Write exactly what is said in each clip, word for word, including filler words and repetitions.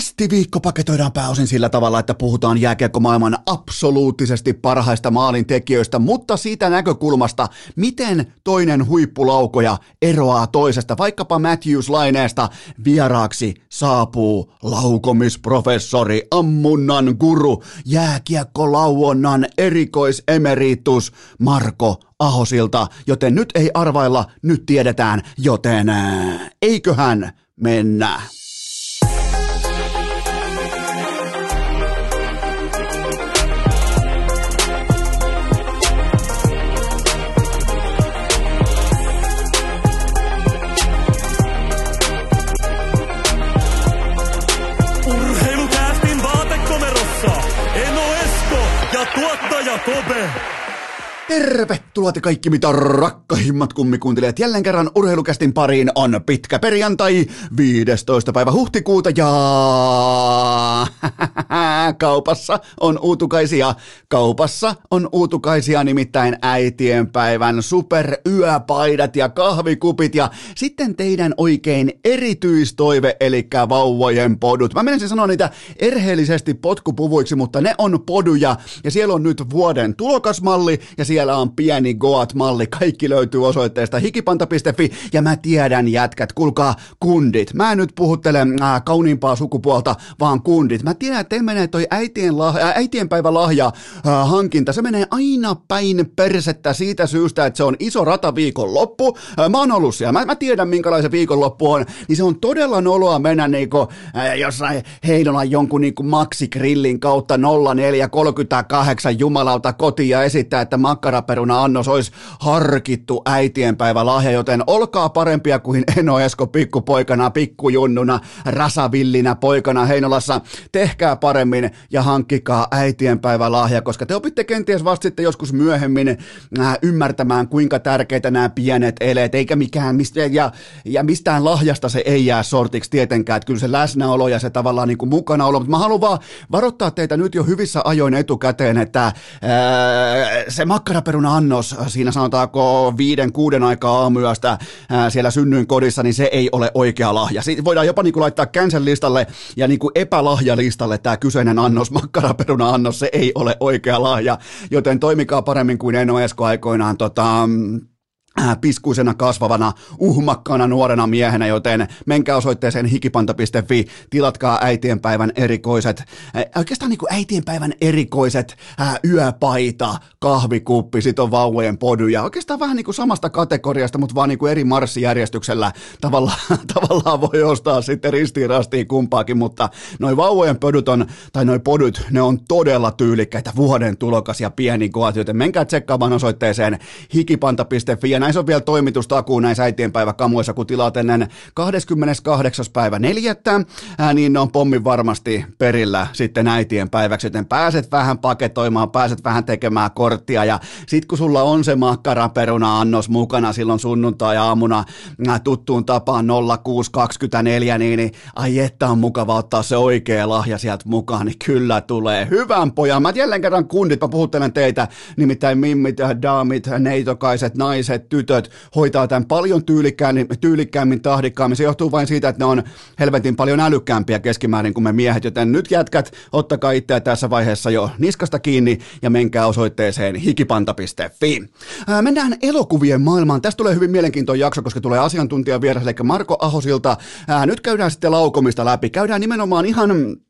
Kästiviikko paketoidaan pääosin sillä tavalla, että puhutaan jääkiekkomaailman absoluuttisesti parhaista maalintekijöistä, mutta siitä näkökulmasta, miten toinen huippulaukoja eroaa toisesta. Vaikkapa Matthews-laineesta vieraaksi saapuu laukomisprofessori, ammunnan guru, jääkiekkolauonnan erikoisemeritus Marko Ahosilta, joten nyt ei arvailla, nyt tiedetään, joten ää, eiköhän mennä. Tuottaja Kope. Tervetuloa te kaikki mitä rakkahimmat kummikuuntelijat. Jälleen kerran Urheilukästin pariin on pitkä perjantai, viidestoista päivä huhtikuuta ja kaupassa on uutukaisia. Kaupassa on uutukaisia nimittäin äitienpäivän superyöpaidat ja kahvikupit ja sitten teidän oikein erityistoive eli vauvojen podut. Mä menisin sanoa niitä erheellisesti potkupuvuiksi, mutta ne on poduja ja siellä on nyt vuoden tulokasmalli ja siellä Siellä on pieni Goat-malli, kaikki löytyy osoitteesta hikipanta piste fi ja mä tiedän jätkät, kuulkaa kundit. Mä en nyt puhuttele äh, kauniimpaa sukupuolta, vaan kundit. Mä tiedän, että teillä menee toi äitien lah- äh, äitienpäivälahja äh, hankinta, se menee aina päin persettä siitä syystä, että se on iso rata viikonloppu. Äh, mä oon ollut siellä, mä, mä tiedän minkälainen viikonloppu on, niin se on todella noloa mennä niinku, äh, jossain Heinolan jonkun niinku Maxi-grillin kautta nolla neljä kolmekymmentäkahdeksan jumalauta kotiin ja esittää, että makkara peruna-annos olisi harkittu äitienpäivälahja, joten olkaa parempia kuin Eno Esko pikkupoikana, pikkujunnuna, rasavillinä poikana Heinolassa. Tehkää paremmin ja hankkikaa äitienpäivälahja, koska te opitte kenties vasta sitten joskus myöhemmin äh, ymmärtämään, kuinka tärkeitä nämä pienet eleet, eikä mikään mistään, ja, ja mistään lahjasta se ei jää sortiksi tietenkään, että kyllä se läsnäolo ja se tavallaan niin kuin mukanaolo, mutta mä haluan vaan varoittaa teitä nyt jo hyvissä ajoin etukäteen, että äh, se makkara peruna-annos, siinä sanotaanko viiden, kuuden aikaa aamuyöstä ää, siellä synnyinkodissa, niin se ei ole oikea lahja. Siitä voidaan jopa niin kuin laittaa cancel-listalle ja niin kuin epälahjalistalle tämä kyseinen annos, makkara peruna-annos, se ei ole oikea lahja, joten toimikaa paremmin kuin Eno Esko aikoinaan tota... piskuisena kasvavana, uhmakkaana nuorena miehenä, joten menkää osoitteeseen hikipanta piste fi, tilatkaa äitienpäivän erikoiset, äh, oikeastaan niin kuin äitienpäivän erikoiset äh, yöpaita, kahvikuppi, sit on vauvojen poduja, oikeastaan vähän niin kuin samasta kategoriasta, mutta vaan niin kuin eri marssijärjestyksellä tavallaan, tavallaan voi ostaa sitten ristiin rastiin kumpaakin, mutta noi vauvojen podut on, tai noi podut, ne on todella tyylikkäitä, vuoden tulokas ja pieni goat, joten menkää tsekkaamaan osoitteeseen hikipanta piste fi, ja näissä on vielä toimitustakuu näissä äitienpäiväkamoissa, kun tilaat ennen kahdeskymmeneskahdeksas päivä neljättä, ää, niin ne on pommin varmasti perillä sitten äitienpäiväksi, joten pääset vähän paketoimaan, pääset vähän tekemään korttia, ja sit kun sulla on se makkaraperuna-annos mukana silloin sunnuntai-aamuna ää, tuttuun tapaan nolla kuusi kaksikymmentäneljä, niin, niin ai että on mukava ottaa se oikea lahja sieltä mukaan, niin kyllä tulee hyvän pojan. Mä jälleen kerran kundit, mä puhuttelen teitä, nimittäin mimmit, daamit, neitokaiset, naiset, tytöt hoitaa tämän paljon tyylikkäämmin, tyylikkäämmin, tahdikkaammin. Se johtuu vain siitä, että ne on helvetin paljon älykkäämpiä keskimäärin kuin me miehet, joten nyt jätkät, ottakaa itseä tässä vaiheessa jo niskasta kiinni ja menkää osoitteeseen hikipanta piste fi. Ää, mennään elokuvien maailmaan. Tästä tulee hyvin mielenkiintoinen jakso, koska tulee asiantuntijavieras, eli Marko Ahosilta. Ää, nyt käydään sitten laukomista läpi. Käydään nimenomaan ihan...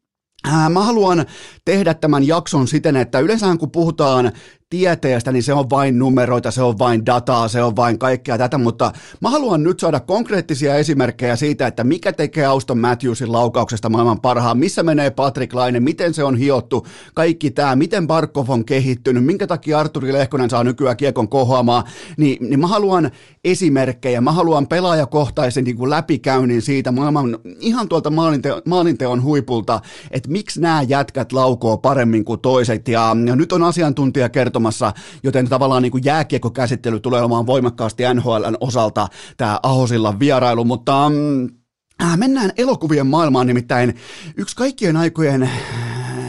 Ää, mä haluan tehdä tämän jakson siten, että yleensä kun puhutaan tieteestä, niin se on vain numeroita, se on vain dataa, se on vain kaikkea tätä, mutta mä haluan nyt saada konkreettisia esimerkkejä siitä, että mikä tekee Auston Matthewsin laukauksesta maailman parhaan, missä menee Patrik Laine, miten se on hiottu, kaikki tämä, miten Barkov on kehittynyt, minkä takia Arturi Lehkonen saa nykyään kiekon kohoamaan, niin, niin mä haluan esimerkkejä, mä haluan pelaajakohtaisen niin kuin läpikäynnin siitä maailman ihan tuolta maalinte- maalinteon huipulta, että miksi nämä jätkät laukoo paremmin kuin toiset, ja, ja nyt on asiantuntija kertomassa, joten tavallaan niin kuin jääkiekkokäsittely tulee olemaan voimakkaasti N H L:n osalta tämä Ahosillan vierailu, mutta mm, mennään elokuvien maailmaan, nimittäin yksi kaikkien aikojen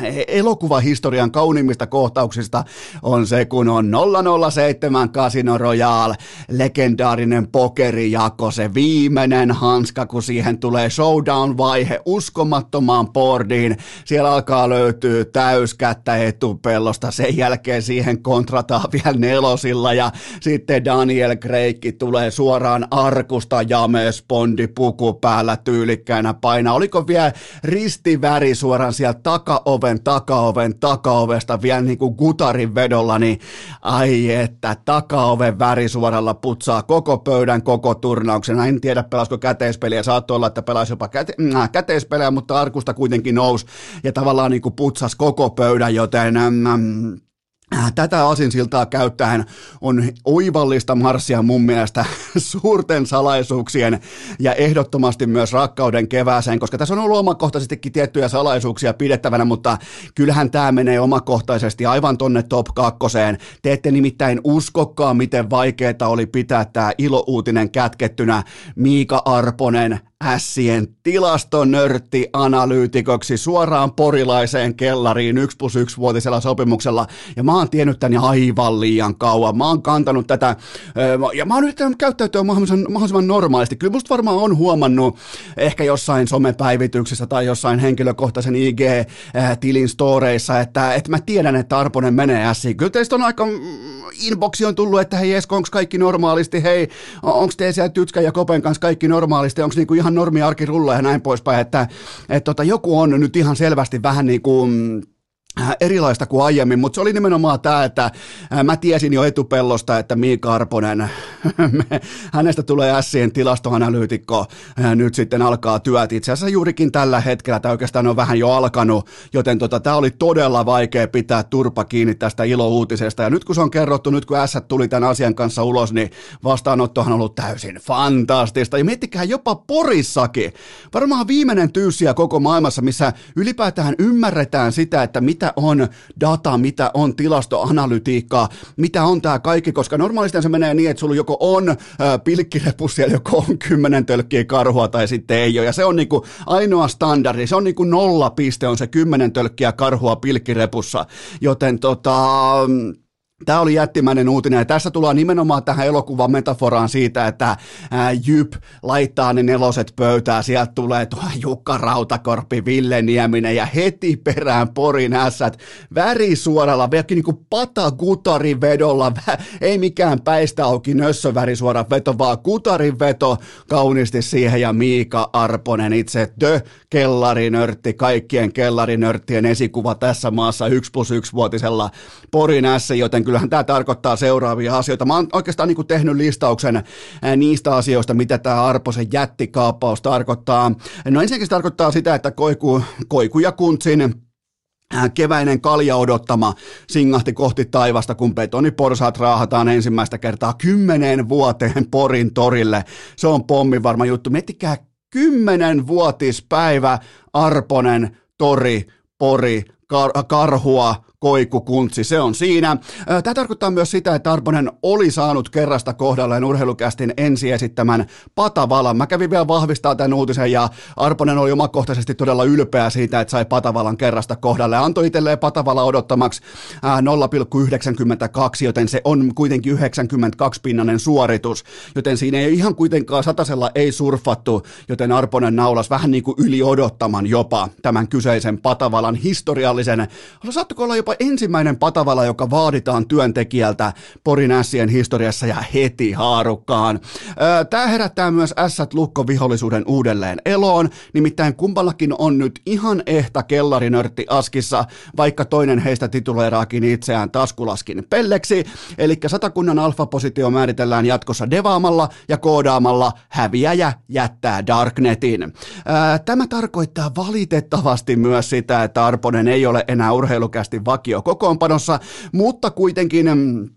elokuvahistorian kauniimmista kohtauksista on se, kun on nolla nolla seitsemän Casino Royale, legendaarinen pokerijako, se viimeinen hanska, kun siihen tulee showdown-vaihe uskomattomaan boardiin, siellä alkaa löytyä täyskättä etupellosta, sen jälkeen siihen kontrataan vielä nelosilla ja sitten Daniel Craig tulee suoraan arkusta James Bondi puku päällä tyylikkäänä painaa. Oliko vielä ristiväri suoraan sieltä takaoven, takaoven, takaovesta vielä niin kuin gutarin vedolla, niin ai että takaoven väri suoralla putsaa koko pöydän, koko turnauksen. En tiedä pelasko käteispeliä, saattoi olla, että pelasi jopa käte, äh, käteispeliä, mutta arkusta kuitenkin nousi ja tavallaan niin kuin putsasi koko pöydän, joten ähm, tätä aasinsiltaa käyttäen on oivallista marssia mun mielestä suurten salaisuuksien ja ehdottomasti myös rakkauden kevääseen, koska tässä on ollut omakohtaisestikin tiettyjä salaisuuksia pidettävänä, mutta kyllähän tämä menee omakohtaisesti aivan tonne top kakkoseen. Te ette nimittäin uskokkaan, miten vaikeaa oli pitää tämä ilouutinen kätkettynä. Miika Arponen, Ässien tilastonörtti analyytikoksi suoraan porilaiseen kellariin yksi plus yksi vuotisella sopimuksella, ja mä oon tiennyt tän aivan liian kauan. Mä oon kantanut tätä, ja mä oon yrittänyt käyttäytyä mahdollisimman, mahdollisimman normaalisti. Kyllä musta varmaan on huomannut ehkä jossain somepäivityksissä tai jossain henkilökohtaisen I G-tilin storeissa, että, että mä tiedän, että Arponen menee Ässiin. Kyllä teistä on aika, inboxi on tullut, että hei Esko, onko kaikki normaalisti, hei, onko te siellä Tytskän ja Kopen kanssa kaikki normaalisti, onko niinku ihan normi arki rulla ja näin poispäin, että et tota, joku on nyt ihan selvästi vähän niin kuin erilaista kuin aiemmin, mutta se oli nimenomaan tämä, että mä tiesin jo etupellosta, että Miika Arponen, hänestä tulee Ässien tilastoanalyytikko, nyt sitten alkaa työt. Itse asiassa juurikin tällä hetkellä, tämä oikeastaan on vähän jo alkanut, joten tota, tämä oli todella vaikea pitää turpa kiinni tästä ilouutisesta, ja nyt kun se on kerrottu, nyt kun Ässät tuli tämän asian kanssa ulos, niin vastaanottohan on ollut täysin fantastista, ja miettikää jopa Porissakin, varmaan viimeinen tyyssiä koko maailmassa, missä ylipäätään ymmärretään sitä, että mitä mitä on data, mitä on tilastoanalytiikkaa, mitä on tämä kaikki, koska normaalisti se menee niin, että sulla joko on äh, pilkkirepus siellä, joko on kymmenen tölkkiä karhua tai sitten ei ole, ja se on niinku ainoa standardi, se on niinku nolla piste, on se kymmenen tölkkiä karhua pilkkirepussa, joten tota... Tämä oli jättimäinen uutinen, ja tässä tullaan nimenomaan tähän elokuvan metaforaan siitä, että ää, Jyp laittaa ne neloset pöytään, sieltä tulee tuo Jukka Rautakorpi, Ville Nieminen ja heti perään Porin Ässät värisuoralla, vieläkin niin kuin patagutarin vedolla, ei mikään päistä auki nössövärisuora veto, vaan kutarin veto kauniisti siihen, ja Miika Arponen itse The kellarinörtti, kaikkien kellarinörttien esikuva tässä maassa yksi plus yksi vuotisella Porin Ässä, joten kyllähän tämä tarkoittaa seuraavia asioita. Mä oon oikeastaan niin kuin tehnyt listauksen niistä asioista, mitä tämä Arposen jättikaappaus tarkoittaa. No ensinnäkin se tarkoittaa sitä, että Koiku, Koiku ja Kuntsin keväinen kalja odottama singahti kohti taivasta, kun betoniporsaat raahataan ensimmäistä kertaa kymmeneen vuoteen Porin torille. Se on pommin varma juttu. Miettikää kymmenenvuotispäivä, Arponen, tori, Pori, kar- karhua, Koiku, Kuntsi, se on siinä. Tämä tarkoittaa myös sitä, että Arponen oli saanut kerrasta kohdalleen Urheilukästin ensi esittämän Patavalan. Mä kävin vielä vahvistaa tämän uutisen, ja Arponen oli omakohtaisesti todella ylpeä siitä, että sai Patavalan kerrasta kohdalle. Antoi itselleen Patavala odottamaksi nolla pilkku yhdeksänkymmentäkaksi, joten se on kuitenkin yhdeksänkymmentäkaksi-pinnainen suoritus, joten siinä ei ihan kuitenkaan satasella ei surfattu, joten Arponen naulas vähän niin kuin yli odottaman jopa tämän kyseisen Patavalan historiallisen. Saattoiko olla jopa ensimmäinen Patavala, joka vaaditaan työntekijältä Porin Ässien historiassa, ja heti haarukkaan. Tämä herättää myös Ässät lukkovihollisuuden uudelleen eloon, nimittäin kummallakin on nyt ihan ehtä kellarinörtti askissa, vaikka toinen heistä tituleeraakin itseään taskulaskin pelleksi, eli Satakunnan alfapositio määritellään jatkossa devaamalla ja koodaamalla häviäjä jättää Darknetin. Tämä tarkoittaa valitettavasti myös sitä, että Arponen ei ole enää Urheilukästin vakio kokoonpanossa, mutta kuitenkin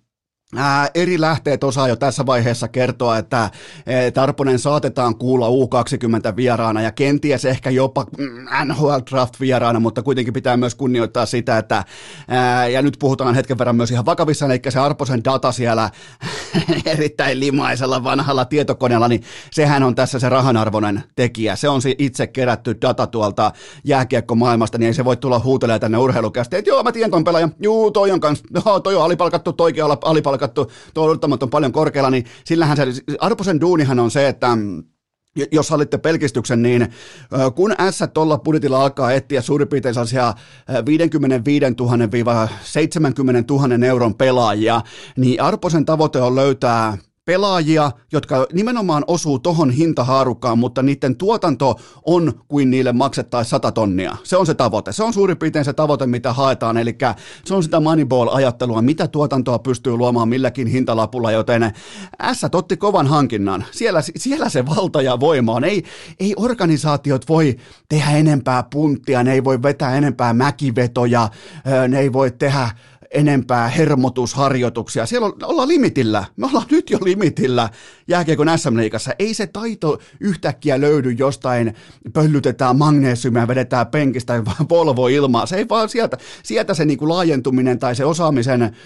Ää, eri lähteet osaa jo tässä vaiheessa kertoa, että e, Tarponen saatetaan kuulla U kaksikymmentä vieraana ja kenties ehkä jopa N H L Draft vieraana, mutta kuitenkin pitää myös kunnioittaa sitä, että ää, ja nyt puhutaan hetken verran myös ihan vakavissa, eli se Arposen data siellä erittäin limaisella vanhalla tietokoneella, niin sehän on tässä se rahanarvoinen tekijä. Se on se itse kerätty data tuolta jääkiekkomaailmasta, niin ei se voi tulla huutelemaan tänne urheilukästi, että joo, mä tiedän ton pelaajan, juu, toi on kans, no, toi on alipalkattu, toikin on alipalkattu, tuo odottamaton paljon korkealla, niin sillähän se, Arposen duunihan on se, että jos sallitte pelkistyksen, niin kun S tuolla budjetilla alkaa etsiä suurin piirtein sellaisia viisikymmentäviisituhatta seitsemänkymmentätuhatta euron pelaajia, niin Arposen tavoite on löytää pelaajia, jotka nimenomaan osuu tohon hintahaarukkaan, mutta niiden tuotanto on kuin niille maksettaisiin sata tonnia. Se on se tavoite. Se on suurin piirtein se tavoite, mitä haetaan, eli se on sitä Moneyball-ajattelua, mitä tuotantoa pystyy luomaan milläkin hintalapulla, joten S otti kovan hankinnan. Siellä, siellä se valta ja voima on. Ei, ei organisaatiot voi tehdä enempää punttia, ne ei voi vetää enempää mäkivetoja, ne ei voi tehdä enempää hermotusharjoituksia. Siellä ollaan limitillä. Me ollaan nyt jo limitillä jääkiekon S M-liigassa. Ei se taito yhtäkkiä löydy jostain, pöllytetään magneesiumia, vedetään penkistä Volvo ilmaa. Se ei vaan sieltä, sieltä se niinku laajentuminen tai se osaamisen äh,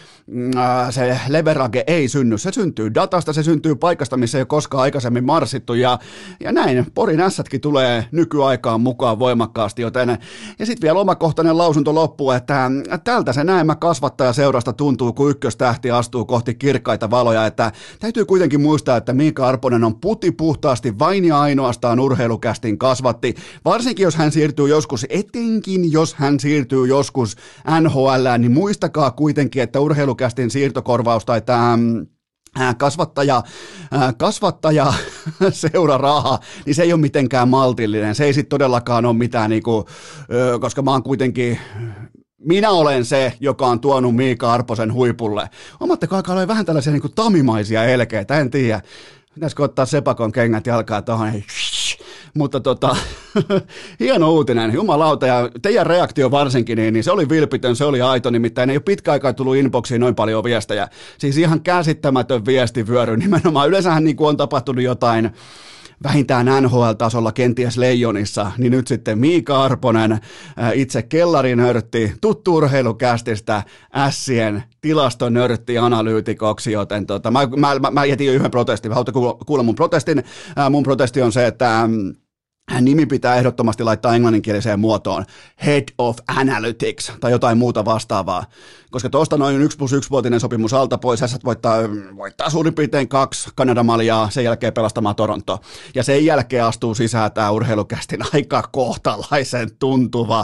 se leverage ei synny. Se syntyy datasta, se syntyy paikasta, missä ei ole koskaan aikaisemmin marssittu ja, ja näin. Porin ässätkin tulee nykyaikaan mukaan voimakkaasti, joten ja sitten vielä omakohtainen lausunto loppuu, että tältä se näemmä kasvattaja seurasta tuntuu, kun ykköstähti astuu kohti kirkkaita valoja, että täytyy kuitenkin muistaa, että Miika Arponen on puti puhtaasti vain ja ainoastaan urheilukästin kasvatti, varsinkin jos hän siirtyy joskus, etenkin jos hän siirtyy joskus N H L:ään, niin muistakaa kuitenkin, että urheilukästin siirtokorvaus tai tämä kasvattaja, kasvattaja seuraraha, niin se ei ole mitenkään maltillinen, se ei sitten todellakaan ole mitään, niinku, koska mä oon kuitenkin minä olen se, joka on tuonut Miika Arposen huipulle. Omatteko aikaa olla vähän tällaisia niin kuin tamimaisia elkeitä, en tiedä. Pitäisikö ottaa Sepakon kengät jalkaa tuohon? Mutta tota, hieno uutinen, jumalauta, ja teidän reaktio varsinkin, niin, niin se oli vilpitön, se oli aito, nimittäin ei ole pitkä aikaa tullut inboxiin noin paljon viestejä. Siis ihan käsittämätön viestivyöry, nimenomaan yleensähän niin kuin on tapahtunut jotain, vähintään N H L-tasolla, kenties Leijonissa, niin nyt sitten Miika Arponen, itse kellarinörtti, tuttu urheilukästistä, Ässien tilastonörtti analyytikoksi, joten tota, mä, mä, mä, mä jätin jo yhden protestin, haluatte kuulla, kuulla mun protestin, mun protesti on se, että nimi pitää ehdottomasti laittaa englanninkieliseen muotoon, Head of Analytics tai jotain muuta vastaavaa, koska tuosta noin yksi plus yksi vuotinen sopimus alta pois, S voittaa, voittaa suurin piirtein kaksi Kanadamaljaa, sen jälkeen pelastamaan Toronto, ja sen jälkeen astuu sisään tämä urheilukästin aika kohtalaisen tuntuva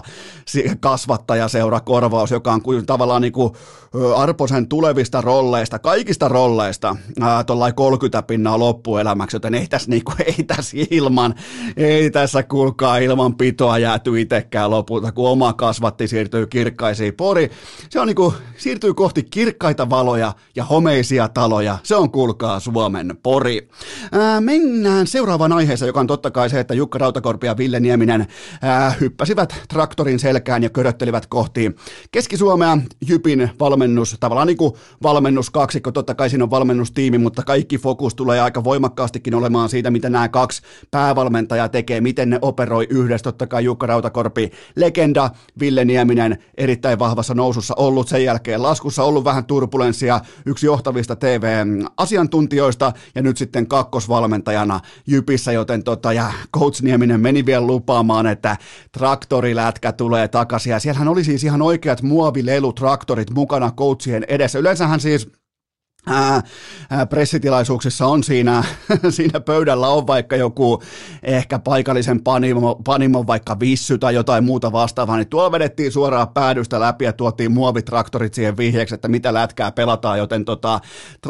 kasvattajaseurakorvaus, joka on tavallaan niin kuin Arposen tulevista rolleista, kaikista rolleista, tuollain kolmekymmentä pinnaa loppuelämäksi, joten ei tässä, niin kuin, ei tässä ilman, ei tässä kuulkaa ilman pitoa jääty itsekään lopulta, kun oma kasvatti siirtyy kirkkaisiin. Pori, se on niin kuin, siirtyy kohti kirkkaita valoja ja homeisia taloja. Se on kuulkaa Suomen Pori. Ää, mennään seuraavaan aiheeseen, joka on totta kai se, että Jukka Rautakorpi ja Ville Nieminen ää, hyppäsivät traktorin selkään ja köröttelivät kohti Keski-Suomea. Jypin valmennus, tavallaan niin kuin valmennuskaksikko, totta kai siinä on valmennustiimi, mutta kaikki fokus tulee aika voimakkaastikin olemaan siitä, mitä nämä kaksi päävalmentajaa tekee, miten ne operoi yhdessä. Totta kai Jukka Rautakorpi, legenda, Ville Nieminen erittäin vahvassa nousussa ollut, sen jälkeen laskussa ollut vähän turbulenssia, yksi johtavista T V-asiantuntijoista ja nyt sitten kakkosvalmentajana Jypissä, joten tota, ja coach Nieminen meni vielä lupaamaan, että traktorilätkä tulee takaisin ja siellähän oli siis ihan oikeat muovilelutraktorit mukana coachien edessä. Yleensähän siis Ää, ää, pressitilaisuuksissa on siinä, siinä pöydällä on vaikka joku ehkä paikallisen panimo, panimon vaikka vissy tai jotain muuta vastaavaa, niin tuolla vedettiin suoraan päädystä läpi ja tuotiin muovitraktorit siihen vihjeeksi, että mitä lätkää pelataan, joten tota,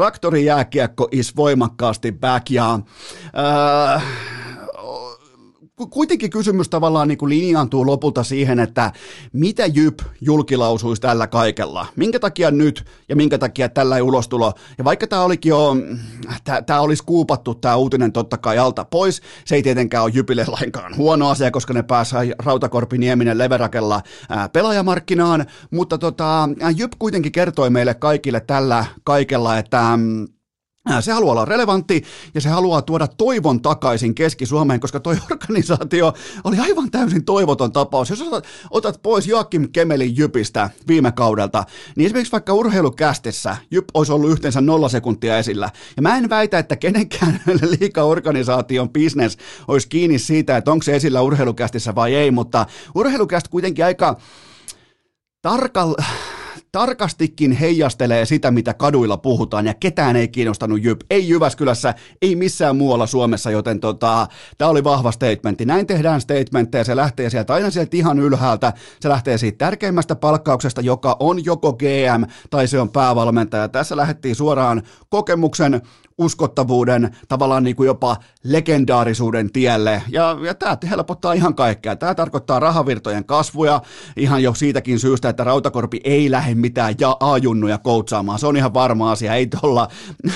traktorijääkiekko is voimakkaasti back ja ää, kuitenkin kysymys tavallaan niin kuin linjaantuu lopulta siihen, että mitä Jyp julkilausuisi tällä kaikella. Minkä takia nyt ja minkä takia tällä ei ulostulo. Ja vaikka tämä olikin jo, tämä olisi kuupattu tämä uutinen totta kai alta pois, se ei tietenkään ole Jypille lainkaan huono asia, koska ne pääsee Rautakorpi, Nieminen, Leverakella ää, pelaajamarkkinaan, mutta tota, Jyp kuitenkin kertoi meille kaikille tällä kaikella, että se haluaa olla relevantti ja se haluaa tuoda toivon takaisin Keski-Suomeen, koska toi organisaatio oli aivan täysin toivoton tapaus. Jos otat, otat pois Joakim Kemelin Jypistä viime kaudelta, niin esimerkiksi vaikka urheilukästissä Jyp olisi ollut yhteensä nolla sekuntia esillä. Ja mä en väitä, että kenenkään liigaorganisaation business olisi kiinni siitä, että onko se esillä urheilukästissä vai ei, mutta urheilukäst kuitenkin aika tarkalla tarkastikin heijastelee sitä, mitä kaduilla puhutaan, ja ketään ei kiinnostanut Jyp. Ei Jyväskylässä, ei missään muualla Suomessa, joten tota, tämä oli vahva statementti. Näin tehdään statementteja, se lähtee sieltä aina sieltä ihan ylhäältä, se lähtee siitä tärkeimmästä palkkauksesta, joka on joko G M tai se on päävalmentaja. Tässä lähdettiin suoraan kokemuksen, uskottavuuden, tavallaan niin kuin jopa legendaarisuuden tielle, ja, ja tämä helpottaa ihan kaikkea. Tämä tarkoittaa rahavirtojen kasvuja, ihan jo siitäkin syystä, että Rautakorpi ei lähde mitään ja A-junnuja koutsaamaan. Se on ihan varma asia, ei tuolla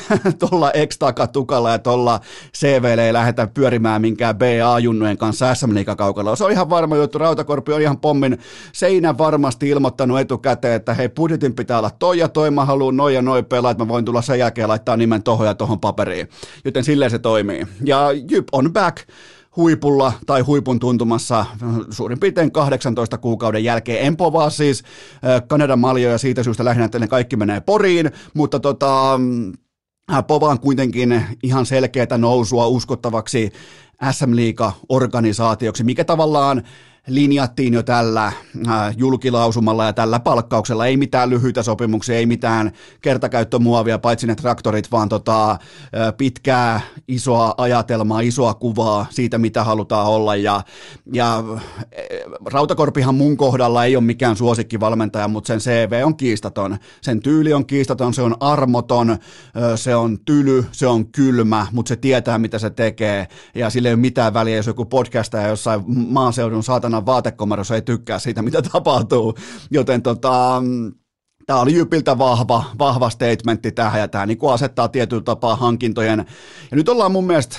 tolla X-takatukalla ja tuolla C V:lle ei lähdetä pyörimään minkään B A-junnujen kanssa S M-liigakaukalla. Se on ihan varma juttu, Rautakorpi on ihan pommin seinän varmasti ilmoittanut etukäteen, että hei, budjetin pitää olla toi ja toi, mä haluan noi ja noi pelaa, että mä voin tulla sen jälkeen laittaa nimen tohon ja tohon paperiin, joten silleen se toimii. Ja Jyp on back huipulla tai huipun tuntumassa suurin piirtein kahdeksantoista kuukauden jälkeen. En povaa siis Kanadan maljoja siitä syystä lähinnä, että ne kaikki menee Poriin, mutta tota, povaan kuitenkin ihan selkeätä nousua uskottavaksi S M-liiga-organisaatioksi, mikä tavallaan linjattiin jo tällä äh, julkilausumalla ja tällä palkkauksella. Ei mitään lyhyitä sopimuksia, ei mitään kertakäyttömuovia, paitsi ne traktorit, vaan tota, äh, pitkää, isoa ajatelmaa, isoa kuvaa siitä, mitä halutaan olla. Ja, ja äh, Rautakorpihan mun kohdalla ei ole mikään suosikkivalmentaja, mutta sen C V on kiistaton. Sen tyyli on kiistaton, se on armoton, äh, se on tyly, se on kylmä, mutta se tietää, mitä se tekee. Ja sillä ei ole mitään väliä, jos joku podcastaja jossain maaseudun saatana vaatekomerossa ei tykkää siitä, mitä tapahtuu, joten tota, tämä oli Jypiltä vahva, vahva statementti tähän, ja tämä niin kuin asettaa tietyllä tapaa hankintojen, ja nyt ollaan mun mielestä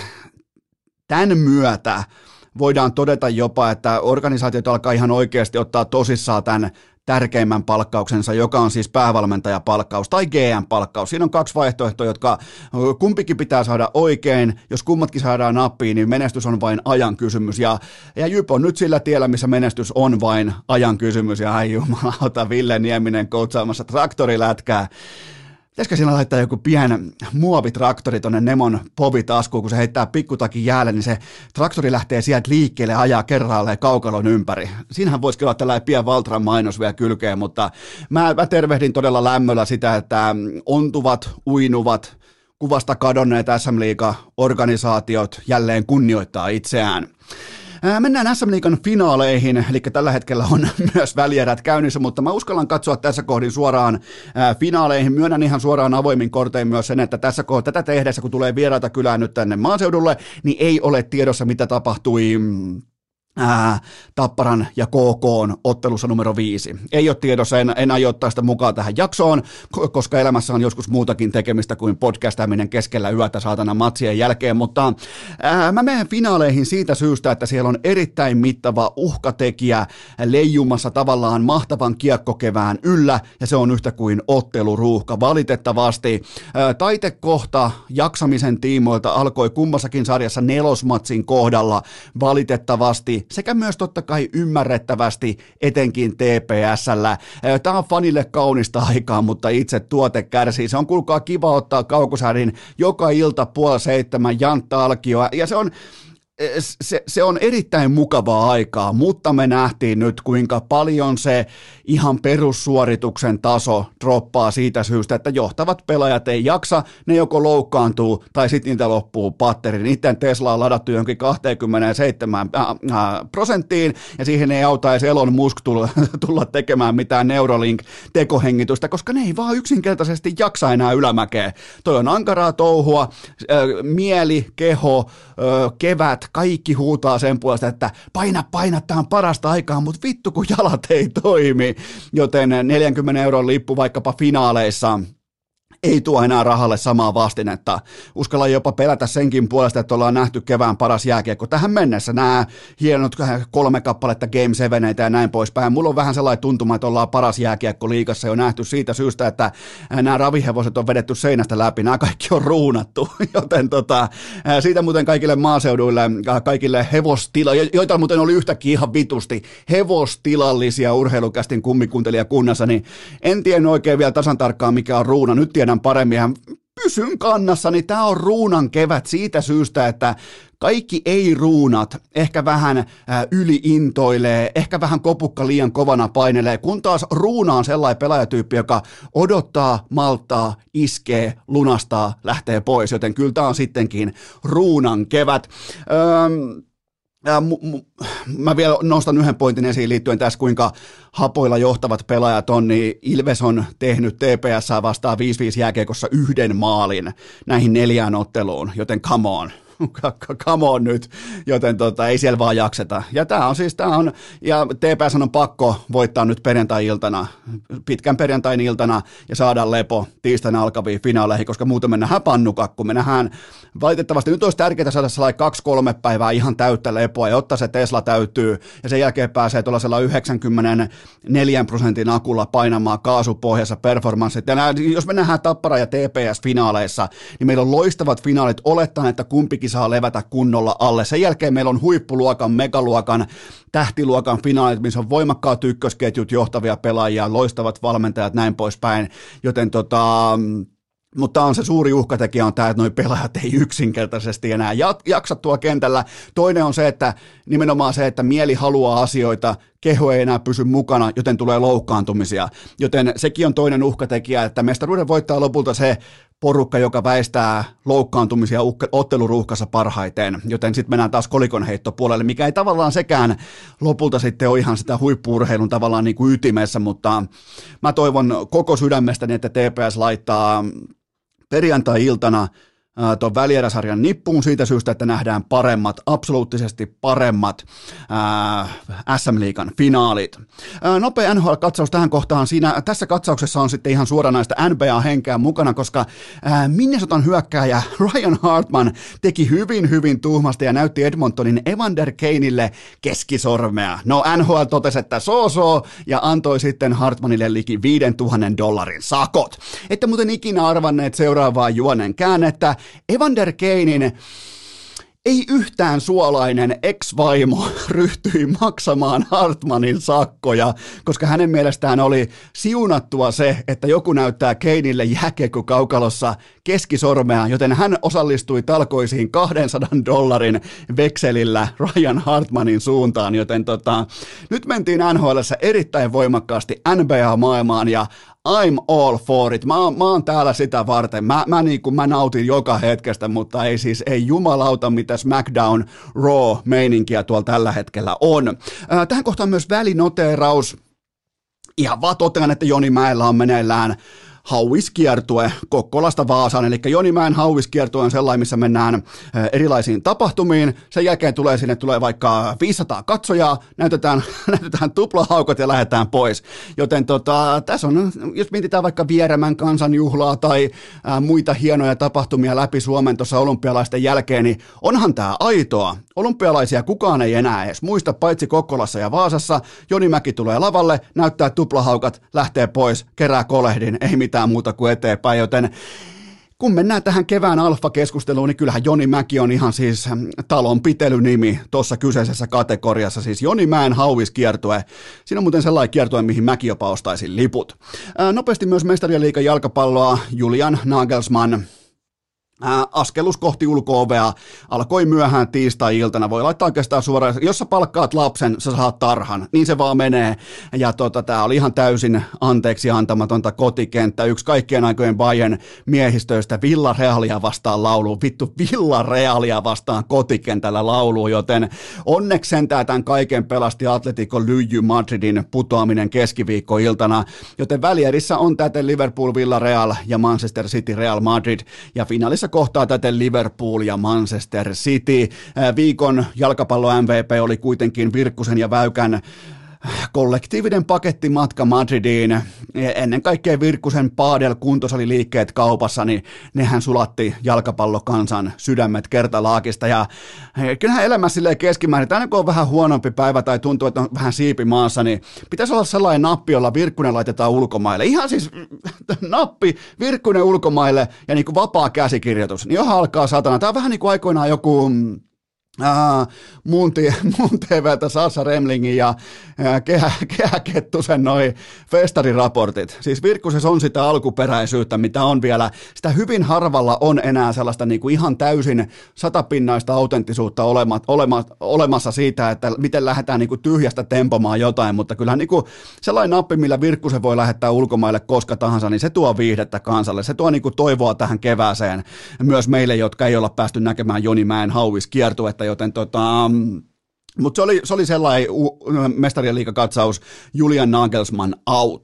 tämän myötä, voidaan todeta jopa, että organisaatiot alkaa ihan oikeasti ottaa tosissaan tämän tärkeimmän palkkauksensa, joka on siis päävalmentajapalkkaus tai G M-palkkaus. Siinä on kaksi vaihtoehtoa, jotka kumpikin pitää saada oikein. Jos kummatkin saadaan nappiin, niin menestys on vain ajan kysymys. Ja, ja Jyp on nyt sillä tiellä, missä menestys on vain ajan kysymys. Ja ai jumalauta, Ville Nieminen coachaamassa traktorilätkää. Pitäisikö siinä laittaa joku pien muovitraktori tuonne Nemon povitaskuun, kun se heittää pikkutakin jäälle, niin se traktori lähtee sieltä liikkeelle, ajaa kerralleen kaukalon ympäri. Siinähän voisi olla tällainen pien Valtran mainos vielä kylkeen, mutta mä, mä tervehdin todella lämmöllä sitä, että ontuvat, uinuvat, kuvasta kadonneet S M-liiga-organisaatiot jälleen kunnioittaa itseään. Mennään S M-liigan finaaleihin, eli tällä hetkellä on myös välierät käynnissä, mutta mä uskallan katsoa tässä kohdin suoraan finaaleihin. Myönnän ihan suoraan avoimin kortein myös sen, että tässä kohdassa tätä tehdessä, kun tulee vieraita kylään nyt tänne maaseudulle, niin ei ole tiedossa, mitä tapahtui Ää, Tapparan ja K K:n ottelussa numero viisi. Ei ole tiedossa, en, en aio ottaa sitä mukaan tähän jaksoon, koska elämässä on joskus muutakin tekemistä kuin podcastaminen keskellä yötä saatana matsien jälkeen, mutta ää, mä menen finaaleihin siitä syystä, että siellä on erittäin mittava uhkatekijä leijumassa tavallaan mahtavan kiekkokevään yllä, ja se on yhtä kuin otteluruuhka. Valitettavasti ää, taitekohta jaksamisen tiimoilta alkoi kummassakin sarjassa nelosmatsin kohdalla valitettavasti, sekä myös totta kai ymmärrettävästi etenkin T P S:llä. Tämä on fanille kaunista aikaa, mutta itse tuote kärsii. Se on kuulkaa kiva ottaa kaukosäädin joka ilta puoli seitsemän Jantta Alkio, ja se on Se, se on erittäin mukavaa aikaa, mutta me nähtiin nyt, kuinka paljon se ihan perussuorituksen taso droppaa siitä syystä, että johtavat pelaajat ei jaksa, ne joko loukkaantuu tai sitten niitä loppuu patteri. Niiden Tesla on ladattu jonkin kaksikymmentäseitsemän prosenttiin, ja siihen ei auta edes Elon Musk tulla, tulla tekemään mitään Neuralink-tekohengitystä, koska ne ei vaan yksinkertaisesti jaksa enää ylämäkeä. Toi on ankaraa touhua, mieli, keho, kevät, kaikki huutaa sen puolesta, että paina, paina, tämä on parasta aikaa, mutta vittu kun jalat ei toimi, joten neljänkymmenen euron lippu vaikkapa finaaleissa ei tuo enää rahalle samaa vastinetta. Uskallan jopa pelätä senkin puolesta, että ollaan nähty kevään paras jääkiekko tähän mennessä. Nämä hienot kolme kappaletta Game seveneitä ja näin poispäin. Mulla on vähän sellainen tuntuma, että ollaan paras jääkiekko liigassa jo nähty siitä syystä, että nämä ravihevoset on vedetty seinästä läpi. Nämä kaikki on ruunattu, joten tota, siitä muuten kaikille maaseuduille, kaikille hevostila, joita muuten oli yhtäkkiä ihan vitusti, hevostilallisia urheilukästin kummikuuntelijakunnassa, niin en tiedä oikein vielä tasan tarkkaan mikä on ruuna. Nyt tiedän paremmin ja pysyn kannassa, niin tämä on ruunan kevät siitä syystä, että kaikki ei-ruunat ehkä vähän äh, yliintoilee, ehkä vähän kopukka liian kovana painelee, kun taas ruuna on sellainen pelaajatyyppi, joka odottaa, malttaa, iskee, lunastaa, lähtee pois, joten kyllä tämä on sittenkin ruunan kevät. Öm, Ja mu, mu, mä vielä nostan yhden pointin esiin liittyen tässä, kuinka hapoilla johtavat pelaajat on, niin Ilves on tehnyt T P S:ää vastaan viisi viisi jääkiekossa yhden maalin näihin neljään otteluun, joten come on. Come on nyt, joten tota, ei siellä vaan jakseta. Ja tämä on siis, tämä on, ja T P S on pakko voittaa nyt perjantai-iltana, pitkän perjantai-iltana ja saada lepo tiistaina alkaviin finaaleihin, koska muuten me nähdään pannukakku. Me nähdään, valitettavasti nyt olisi tärkeää saada sellainen kaksi kolme päivää ihan täyttä lepoa, jotta se Tesla täyttyy ja sen jälkeen pääsee tuollaisella yhdeksänkymmentäneljä prosentin akulla painamaan kaasupohjassa performanssit. Ja nämä, jos me nähdään Tappara ja T P S-finaaleissa, niin meillä on loistavat finaalit olettaen, että kumpikin saa levätä kunnolla alle. Sen jälkeen meillä on huippuluokan, megaluokan, tähtiluokan finaalit, missä on voimakkaat ykkösketjut, johtavia pelaajia, loistavat valmentajat, näin poispäin. Joten tota, mutta on se suuri uhkatekijä on tämä, että nuo pelaajat ei yksinkertaisesti enää jaksa tuolla kentällä. Toinen on se, että nimenomaan se, että mieli haluaa asioita, keho ei enää pysy mukana, joten tulee loukkaantumisia. Joten sekin on toinen uhkatekijä, että mestaruuden voittaa lopulta se porukka, joka väistää loukkaantumisia otteluruuhkassa parhaiten, joten sitten mennään taas kolikonheittopuolelle, mikä ei tavallaan sekään lopulta sitten ole ihan sitä huippu-urheilun tavallaan niin kuin ytimessä, mutta mä toivon koko sydämestäni, että T P S laittaa perjantai-iltana tuon välieräsarjan nippuun siitä syystä, että nähdään paremmat, absoluuttisesti paremmat ää, S M-liigan finaalit. Ää, nopea N H L-katsaus tähän kohtaan. Siinä, tässä katsauksessa on sitten ihan suoranaista N B A-henkeä mukana, koska ää, Minnesotan hyökkääjä Ryan Hartman teki hyvin, hyvin tuhmasti ja näytti Edmontonin Evander Kaneille keskisormea. No N H L totesi, että so-so, ja antoi sitten Hartmanille liki viisituhatta dollarin sakot. Ette muuten ikinä arvanneet seuraavaa juonen käännettä. Evander Kanein ei yhtään suolainen ex-vaimo ryhtyi maksamaan Hartmanin sakkoja, koska hänen mielestään oli siunattua se, että joku näyttää Kaneille jääkiekkokaukalossa keskisormea, joten hän osallistui talkoisiin kahdensadan dollarin vekselillä Ryan Hartmanin suuntaan, joten tota, nyt mentiin N H L:ssä erittäin voimakkaasti N B A-maailmaan ja I'm all for it. Mä, mä oon täällä sitä varten. Mä, mä, niin kuin, mä nautin joka hetkestä, mutta ei siis, ei jumalauta, mitä SmackDown Raw-meininkiä tuolla tällä hetkellä on. Äh, tähän kohtaan myös välinoteeraus. Ihan vaan totean, että Joni Mäellä on meneillään hauiskiertue Kokkolasta Vaasaan, eli Jonimäen hauiskiertue on sellainen, missä mennään erilaisiin tapahtumiin, sen jälkeen tulee sinne tulee vaikka viisisataa katsojaa, näytetään, näytetään tuplahaukot ja lähdetään pois, joten tota, tässä on, jos mietitään vaikka Vieremän kansanjuhlaa tai ää, muita hienoja tapahtumia läpi Suomen tuossa olympialaisten jälkeen, niin onhan tämä aitoa. Olympialaisia kukaan ei enää edes muista, paitsi Kokkolassa ja Vaasassa. Joni Mäki tulee lavalle, näyttää tuplahaukat, lähtee pois, kerää kolehdin, ei mitään muuta kuin eteenpäin, joten kun mennään tähän kevään alfa-keskusteluun, niin kyllähän Joni Mäki on ihan siis talonpitelynimi tuossa kyseisessä kategoriassa, siis Joni Mäen hauiskiertue. Siinä on muuten sellainen kiertue, mihin mäkin jopa ostaisin liput. Ää, nopeasti myös Mestarien liigan jalkapalloa Julian Nagelsmann. Ää, askelus kohti ulko-ovea alkoi myöhään tiistai-iltana. Voi laittaa oikeastaan suoraan, jos sä palkkaat lapsen, sä saat tarhan, niin se vaan menee. Ja tota, tää oli ihan täysin anteeksi antamatonta kotikenttä. Yksi kaikkien aikojen Bayern miehistöistä Villarealia vastaan laulu. Vittu Villarealia vastaan kotikentällä laulu, joten onneksi sentään tämän kaiken pelasti Atletico Lyijy Madridin putoaminen keskiviikkoiltana. Joten välierissä on täten Liverpool, Villarreal ja Manchester City Real Madrid. Ja finaalissa kohtaa täten Liverpool ja Manchester City. Viikon jalkapallo M V P oli kuitenkin Virkkusen ja Väykän kollektiivinen pakettimatka Madridiin. Ennen kaikkea Virkkusen Padel kuntosaliliikkeet kaupassa, niin nehän sulatti jalkapallokansan sydämet kertalaakista. Ja kyllähän elämä silleen keskimäärin, aina kun on vähän huonompi päivä tai tuntuu, että on vähän siipi maassa, niin pitäisi olla sellainen nappi, jolla Virkkunen laitetaan ulkomaille. Ihan siis nappi, Virkkunen ulkomaille ja niin kuin vapaa käsikirjoitus. Niin johon alkaa satana. Tämä on vähän niin kuin aikoinaan joku Uh, muun, t- muun T V:ltä Sassa Remlingin ja uh, Kehä, Kehä Kettusen noi festariraportit. Siis Virkkusessa on sitä alkuperäisyyttä, mitä on vielä. Sitä hyvin harvalla on enää sellaista niinku ihan täysin satapinnaista autenttisuutta olema, olema, olemassa siitä, että miten lähdetään niinku tyhjästä tempomaan jotain, mutta kyllähän niinku sellainen nappi, millä Virkkusen voi lähettää ulkomaille koska tahansa, niin se tuo viihdettä kansalle. Se tuo niinku toivoa tähän kevääseen myös meille, jotka ei olla päästy näkemään Joni Mäen hauiskiertuetta, joten tota, mutta se oli, se oli sellainen mestarien liigakatsaus, Julian Nagelsmann out,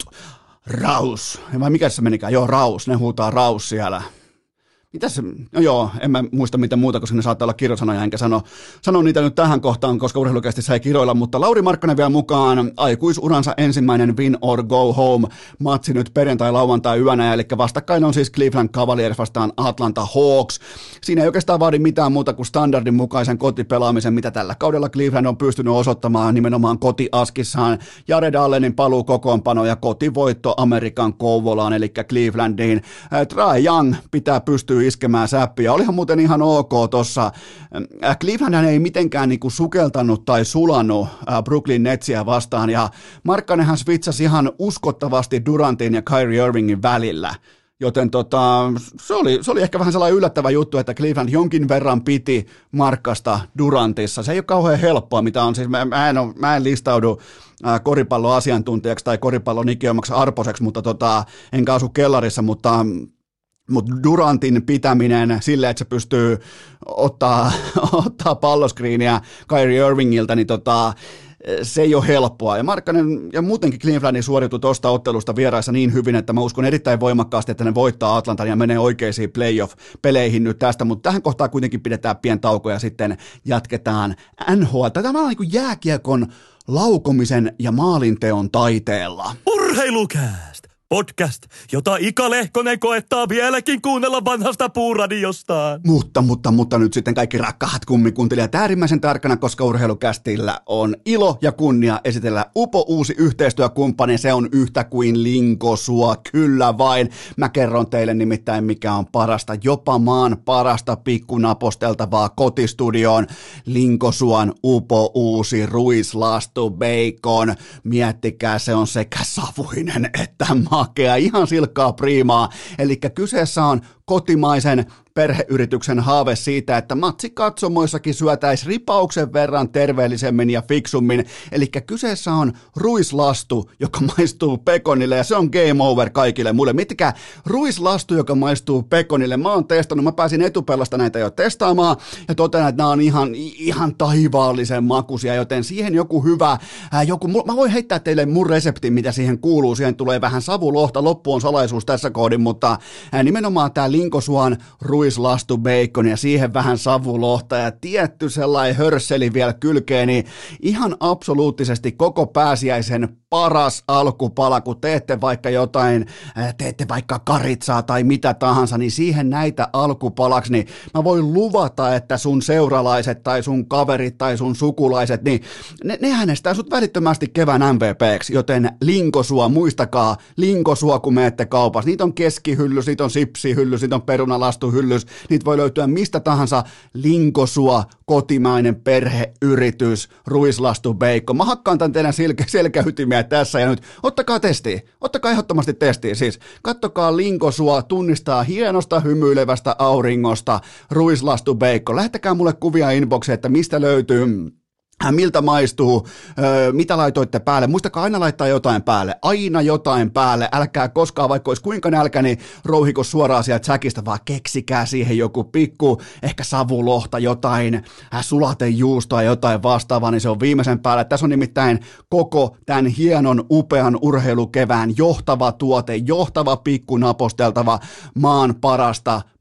Raus, vai mikä se menikään, joo Raus, ne huutaa Raus siellä. Mitäs, no joo, en mä muista mitä muuta, koska ne saattaa olla kirjasanoja, enkä sano, sano niitä nyt tähän kohtaan, koska urheilukästissä ei kiroilla, mutta Lauri Markkanen vielä mukaan, aikuisuransa ensimmäinen win or go home matsi nyt perjantai-lauantai yönä, eli vastakkain on siis Cleveland Cavaliers vastaan Atlanta Hawks. Siinä ei oikeastaan vaadi mitään muuta kuin standardin mukaisen kotipelaamisen, mitä tällä kaudella Cleveland on pystynyt osoittamaan nimenomaan kotiaskissaan. Jared Allenin paluu kokoonpano ja kotivoitto Amerikan Kouvolaan, eli Clevelandiin. Trae Young pitää pystyä iskemään säppiä. Olihan muuten ihan ok tuossa. Cleveland ei mitenkään niinku sukeltanut tai sulanut Brooklyn Netsiä vastaan, ja Markkanenhan switchasi ihan uskottavasti Durantin ja Kyrie Irvingin välillä. Joten tota, se, oli, se oli ehkä vähän sellainen yllättävä juttu, että Cleveland jonkin verran piti Markkasta Durantissa. Se ei ole kauhean helppoa, mitä on. Siis mä, mä, en, ole, mä en listaudu äh, koripalloasiantuntijaksi tai koripallon ikiomaksi arposeksi, mutta tota, enkä asu kellarissa, mutta Mutta Durantin pitäminen silleen, että se pystyy ottaa, ottaa palloskriiniä Kyrie Irvingiltä, niin tota, se ei ole helppoa. Ja Markkanen ja muutenkin Clevelandin suoriutui tuosta ottelusta vieraissa niin hyvin, että mä uskon erittäin voimakkaasti, että ne voittaa Atlantan ja menee oikeisiin playoff-peleihin nyt tästä, mutta tähän kohtaan kuitenkin pidetään pien tauko ja sitten jatketaan N H L. Tämä on niin kuin jääkiekon laukomisen ja maalinteon taiteella. Urheilukääst! Podcast, jota Ika Lehkonen koettaa vieläkin kuunnella vanhasta puuradiosta. Mutta, mutta, mutta nyt sitten kaikki rakkaat kummikuuntelijat äärimmäisen tarkkana, koska Urheilukästillä on ilo ja kunnia esitellä upo uusi yhteistyökumppani. Se on yhtä kuin Linkosua, kyllä vain. Mä kerron teille nimittäin, mikä on parasta, jopa maan parasta pikkunaposteltavaa kotistudioon. Linkosuan upo uusi ruislastu bacon. Miettikää, se on sekä savuinen että makea, ihan silkkaa priimaa. Eli kyseessä on kotimaisen perheyrityksen haave siitä, että matsikatsomoissakin syötäisiin ripauksen verran terveellisemmin ja fiksummin. Eli kyseessä on ruislastu, joka maistuu pekonille, ja se on game over kaikille muille. Miettikää, ruislastu, joka maistuu pekonille. Mä oon testannut, mä pääsin etupellasta näitä jo testaamaan, ja totean, että nämä on ihan, ihan taivaallisen makuisia, joten siihen joku hyvä, ää, joku, mä voin heittää teille mun reseptin, mitä siihen kuuluu. Siihen tulee vähän savulohta, loppu on salaisuus tässä kohdin, mutta ää, nimenomaan tää Linkosuan ruislastu bacon ja siihen vähän savulohta ja tietty sellainen hörsseli vielä kylkeen, niin ihan absoluuttisesti koko pääsiäisen paras alkupala, kun teette vaikka jotain, teette vaikka karitsaa tai mitä tahansa, niin siihen näitä alkupalaksi, niin mä voin luvata, että sun seuralaiset tai sun kaverit tai sun sukulaiset, niin ne, ne äänestää sut välittömästi kevään M V P:ksi, joten Linkosua, muistakaa, Linkosua, kun menette kaupassa, niitä on keskihyllys, niitä on sipsihyllys, niitä on perunalastuhyllys, niitä voi löytyä mistä tahansa. Linkosua, kotimainen perheyritys, ruislastu bacon. Mä hakkaan tän teidän selkä, selkäytimiä tässä ja nyt. Ottakaa testiä, ottakaa ehdottomasti testiä. Siis kattokaa Linkosua, tunnistaa hienosta hymyilevästä auringosta, ruislastu bacon. Lähettäkää mulle kuvia inboxiin, että mistä löytyy, miltä maistuu, öö, mitä laitoitte päälle. Muistakaa aina laittaa jotain päälle, aina jotain päälle. Älkää koskaan, vaikka olisi kuinka nälkä, niin rouhiko suoraan sieltä säkistä, vaan keksikää siihen joku pikku, ehkä savulohta, jotain äh, sulatejuustoa, jotain vastaavaa, niin se on viimeisen päälle. Tässä on nimittäin koko tämän hienon, upean urheilukevään johtava tuote, johtava pikku naposteltava maan parasta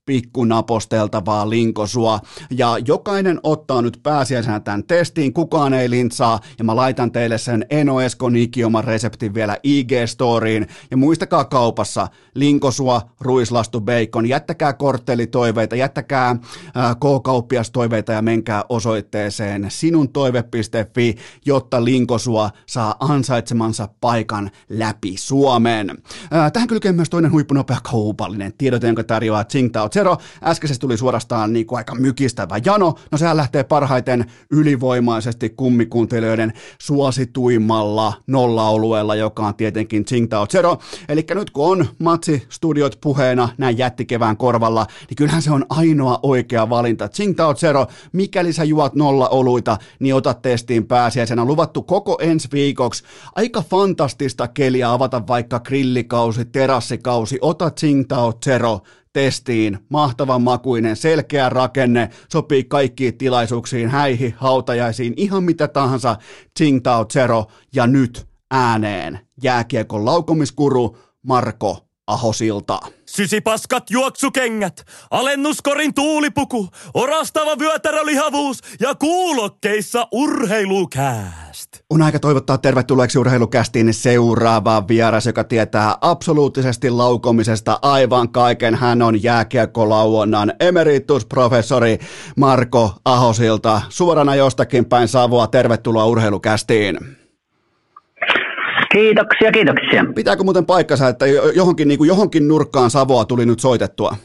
pikkunaposteltavaa linkosua. Ja jokainen ottaa nyt pääsiäisenä tämän testiin, kukaan ei lintsaa, ja mä laitan teille sen Eno Eskon ikioman reseptin vielä I G-storiin. Ja muistakaa kaupassa, linkosua, ruislastu, bacon, jättäkää korttelitoiveita, jättäkää äh, K-kauppiastoiveita ja menkää osoitteeseen sinuntoive piste fi, jotta linkosua saa ansaitsemansa paikan läpi Suomen. Äh, tähän kylkee myös toinen huippunopea kaupallinen tiedote, jonka tarjoaa Tsingtao Zero. Äskeisesti tuli suorastaan niin kuin aika mykistävä jano. No sehän lähtee parhaiten ylivoimaisesti kummikuuntelijoiden suosituimmalla nolla-olueella, joka on tietenkin Tsingtao Zero. Eli nyt kun on Matsi-studiot puheena näin jättikevään korvalla, niin kyllähän se on ainoa oikea valinta. Tsingtao Zero, mikäli sä juot nolla-oluita, niin ota testiin pääsiäisenä. Luvattu koko ensi viikoksi. Aika fantastista keliä avata vaikka grillikausi, terassikausi. Ota Tsingtao Zero testiin. Mahtavan makuinen, selkeä rakenne, sopii kaikkiin tilaisuuksiin, häihin, hautajaisiin, ihan mitä tahansa. Tsingtao Zero ja nyt ääneen jääkiekon laukomiskuru Marko Ahosilta. Sysipaskat juoksukengät, alennuskorin tuulipuku, orastava vyötärölihavuus ja kuulokkeissa urheilukääst. On aika toivottaa tervetulleeksi urheilukästiin seuraava vieras, joka tietää absoluuttisesti laukomisesta aivan kaiken. Hän on jääkiekkolauonnan emeritusprofessori Marko Ahosilta. Suorana jostakin päin Savoa, tervetuloa urheilukästiin. Kiitoksia, kiitoksia. Pitääkö muuten paikkansa, että johonkin, niin kuin johonkin nurkkaan Savoa tuli nyt soitettua?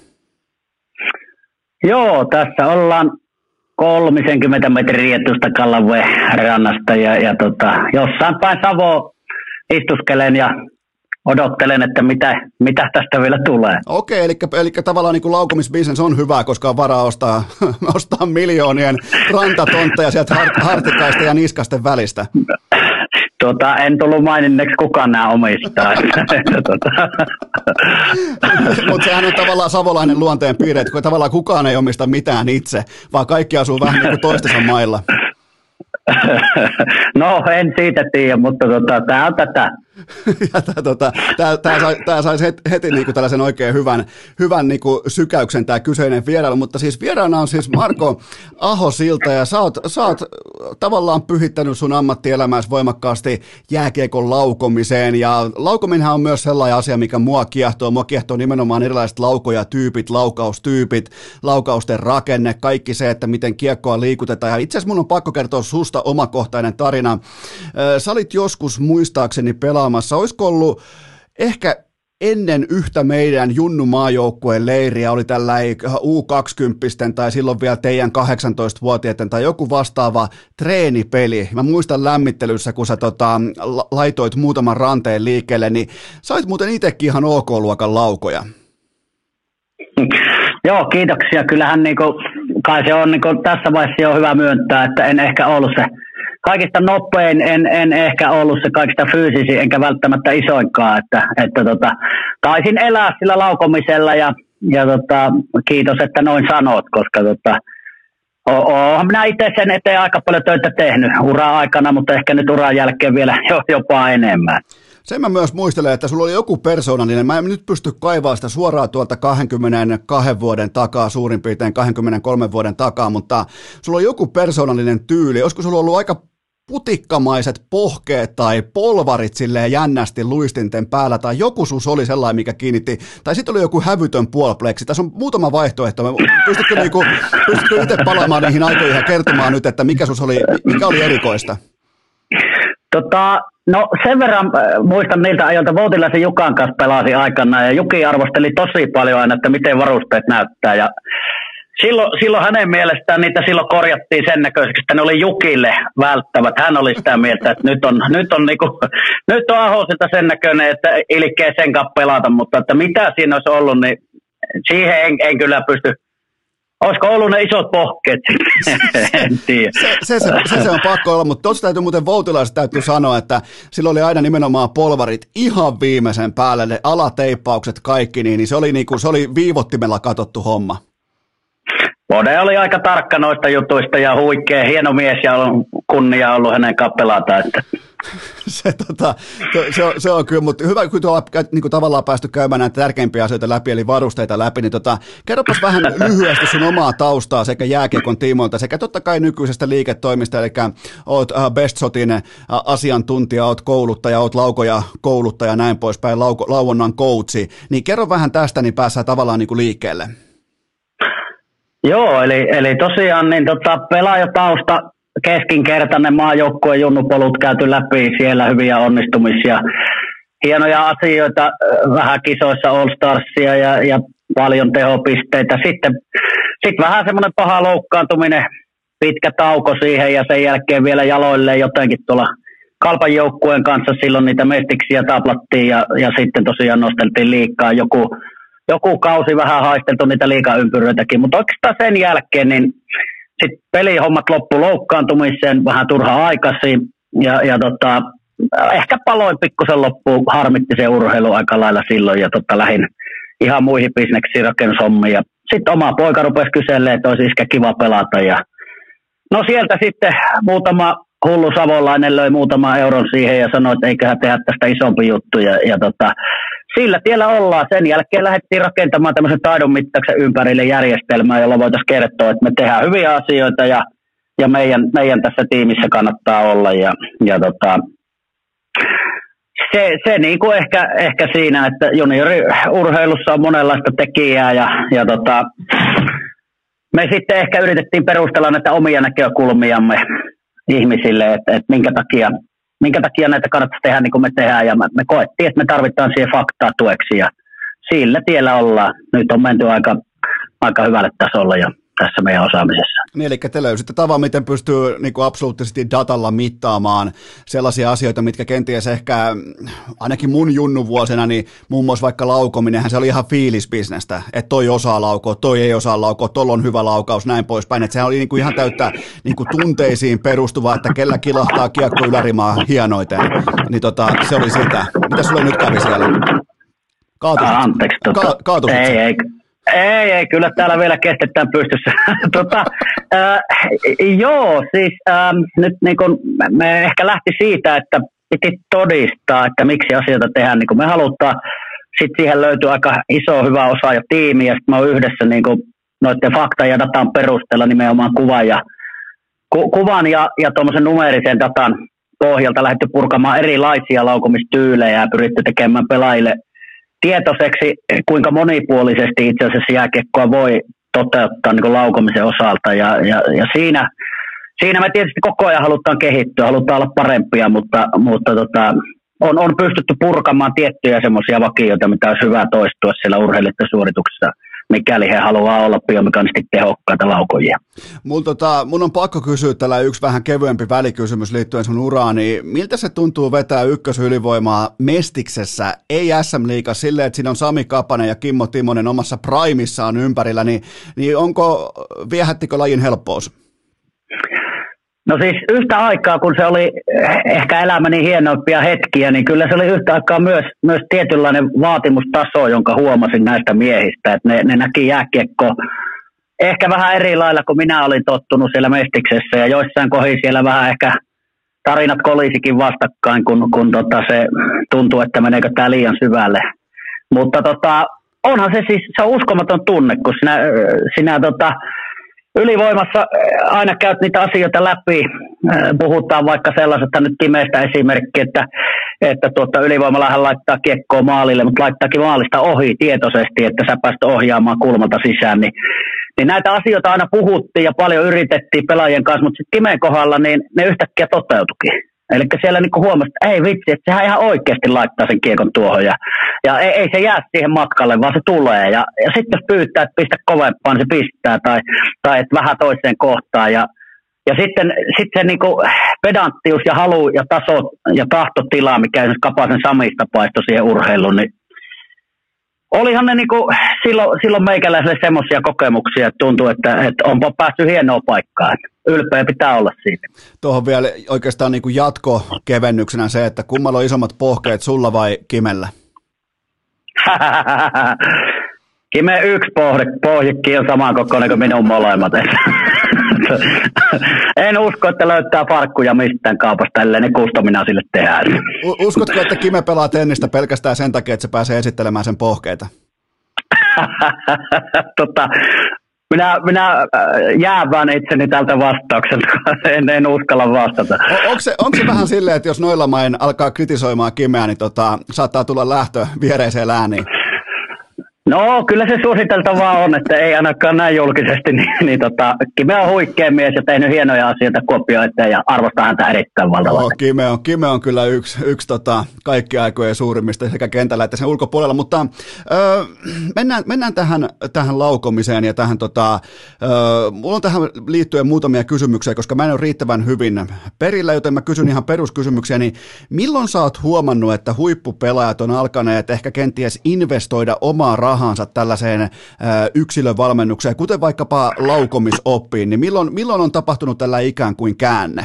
Joo, tässä ollaan kolmekymmentä metriä tuosta Kallaveen rannasta ja, ja tota, jossain päin Savoa istuskelen ja odottelen, että mitä, mitä tästä vielä tulee. Okei, eli, eli tavallaan niin kuin laukomisbisnes on hyvä, koska on varaa ostaa, ostaa miljoonien rantatontteja sieltä hartikaista ja niskasten välistä. Tuota, en tullut maininneeksi, kukaan nämä omistaa. Mutta sehän on tavallaan savolainen luonteen piirre, että tavallaan kukaan ei omista mitään itse, vaan kaikki asuu vähän niin kuin toistensa mailla. No, en siitä tiedä, mutta tota, tämä on tätä. Tämä tota, sai, saisi heti, heti niin kuin tällaisen oikein hyvän, hyvän niin kuin sykäyksen tämä kyseinen vierailu, mutta siis vieraana on siis Marko Ahosilta ja sä oot, sä oot tavallaan pyhittänyt sun ammattielämässä voimakkaasti jääkiekon laukomiseen ja laukominenhan on myös sellainen asia, mikä mua kiehtoo. Mua kiehtoo nimenomaan erilaiset laukoja-tyypit, laukaustyypit, laukausten rakenne, kaikki se, että miten kiekkoa liikutetaan ja itse asiassa mun on pakko kertoa susta omakohtainen tarina. Sä olit joskus muistaakseni pelaamassa, olisiko ollut ehkä ennen yhtä meidän Junnu maajoukkueen leiriä, oli tällainen U kaksikymmentä tai silloin vielä teidän kahdeksantoistavuotiaiden tai joku vastaava treenipeli. Mä muistan lämmittelyssä, kun sä tota, laitoit muutaman ranteen liikkeelle, niin sä olit muuten itsekin ihan OK-luokan laukoja. Joo, kiitoksia. Kyllähän niinku, kai se on niinku, tässä vaiheessa on hyvä myöntää, että en ehkä ollut se kaikista nopein, en, en ehkä ollut se kaikista fyysisin, enkä välttämättä isoinkaan, että, että tota, taisin elää sillä laukomisella ja, ja tota, kiitos, että noin sanot, koska tota, oonhan minä itse sen eteen aika paljon töitä tehnyt ura-aikana, mutta ehkä nyt uran jälkeen vielä jopa enemmän. Sen mä myös muistelen, että sulla oli joku persoonallinen, mä en nyt pysty kaivaa sitä suoraan tuolta kaksikymmentäkaksi vuoden takaa, suurin piirtein kaksikymmentäkolme vuoden takaa, mutta sulla oli joku persoonallinen tyyli, olisiko sulla ollut aika putikkamaiset pohkeet tai polvarit silleen jännästi luistinten päällä, tai joku sus oli sellainen, mikä kiinnitti, tai sitten oli joku hävytön puolpleksi. Tässä on muutama vaihtoehto. Pystytkö, niinku, pystytkö itse palaamaan niihin aikoihin ja kertomaan nyt, että mikä sus oli, mikä oli erikoista? Tota, no sen verran äh, muistan niiltä ajoilta, Voutilaisen Jukan kanssa pelasi aikana, ja Juki arvosteli tosi paljon aina, että miten varusteet näyttää, ja Silloin, silloin hänen mielestään niitä silloin korjattiin sen näköiseksi, että ne oli Jukille välttävät. Hän oli sitä mieltä, että nyt on, nyt on, niinku, nyt on Ahosilta sen näköinen, että ilkeä sen kanssa pelata, mutta että mitä siinä olisi ollut, niin siihen en, en kyllä pysty. Olisiko ollut ne isot pohkeet? En tiedä. Se, se, se, se, se on pakko olla, mutta tuossa täytyy muuten Voutilaisesta täytyy sanoa, että silloin oli aina nimenomaan polvarit ihan viimeisen päälle, ne alateippaukset kaikki, niin se oli, niinku, se oli viivottimella katsottu homma. Bode oli aika tarkka noista jutuista ja huikea, hieno mies ja on kunnia ollut hänen kanssaan pelata. Että. Se, tota, se, on, se on kyllä, mutta hyvä, kun tuolla niin kuin tavallaan päästy käymään näitä tärkeimpiä asioita läpi, eli varusteita läpi, niin tota, kerropas vähän lyhyesti sun omaa taustaa sekä jääkiekon tiimoilta, sekä totta kai nykyisestä liiketoimista, eli oot uh, Bestsotin uh, asiantuntija, oot kouluttaja, oot laukoja kouluttaja, näin poispäin, lauko, lauonnan coachi, niin kerro vähän tästä, niin päässään tavallaan niin kuin liikkeelle. Joo, eli, eli tosiaan niin tota, pelaajatausta keskinkertainen maajoukkueen junnupolut käyty läpi, siellä hyviä onnistumisia, hienoja asioita, vähän kisoissa All Starsia ja, ja paljon tehopisteitä. Sitten sit vähän semmoinen paha loukkaantuminen, pitkä tauko siihen ja sen jälkeen vielä jaloilleen jotenkin tuolla Kalpan joukkueen kanssa silloin niitä mestiksiä taplattiin ja, ja sitten tosiaan nosteltiin liikaa joku Joku kausi vähän haisteltu niitä liigaympyröitäkin, mutta oikeastaan sen jälkeen niin sitten pelihommat loppu loukkaantumiseen vähän turhaan aikaisin ja, ja tota, ehkä paloin pikkusen loppuun, harmitti se urheilu aika lailla silloin ja tota, lähdin ihan muihin bisneksiin, rakennushommiin ja sitten oma poika rupesi kyselemään, että olisi iskä kiva pelata ja no sieltä sitten muutama hullu savolainen löi muutaman euron siihen ja sanoi, että eiköhän tehdä tästä isompi juttu ja, ja tota, sillä tiellä ollaan. Sen jälkeen lähdettiin rakentamaan tämmöisen taidon mittauksen ympärille järjestelmää, jolla voitaisiin kertoa, että me tehdään hyviä asioita ja, ja meidän, meidän tässä tiimissä kannattaa olla. Ja, ja tota, se se niin kuin ehkä, ehkä siinä, että junioriurheilussa on monenlaista tekijää ja, ja tota, me sitten ehkä yritettiin perustella näitä omia näkökulmiamme ihmisille, että, että minkä takia minkä takia näitä kannattaisi tehdä niin kuin me tehdään, ja me, me koettiin, että me tarvitaan siihen faktaa tueksi, ja sillä tiellä ollaan. Nyt on menty aika, aika hyvälle tasolla ja tässä meidän osaamisessa. Niin, eli te löysitte tavan, miten pystyy niin kuin absoluuttisesti datalla mittaamaan sellaisia asioita, mitkä kenties ehkä, ainakin mun junnuvuosina, niin muun muassa vaikka laukominenhän se oli ihan fiilisbisnestä, että toi osaa laukoa, toi ei osaa laukoa, tolla on hyvä laukaus, näin poispäin, että sehän oli niin kuin ihan täyttä niin kuin tunteisiin perustuvaa, että kellä kilahtaa kiekko ylärimaa hienoiten, niin tota, se oli sitä. Mitä sulle nyt kävi siellä? Kaatusit? Ah, anteeksi, tota, Ka- kaatusit ei, ei. Ei, ei, kyllä täällä vielä kestetään pystyssä. tota, äh, joo, siis äh, nyt niin kun me ehkä lähti siitä, että piti todistaa, että miksi asioita tehdään niin kuin me halutaan. Sitten siihen löytyy aika iso hyvä osa ja tiimi, ja sitten me on yhdessä niin kuin noiden faktan ja datan perusteella nimenomaan kuvan ja, ku, kuvan ja, ja tuommoisen numerisen datan pohjalta lähdetty purkamaan erilaisia laukomistyylejä ja pyritty tekemään pelaajille tietoiseksi, kuinka monipuolisesti itse asiassa jääkiekkoa voi toteuttaa niin kuin laukomisen osalta. Ja, ja, ja siinä, siinä me tietysti koko ajan halutaan kehittyä, halutaan olla parempia, mutta, mutta tota, on, on pystytty purkamaan tiettyjä semmoisia vakioita, mitä olisi hyvä toistua siellä urheilijoiden suorituksessa, mikäli he haluaa olla biomekaanisesti tehokkaita laukojia. Mun, tota, mun on pakko kysyä tällä yksi vähän kevyempi välikysymys liittyen sun uraan, niin miltä se tuntuu vetää ykkösylivoimaa Mestiksessä, ei S M-liigassa, silleen, että siinä on Sami Kapanen ja Kimmo Timonen omassa primissaan ympärillä, niin, niin onko, viehättikö lajin helppous? No siis yhtä aikaa, kun se oli ehkä elämäni hienoimpia hetkiä, niin kyllä se oli yhtä aikaa myös, myös tietynlainen vaatimustaso, jonka huomasin näistä miehistä. Että ne, ne näki jääkiekko ehkä vähän eri lailla kuin minä olin tottunut siellä Mestiksessä. Ja joissain kohdin siellä vähän ehkä tarinat kolisikin vastakkain, kun, kun tota se tuntuu, että meneekö tämä liian syvälle. Mutta tota, onhan se siis, se on uskomaton tunne, kun sinä, sinä tota, ylivoimassa aina käyt niitä asioita läpi, puhutaan vaikka sellaisesta nyt pimeästä esimerkkiä, että, että tuota, ylivoimallahan laittaa kiekkoa maalille, mutta laittaakin maalista ohi tietoisesti, että sä pääst ohjaamaan kulmalta sisään, niin, niin näitä asioita aina puhuttiin ja paljon yritettiin pelaajien kanssa, mutta sitten Kimeen kohdalla niin ne yhtäkkiä toteutuikin. Eli siellä niinku huomasi, että ei vitsi, että sehän ihan oikeasti laittaa sen kiekon tuohon ja, ja ei, ei se jää siihen matkalle, vaan se tulee. Ja, ja sitten jos pyytää, että pistä kovempaan, niin se pistää tai, tai että vähän toiseen kohtaan. Ja, ja sitten, sitten se niinku pedanttius ja halu ja taso ja tahtotila, mikä esimerkiksi Kapasen Samista paistoi siihen urheiluun, niin olihan ne niinku silloin, silloin meikäläiselle semmoisia kokemuksia, että tuntuu, että, että onpa päässyt hienoa paikkaan. Ylpeä pitää olla siitä. Tuohon vielä oikeastaan niin kuin jatkokevennyksenä se, että kummalla on isommat pohkeet, sulla vai Kimellä? Kime yksi pohjikki on saman kokoinen kuin minun molemmat. En usko, että löytää farkkuja mistään kaupasta, ellei ne kustomina sille tehdään. Uskotko, että Kime pelaa tennistä pelkästään sen takia, että se pääsee esittelemään sen pohkeita? tota, minä, minä jäävään itseni tältä vastaukselta, en, en uskalla vastata. O, onko, se, onko se vähän silleen, että jos noilla main alkaa kritisoimaan Kimeä, niin tota, saattaa tulla lähtö viereiseen lääniin? No, kyllä se suositeltavaa on, että ei ainakaan näin julkisesti, niin, niin tota, Kime on huikea mies ja tehnyt hienoja asioita Kuopion eteen ja arvostaa häntä erittäin valtavasti. No, Kime, on, Kime on kyllä yksi, yksi tota, kaikki aikojen suurimmista sekä kentällä että sen ulkopuolella, mutta öö, mennään, mennään tähän, tähän laukomiseen ja tähän, tota, öö, mulla on tähän liittyen muutamia kysymyksiä, koska mä en ole riittävän hyvin perillä, joten mä kysyn ihan peruskysymyksiä, niin milloin sä oot huomannut, että huippupelaajat on alkaneet ehkä kenties investoida omaa rahansa tällaiseen ö, yksilövalmennukseen, kuten vaikkapa laukomisoppiin, niin milloin, milloin on tapahtunut tällä ikään kuin käänne?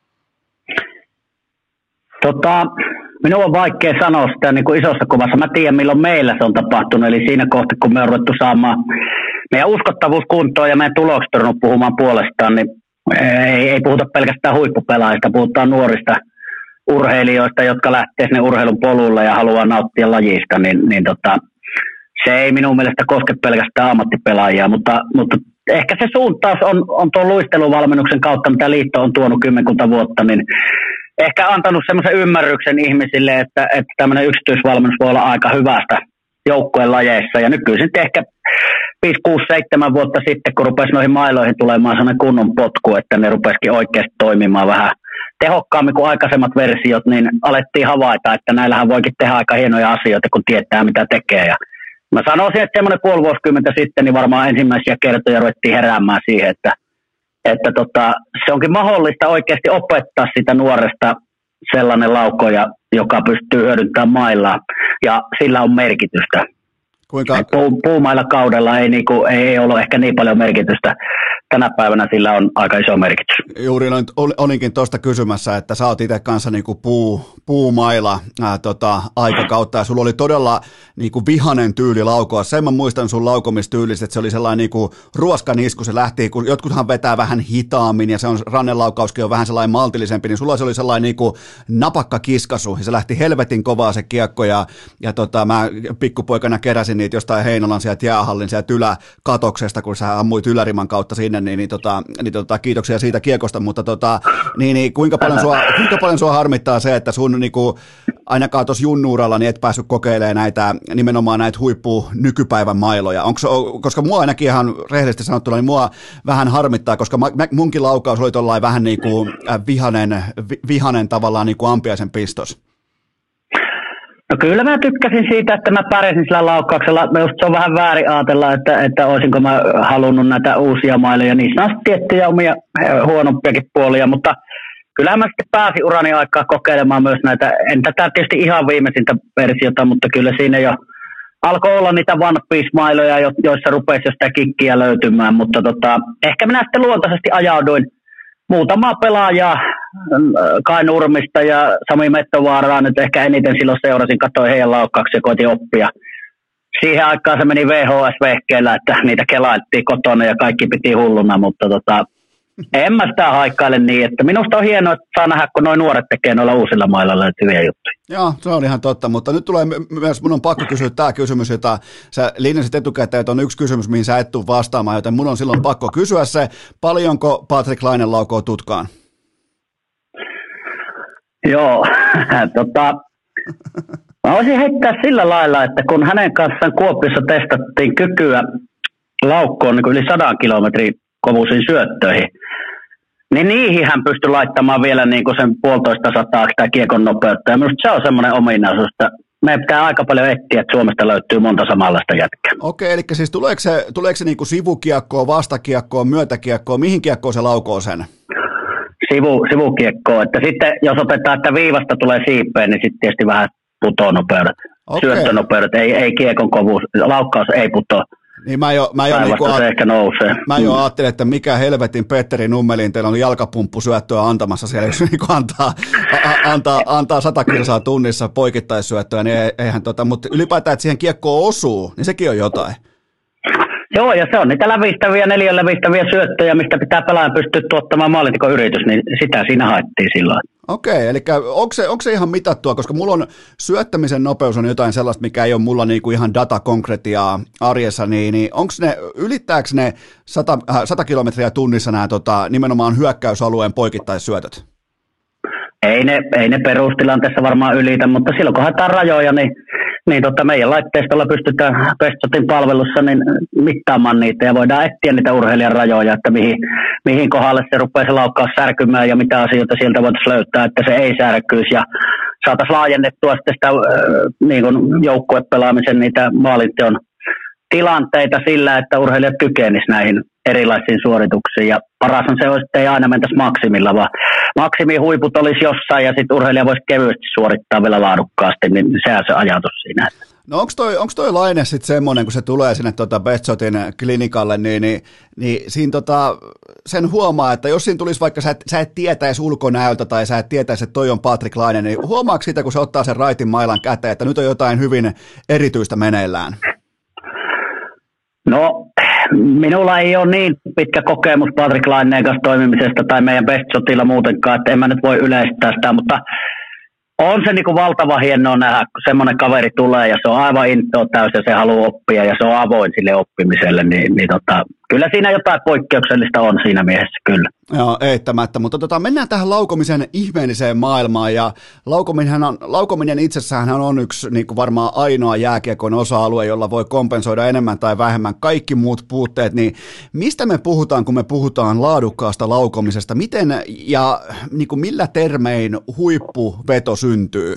Tota, minun on vaikea sanoa sitä niin kuin isossa kuvassa. Mä tiedän, milloin meillä se on tapahtunut, eli siinä kohtaa, kun me on ruvettu saamaan meidän uskottavuus kuntoon ja meidän tulokset on ruvennut puhumaan puolestaan, niin ei, ei puhuta pelkästään huippupelaajista, puhutaan nuorista urheilijoista, jotka lähtee sinne urheilun polulle ja haluaa nauttia lajista, niin, niin tota, se ei minun mielestä koske pelkästään ammattipelaajia, mutta, mutta ehkä se suuntaus on, on tuon luisteluvalmennuksen kautta, mitä liitto on tuonut kymmenkunta vuotta, niin ehkä antanut semmoisen ymmärryksen ihmisille, että, että tämmöinen yksityisvalmennus voi olla aika hyvästä joukkueen lajeissa. Ja nykyisin ehkä viisi, kuusi, seitsemän vuotta sitten, kun rupesi noihin mailoihin tulemaan semmoinen kunnon potku, että ne rupesikin oikeasti toimimaan vähän tehokkaammin kuin aikaisemmat versiot, niin alettiin havaita, että näillähän voikin tehdä aika hienoja asioita, kun tietää mitä tekee. Ja mä sanoisin, että semmoinen puoli vuosikymmentä sitten, niin varmaan ensimmäisiä kertoja ruvettiin heräämään siihen, että, että tota, se onkin mahdollista oikeasti opettaa sitä nuoresta sellainen laukoja, joka pystyy hyödyntämään maillaan, ja sillä on merkitystä. Kuinka? Puu, puumailla kaudella ei, niinku, ei ollut ehkä niin paljon merkitystä. Tänä päivänä sillä on aika iso merkitys. Juuri noin, olinkin tuosta kysymässä, että sä oot itse kanssa niinku puu, puumailla ää, tota, aikakautta, ja sulla oli todella niinku vihanen tyyli laukoa. Sen mä muistan sun laukomistyylistä, että se oli sellainen niinku ruoskan isku, se lähti, kun jotkuthan vetää vähän hitaammin, ja se on rannelaukauskin on vähän sellainen maltillisempi, niin sulla se oli sellainen niinku napakka kiskasu, ja se lähti helvetin kovaa se kiekko, ja, ja tota, mä pikkupoikana keräsin niitä jostain Heinolan sieltä jäähallin sieltä yläkatoksesta, kun sä ammuit yläriman kautta sinne, niin, niin, tota, niin tota, kiitoksia siitä kiekosta, mutta tota, niin, niin, kuinka, paljon sua, kuinka paljon sua harmittaa se, että sun niin kuin, ainakaan tuossa junnuuralla niin et päässyt kokeilemaan näitä, nimenomaan näitä huippu nykypäivän mailoja, onko, koska mua ainakin ihan rehellisesti sanottuna, niin mua vähän harmittaa, koska mä, munkin laukaus oli tollain vähän niin kuin vihanen, vihanen tavallaan niin kuin ampiaisen pistos. No kyllä mä tykkäsin siitä, että mä pärjäsin sillä laukkauksella. Just se on vähän väärin ajatella, että, että olisinko mä halunnut näitä uusia mailoja. Niissä on tiettyjä omia huonompiakin puolia, mutta kyllähän mä sitten pääsin urani aikaa kokeilemaan myös näitä, en tätä tietysti ihan viimeisintä versiota, mutta kyllä siinä jo alkoi olla niitä One Piece-mailoja, joissa rupesi jo sitä kikkiä löytymään, mutta tota, ehkä minä sitten luontaisesti ajauduin muutamaa pelaajaa, Kai Nurmista ja Sami Mettovaaraa nyt ehkä eniten silloin seurasin, katsoin heidän laukkauksia ja koitin oppia. Siihen aikaan se meni V H S-vehkeellä, että niitä kelailtiin kotona ja kaikki piti hulluna, mutta tota, en mä sitä haikkaile niin, että minusta on hienoa, että saa nähdä, kun noin nuoret tekee noilla uusilla mailla löytyviä juttuja. Joo, se on ihan totta, mutta nyt tulee myös, mun on pakko kysyä tämä kysymys, jota sä linjasit etukäteen, että on yksi kysymys, mihin sä et tule vastaamaan, joten mun on silloin pakko kysyä se, paljonko Patrik Laine laukoo tutkaan? Joo, tota, mä voisin heittää sillä lailla, että kun hänen kanssaan Kuopiossa testattiin kykyä laukkoon niin yli sadan kilometrin kovuisiin syöttöihin, niin niihin hän pystyi laittamaan vielä niin kuin sen puolitoista sataa sitä kiekon nopeutta. Ja minusta se on semmoinen ominaisuus, että meidän pitää aika paljon etsiä, että Suomesta löytyy monta samanlaista jätkää. Okei, eli siis tuleeko se, tuleeko se niin kuin sivukiekkoa, vastakiekkoa, myötäkiekkoa, mihin kiekkoon se laukoo sen? Sivu, sivukiekkoa, että sitten jos otetaan, että viivasta tulee siipeen, niin sitten tietysti vähän putonopeudet, syöttönopeudet, ei, ei kiekon kovuus, laukkaus ei putoa. Niin mä jo, mä jo, niinku a- ehkä nousee. mä jo ajattelin, että mikä helvetin Petteri Nummelin teillä on jalkapumppusyöttöä antamassa siellä, jos niinku antaa, a- antaa, antaa sata kilsaa tunnissa poikittaissyöttöä, niin eihän tota, mutta ylipäätään, että siihen kiekkoon osuu, niin sekin on jotain. Joo, ja se on niitä lävistäviä, neljän lävistäviä syöttöjä, mistä pitää pelaajan pystyä tuottamaan maalintekoyritys, niin sitä siinä haettiin silloin. Okei, eli onko se, onko se ihan mitattua, koska mulla on syöttämisen nopeus on jotain sellaista, mikä ei ole mulla niinku ihan datakonkreettiaa arjessa, niin, niin onko ne, ylittääkö ne sata, äh, sata kilometriä tunnissa nämä tota, nimenomaan hyökkäysalueen poikittaisyötöt? Ei ne, ei ne perustilanteessa varmaan ylitä, mutta silloin kun haetaan rajoja, niin, niin tota meidän laitteistolla pystytään Bestsotin palvelussa niin mittaamaan niitä ja voidaan etsiä niitä urheilijan rajoja, että mihin, mihin kohdalle se rupeaa se laukkaus särkymään ja mitä asioita sieltä voitaisiin löytää, että se ei särkyisi ja saataisiin laajennettua sitten sitä niin kuin joukkuepelaamisen niitä maalinteon tilanteita sillä, että urheilijat kykenisivät näihin erilaisiin suorituksiin ja parashan se olisi, että ei aina mentäisi maksimilla, vaan maksimihuiput olisi jossain ja sitten urheilija voisi kevyesti suorittaa vielä laadukkaasti, niin sehän se ajatus siinä. No onko toi, onko toi Laine sitten semmoinen, kun se tulee sinne tuota Bestsotin klinikalle, niin, niin, niin siinä tota, sen huomaa, että jos siinä tulisi vaikka sä et, sä et tietäisi ulkonäöltä tai sä et tietäisi, että toi on Patrik Laine, niin huomaako sitä, kun se ottaa sen raitin mailan käteen, että nyt on jotain hyvin erityistä meneillään? No, minulla ei ole niin pitkä kokemus Patrik Laineen kanssa toimimisesta tai meidän Bestsotilla muutenkaan, että en mä nyt voi yleistää sitä, mutta on se niinku valtava hienoa nähdä, kun semmoinen kaveri tulee ja se on aivan intoa täys ja se haluaa oppia ja se on avoin sille oppimiselle, niin, niin tota, kyllä siinä jotain poikkeuksellista on siinä miehessä, kyllä. Joo, eittämättä, mutta tota, mennään tähän laukomisen ihmeelliseen maailmaan ja laukominen, on, laukominen itsessään on yksi niin kuin varmaan ainoa jääkiekon osa-alue, jolla voi kompensoida enemmän tai vähemmän kaikki muut puutteet, niin mistä me puhutaan, kun me puhutaan laadukkaasta laukomisesta, miten ja niin kuin millä termein huippuveto syntyy?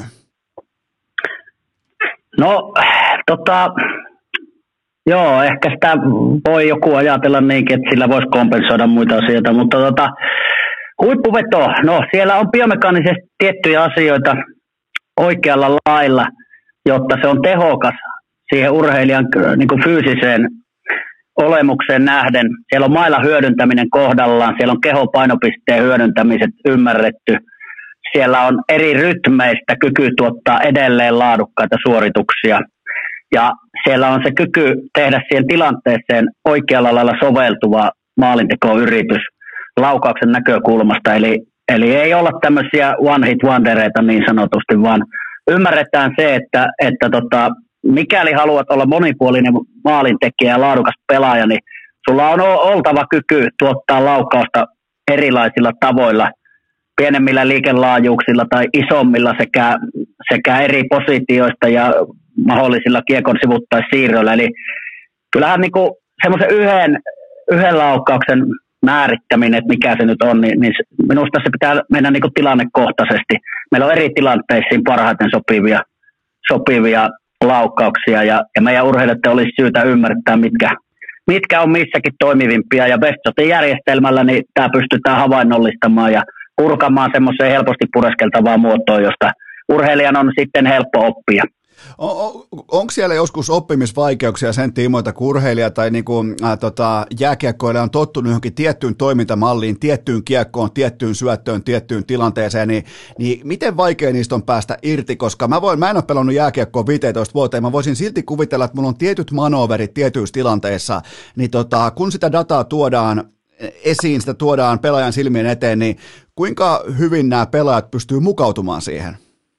No, tota... Joo, ehkä sitä voi joku ajatella niinkin, että sillä voisi kompensoida muita asioita, mutta tota, huippuveto, no siellä on biomekaanisesti tiettyjä asioita oikealla lailla, jotta se on tehokas siihen urheilijan niin kuin fyysiseen olemukseen nähden. Siellä on mailla hyödyntäminen kohdallaan, siellä on kehopainopisteen hyödyntämiset ymmärretty, siellä on eri rytmeistä kyky tuottaa edelleen laadukkaita suorituksia. Ja siellä on se kyky tehdä siihen tilanteeseen oikealla lailla soveltuva maalintekoyritys laukauksen näkökulmasta. Eli, eli ei olla tämmöisiä one hit wondereita niin sanotusti, vaan ymmärretään se, että, että tota, mikäli haluat olla monipuolinen maalintekijä ja laadukas pelaaja, niin sulla on oltava kyky tuottaa laukausta erilaisilla tavoilla, pienemmillä liikelaajuuksilla tai isommilla sekä, sekä eri positioista ja mahdollisilla kiekon sivuttaissiirroilla. Eli kyllähän niinku semmoisen yhden, yhden laukauksen määrittäminen, että mikä se nyt on, niin, niin minusta se pitää mennä niinku tilannekohtaisesti. Meillä on eri tilanteisiin parhaiten sopivia, sopivia laukauksia ja, ja meidän urheilijoiden olisi syytä ymmärtää, mitkä, mitkä on missäkin toimivimpia. Ja Bestsotin järjestelmällä niin tämä pystytään havainnollistamaan ja purkamaan semmoiseen helposti pureskeltavaa muotoa, josta urheilijan on sitten helppo oppia. On, on, onko siellä joskus oppimisvaikeuksia sen tiimoilta, kun urheilija tai niin kuin, äh, tota, jääkiekkoilija on tottunut johonkin tiettyyn toimintamalliin, tiettyyn kiekkoon, tiettyyn syöttöön, tiettyyn tilanteeseen, niin, niin miten vaikea niistä on päästä irti, koska mä, voin, mä en ole pelannut jääkiekkoa viisitoista vuoteen, mä voisin silti kuvitella, että mulla on tietyt manöverit tietyissä tilanteissa, niin tota, kun sitä dataa tuodaan esiin, sitä tuodaan pelaajan silmien eteen, niin kuinka hyvin nämä pelaajat pystyy mukautumaan siihen?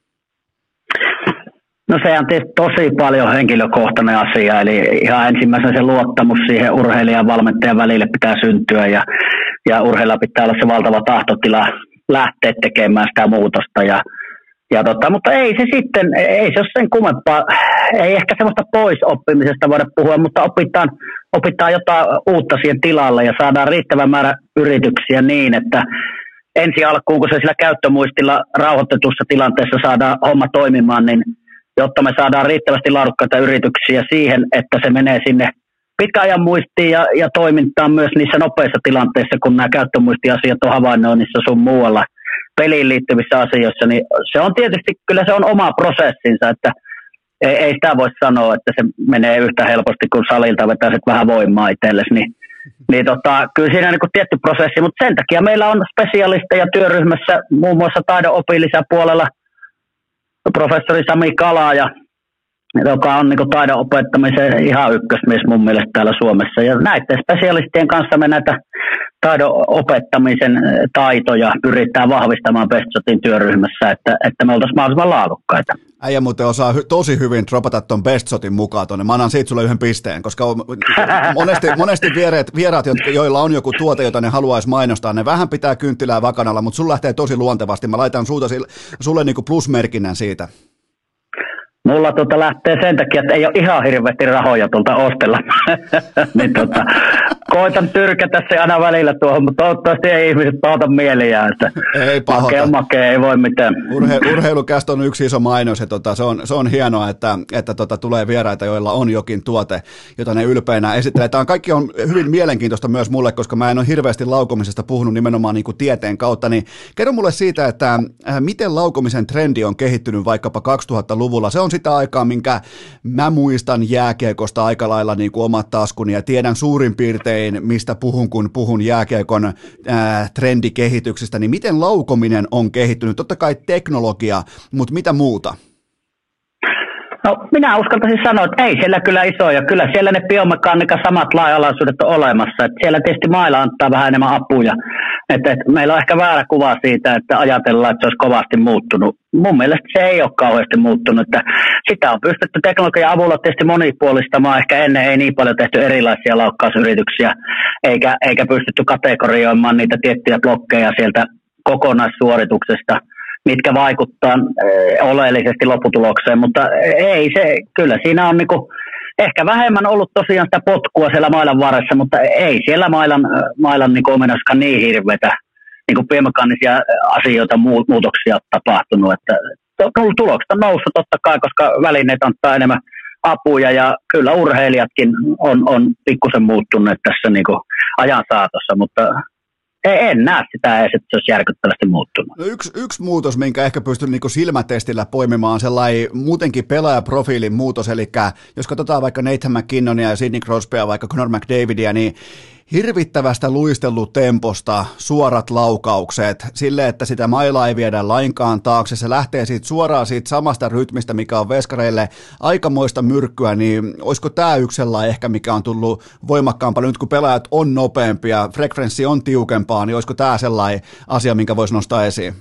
No se on tietysti tosi paljon henkilökohtainen asia, eli ihan ensimmäisenä se luottamus siihen urheilijan ja valmentajan välille pitää syntyä ja, ja urheilija pitää olla se valtava tahtotila lähteä tekemään sitä muutosta. Ja, ja tota, mutta ei se sitten, ei se ole sen kummempaa, ei ehkä semmoista poisoppimisesta voida puhua, mutta opitaan, opitaan jotain uutta siihen tilalle ja saadaan riittävän määrä yrityksiä niin, että ensi alkuun, kun se sillä käyttömuistilla rauhoitetussa tilanteessa saadaan homma toimimaan, niin jotta me saadaan riittävästi laadukkaita yrityksiä siihen, että se menee sinne pitkäajan muistiin ja, ja toimintaan myös niissä nopeissa tilanteissa, kun nämä käyttömuistiasiat on havainnoinnissa sun muualla peliin liittyvissä asioissa, niin se on tietysti, kyllä se on oma prosessinsa, että ei, ei sitä voi sanoa, että se menee yhtä helposti, kun salilta vetäiset vähän voimaa itsellesi, niin, niin tota, kyllä siinä on niin tietty prosessi, mutta sen takia meillä on spesialisteja työryhmässä, muun muassa taidon opillisella puolella, professori Sami Kala ja joka on niin taidon opettamisen ihan ykkösmies mun mielestä täällä Suomessa. Ja näiden spesialistien kanssa me näitä taidon opettamisen taitoja pyritään vahvistamaan BestShotin työryhmässä, että, että me oltaisiin mahdollisimman laadukkaita. Äijä muuten osaa hy- tosi hyvin dropata ton BestShotin mukaan tuonne. Mä annan siitä sulle yhden pisteen, koska on, monesti, monesti vieraat, vieraat, joilla on joku tuote, jota ne haluaisi mainostaa, ne vähän pitää kynttilää vakanalla, mutta sulla lähtee tosi luontevasti. Mä laitan sulta, sulle niinku plusmerkinnän siitä. Mulla tuota lähtee sen takia, että ei ole ihan hirveästi rahoja tuolta ostella. niin tuota, koitan tyrkätä se aina välillä tuohon, mutta toivottavasti ei ihmiset pahota mieliä, että ei pahota. Makea, makea, ei voi mitään. Urhe- urheilukäst on yksi iso mainos ja tota, se, on, se on hienoa, että, että tota, tulee vieraita, joilla on jokin tuote, jota ne ylpeänä esittelee. Tämä kaikki on hyvin mielenkiintoista myös mulle, koska mä en ole hirveästi laukomisesta puhunut nimenomaan niin kuin tieteen kautta, niin kerro mulle siitä, että äh, miten laukomisen trendi on kehittynyt vaikkapa kaksituhattaluvulla. Se on sitä aikaa, minkä mä muistan jääkiekosta aika lailla niin kuin omat taskuni ja tiedän suurin piirtein, mistä puhun, kun puhun jääkiekon ää, trendikehityksestä, niin miten laukominen on kehittynyt? Totta kai teknologia, mutta mitä muuta? No minä uskaltaisin sanoa, että ei siellä kyllä isoja. Kyllä siellä ne biomekaniikan samat laajalaisuudet on olemassa. Että siellä tietysti mailla antaa vähän enemmän apuja. Että, että meillä on ehkä väärä kuva siitä, että ajatellaan, että se olisi kovasti muuttunut. Mun mielestä se ei ole kauheasti muuttunut. Että sitä on pystytty teknologian avulla tietysti monipuolistamaan. Ehkä ennen ei niin paljon tehty erilaisia laukkausyrityksiä, eikä, eikä pystytty kategorioimaan niitä tiettyjä blokkeja sieltä kokonaissuorituksesta, mitkä vaikuttaa äh, oleellisesti lopputulokseen, mutta ei se, kyllä siinä on niinku ehkä vähemmän ollut tosiaan sitä potkua siellä mailan varressa, mutta ei siellä mailan, mailan niinku omenaskaan niin hirveätä niinku biomekaanisia asioita, muutoksia tapahtunut, että tulokset on noussut totta kai, koska välineet antaa enemmän apuja ja kyllä urheilijatkin on, on pikkusen muuttuneet tässä niinku ajan saatossa, mutta en näe sitä edes, että se olisi järkyttävästi muuttunut. No yksi, yksi muutos, minkä ehkä pystyn niin silmätestillä poimimaan, on sellainen muutenkin pelaajaprofiilin muutos, eli jos katsotaan vaikka Nathan McKinnonia ja Sidney Crosbya, vaikka Connor McDavidia, niin hirvittävästä luistelutemposta suorat laukaukset, sille, että sitä mailaa ei viedä lainkaan taakse, se lähtee siitä suoraan siitä samasta rytmistä, mikä on veskareille aikamoista myrkkyä, niin olisiko tämä yksi sellainen ehkä, mikä on tullut voimakkaampaa nyt, kun pelaajat on nopeampia, frekvenssi on tiukempaa, niin olisiko tämä sellainen asia, minkä voisi nostaa esiin?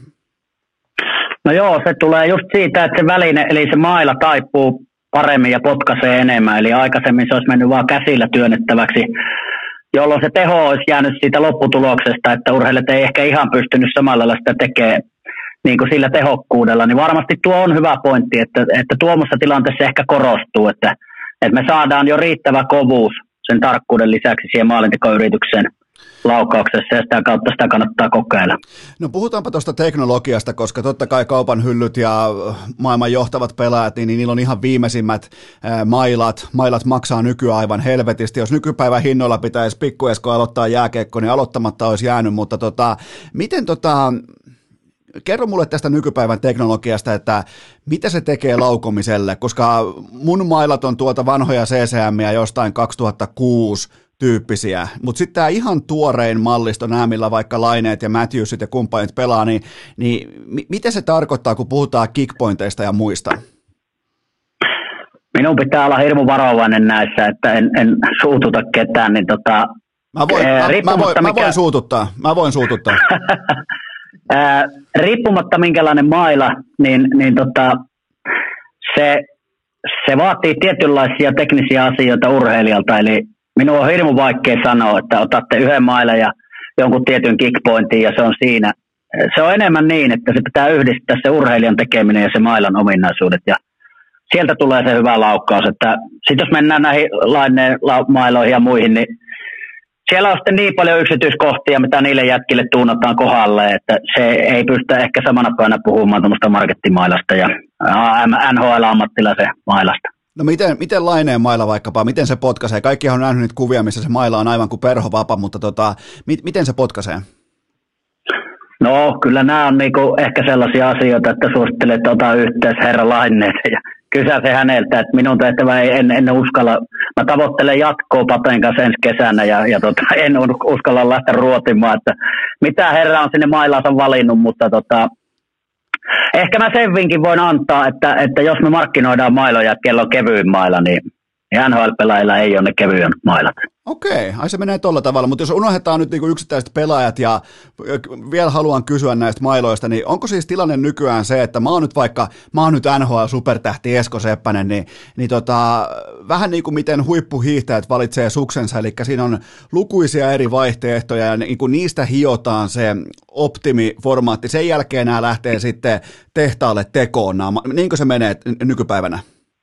No joo, se tulee just siitä, että se väline, eli se maila taipuu paremmin ja potkaisee enemmän, eli aikaisemmin se olisi mennyt vaan käsillä työnnettäväksi, jolloin se teho olisi jäänyt siitä lopputuloksesta, että urheilijat ei ehkä ihan pystynyt samalla lailla sitä tekemään niin kuin sillä tehokkuudella, niin varmasti tuo on hyvä pointti, että, että tuommoissa tilanteessa ehkä korostuu, että, että me saadaan jo riittävä kovuus sen tarkkuuden lisäksi siihen maalintekoyrityksen laukauksessa ja sitä kautta sitä kannattaa kokeilla. No puhutaanpa tuosta teknologiasta, koska totta kai kaupan hyllyt ja maailman johtavat pelaajat, niin niillä on ihan viimeisimmät mailat. Mailat maksaa nykyään aivan helvetisti. Jos nykypäivän hinnoilla pitäisi pikkuesko aloittaa jääkiekko, niin aloittamatta olisi jäänyt, mutta tota, miten tota... Kerro mulle tästä nykypäivän teknologiasta, että mitä se tekee laukomiselle, koska mun mailat on tuota vanhoja C C M:iä jostain kaksituhattakuusi tyyppisiä, mutta sitten tämä ihan tuorein mallisto, nämä millä vaikka Laineet ja Matthewsit ja kumppanit pelaa, niin, niin m- mitä se tarkoittaa, kun puhutaan kickpointeista ja muista? Minun pitää olla hirmu varovainen näissä, että en, en suututa ketään, niin tota... Mä voin, ää, mä, mä voin, mikä... mä voin suututtaa, mä voin suututtaa. Ää, riippumatta minkälainen maila, niin, niin tota, se, se vaatii tietynlaisia teknisiä asioita urheilijalta, eli minun on hirmu vaikea sanoa, että otatte yhden mailan ja jonkun tietyn kickpointin ja se on siinä. Se on enemmän niin, että se pitää yhdistää se urheilijan tekeminen ja se mailan ominaisuudet ja sieltä tulee se hyvä laukkaus. Sitten jos mennään näihin Laineen mailoihin ja muihin, niin siellä on sitten niin paljon yksityiskohtia, mitä niille jätkille tuunataan kohdalle, että se ei pystytä ehkä samana päivänä puhumaan tuommoista markettimailasta ja N H L-ammattilaisen mailasta. No miten, miten Laineen maila vaikkapa, miten se potkaisee? Kaikkihan on nähnyt niitä kuvia, missä se maila on aivan kuin perhovapa, mutta tota, mi, miten se potkaisee? No kyllä nämä on niinku ehkä sellaisia asioita, että suosittelen, että ota yhteys herra Laineeseen ja kysäse häneltä, että minun tehtävä ei en, en uskalla, mä tavoittelen jatkoa Paten kanssa ensi kesänä ja, ja tota, en uskalla lähteä ruotimaan, että mitä herra on sinne mailaansa valinnut, mutta tota, ehkä mä sen vinkin voin antaa, että, että jos me markkinoidaan mailoja, että kello on kevyin maila, niin N H L-pelaajilla ei ole ne kevyen mailat. Okei, ai se menee tolla tavalla, mutta jos unohdetaan nyt niinku yksittäiset pelaajat ja vielä haluan kysyä näistä mailoista, niin onko siis tilanne nykyään se, että mä oon nyt vaikka, mä oon nyt N H L-supertähti Esko Seppänen, niin, niin tota, vähän niin kuin miten huippuhiihtäjät valitsee suksensa, eli siinä on lukuisia eri vaihtoehtoja ja niin kuin niistä hiotaan se optimiformaatti, sen jälkeen nämä lähtee sitten tehtaalle tekoon, niinkö se menee nykypäivänä?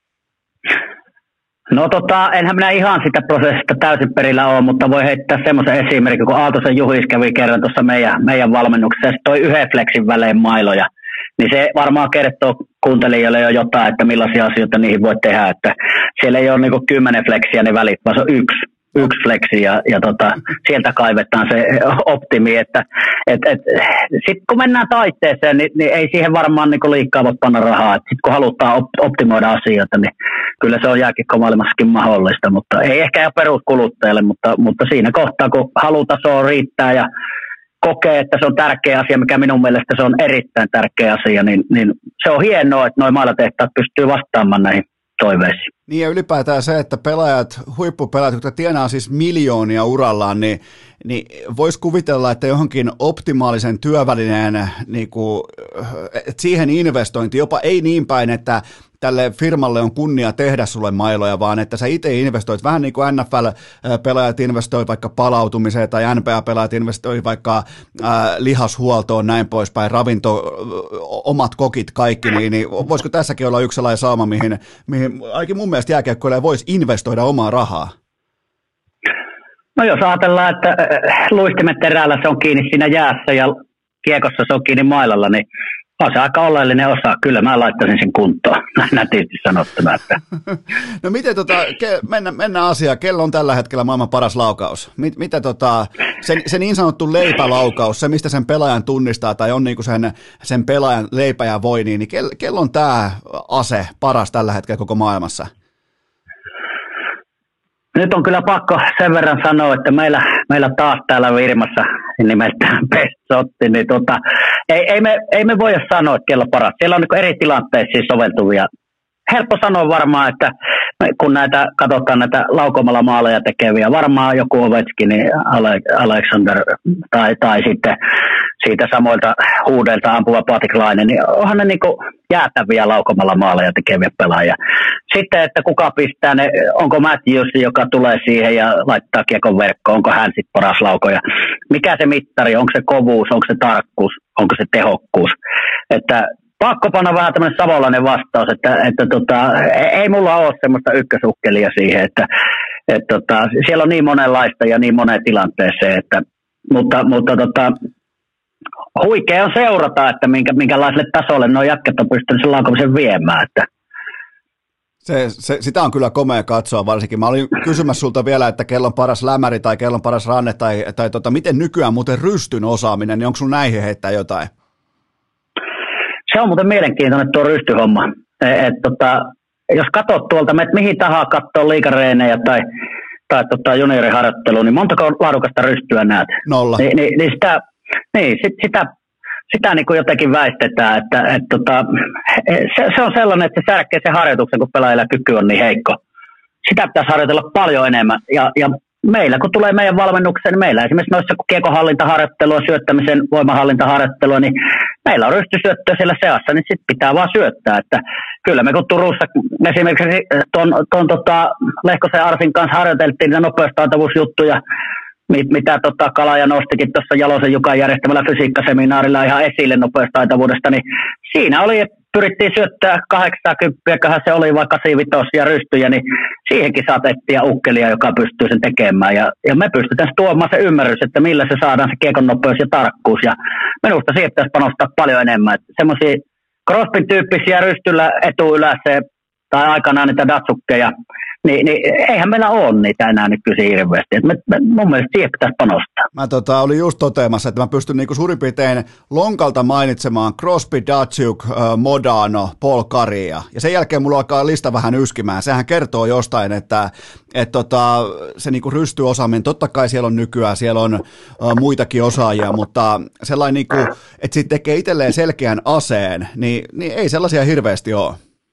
No tota, enhän minä ihan sitä prosessista täysin perillä ole, mutta voi heittää semmoisen esimerkin, kun Aaltosen Juhis kävi kerran tuossa meidän, meidän valmennuksessa, se toi yhden flexin välein mailoja, niin se varmaan kertoo kuuntelijoille jo jotain, että millaisia asioita niihin voi tehdä, että siellä ei ole niinku kymmenen flexiä ne välit, vaan se on yksi. yksi flexi ja, ja tota, sieltä kaivetaan se optimi, että et, et, sitten kun mennään taiteeseen, niin, niin ei siihen varmaan niin liikaa voi panna rahaa, sitten kun halutaan op, optimoida asioita, niin kyllä se on jääkiekkomaailmassakin mahdollista, mutta ei ehkä ihan peruskuluttajalle, mutta, mutta siinä kohtaa, kun halutasoa riittää ja kokee, että se on tärkeä asia, mikä minun mielestä se on erittäin tärkeä asia, niin, niin se on hienoa, että nuo mailatehtaat pystyy vastaamaan näihin toiveisiin. Niin ja ylipäätään se, että pelaajat, huippupelaajat, jotka tienaa siis miljoonia urallaan, niin, niin voisi kuvitella, että johonkin optimaalisen työvälineen, niin kuin, että siihen investointi jopa ei niin päin, että tälle firmalle on kunnia tehdä sulle mailoja, vaan että sä itse investoit, vähän niin kuin N F L-pelaajat investoi vaikka palautumiseen tai N B A-pelaajat investoi vaikka ää, lihashuoltoon, näin poispäin, ravinto, omat kokit, kaikki, niin, niin voisiko tässäkin olla yksi sellainen saama, mihin, mihin ainakin mun mielestä jääkiekkoilija voisi investoida omaa rahaa? No jos ajatellaan, että luistimet terällä se on kiinni siinä jäässä ja kiekossa se on kiinni mailalla, niin on se aika oleellinen osa. Kyllä mä laittaisin sen kuntoon, nätisti sanottuna. Että. No miten tota, ke, mennä, mennään asiaan. Kello on tällä hetkellä maailman paras laukaus. Mit, mitä tota, se, se niin sanottu leipälaukaus, se mistä sen pelaajan tunnistaa tai on niinku sen, sen pelaajan leipä ja voi, niin kello, kello on tämä ase paras tällä hetkellä koko maailmassa? Nyt on kyllä pakko sen verran sanoa, että meillä, meillä taas täällä Virmassa nimeltään Best Shotti, niin tota, ei, ei, me, ei me voida sanoa, että kello paras. Siellä on niin eri tilanteisiin soveltuvia. Helppo sanoa varmaan, että kun näitä katsotaan näitä laukomalla maaleja tekeviä, varmaan joku Ovechkin, niin Alexander tai, tai sitten siitä samoilta huudelta ampuva Patrik Laine, niin onhan ne niin kuin jäätäviä laukomalla maaleja tekeviä pelaajia. Sitten, että kuka pistää ne, onko Matthews, joka tulee siihen ja laittaa kiekon verkkoon, onko hän sitten paras laukoja. Mikä se mittari, onko se kovuus, onko se tarkkuus, onko se tehokkuus. Että pakko panna vähän tämmöinen savolainen vastaus, että, että tota, ei mulla ole semmoista ykkösukkelia siihen, että, että tota, siellä on niin monenlaista ja niin moneen tilanteeseen, että, mutta, mutta tota, huikea on seurata, että minkä, minkälaiselle tasolle nuo jätkät on pystynyt sen laukomisen viemään. Että. Se, se, sitä on kyllä komea katsoa varsinkin. Mä olin kysymässä sulta vielä, että kellon paras lämäri tai kellon paras ranne tai, tai tota, miten nykyään muuten rystyn osaaminen, niin onko sun näihin heittää jotain? Se on muuten mielenkiintoinen tuo rystyhomma. Et, et, tota, jos katsot tuolta, menet mihin tahansa katsoo liigareenejä tai, tai tota, junioriharjoittelua, niin montako laadukasta rystyä näet? Nolla. Ni, ni, niin sitä, niin, sit, sitä, sitä niin kuin jotenkin väistetään, että et, tota, se, se on sellainen, että se särkee sen harjoituksen, kun pelaajilla kyky on niin heikko. Sitä pitäisi harjoitella paljon enemmän. Ja, ja meillä, kun tulee meidän valmennukseen, niin meillä esimerkiksi noissa kiekohallintaharjoittelua, syöttämisen voimahallintaharjoittelua, niin meillä on rystysyöttöä siellä seassa, niin sitten pitää vaan syöttää. Että kyllä me kun Turussa esimerkiksi tuon, tuon tota Lehkosen Arsin kanssa harjoiteltiin niitä nopeustaitavuusjuttuja, mit, mitä tota Kalaja nostikin tuossa Jalosen Jukan järjestämällä fysiikkaseminaarilla ihan esille nopeustaitavuudesta, niin siinä oli, että pyrittiin syöttää kahdeksankymmentä, se oli vaikka kahdeksankymmentäviisi ja rystyjä, niin siihenkin saat etsiä ukkelia, joka pystyy sen tekemään. Ja, ja me pystytään tuomaan se ymmärrys, että millä se saadaan se kiekon nopeus ja tarkkuus. Ja minusta siihen pitäisi panostaa paljon enemmän. Semmoisia Crosbyn tyyppisiä rystyllä etu ylässä tai aikanaan niitä datsukkeja, niin, niin eihän meillä ole niitä enää nykyisin hirveästi. Et me, me, mun mielestä siihen pitäisi panostaa. Mä tota, olin just toteamassa, että mä pystyn niinku suurin piirtein lonkalta mainitsemaan Crosby, Datsuk, Modano, Paul Kariya. Ja sen jälkeen mulla alkaa lista vähän yskimään. Sehän kertoo jostain, että et tota, se niinku rystyosaaminen, totta kai siellä on nykyään, siellä on uh, muitakin osaajia, mutta sellainen, niinku, että siitä tekee itselleen selkeän aseen, niin, niin ei sellaisia hirveästi ole.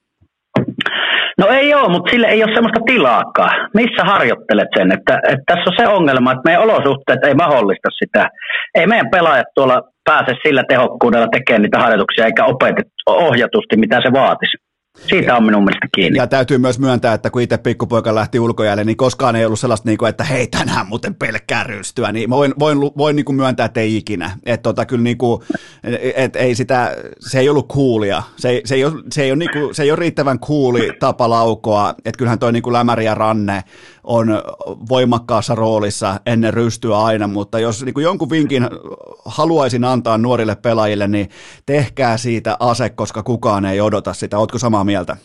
No ei ole, mutta sille ei ole semmoista tilaakaan. Missä harjoittelet sen? Että, että tässä on se ongelma, että meidän olosuhteet ei mahdollista sitä. Ei meidän pelaajat tuolla pääse sillä tehokkuudella tekemään niitä harjoituksia eikä opetettu ohjatusti, mitä se vaatisi. Siitä on minun mielestä kiinni. Ja täytyy myös myöntää, että kun itse pikkupoika lähti ulkojäälle, niin koskaan ei ollut sellaista, että hei, tänään muuten pelkkää rystyä. Niin voin, voin, voin niin kuin myöntää, että ei ikinä. Että tota, kyllä niin kuin, et ei sitä, se ei ollut coolia. Se ei, se ei, ole, se ei, ole, niin kuin, se ei ole riittävän cooli tapa laukoa. Että kyllähän toi niin kuin lämäri ja ranne on voimakkaassa roolissa ennen rystyä aina. Mutta jos niin kuin jonkun vinkin haluaisin antaa nuorille pelaajille, niin tehkää siitä ase, koska kukaan ei odota sitä. Ootko samaa mieltä?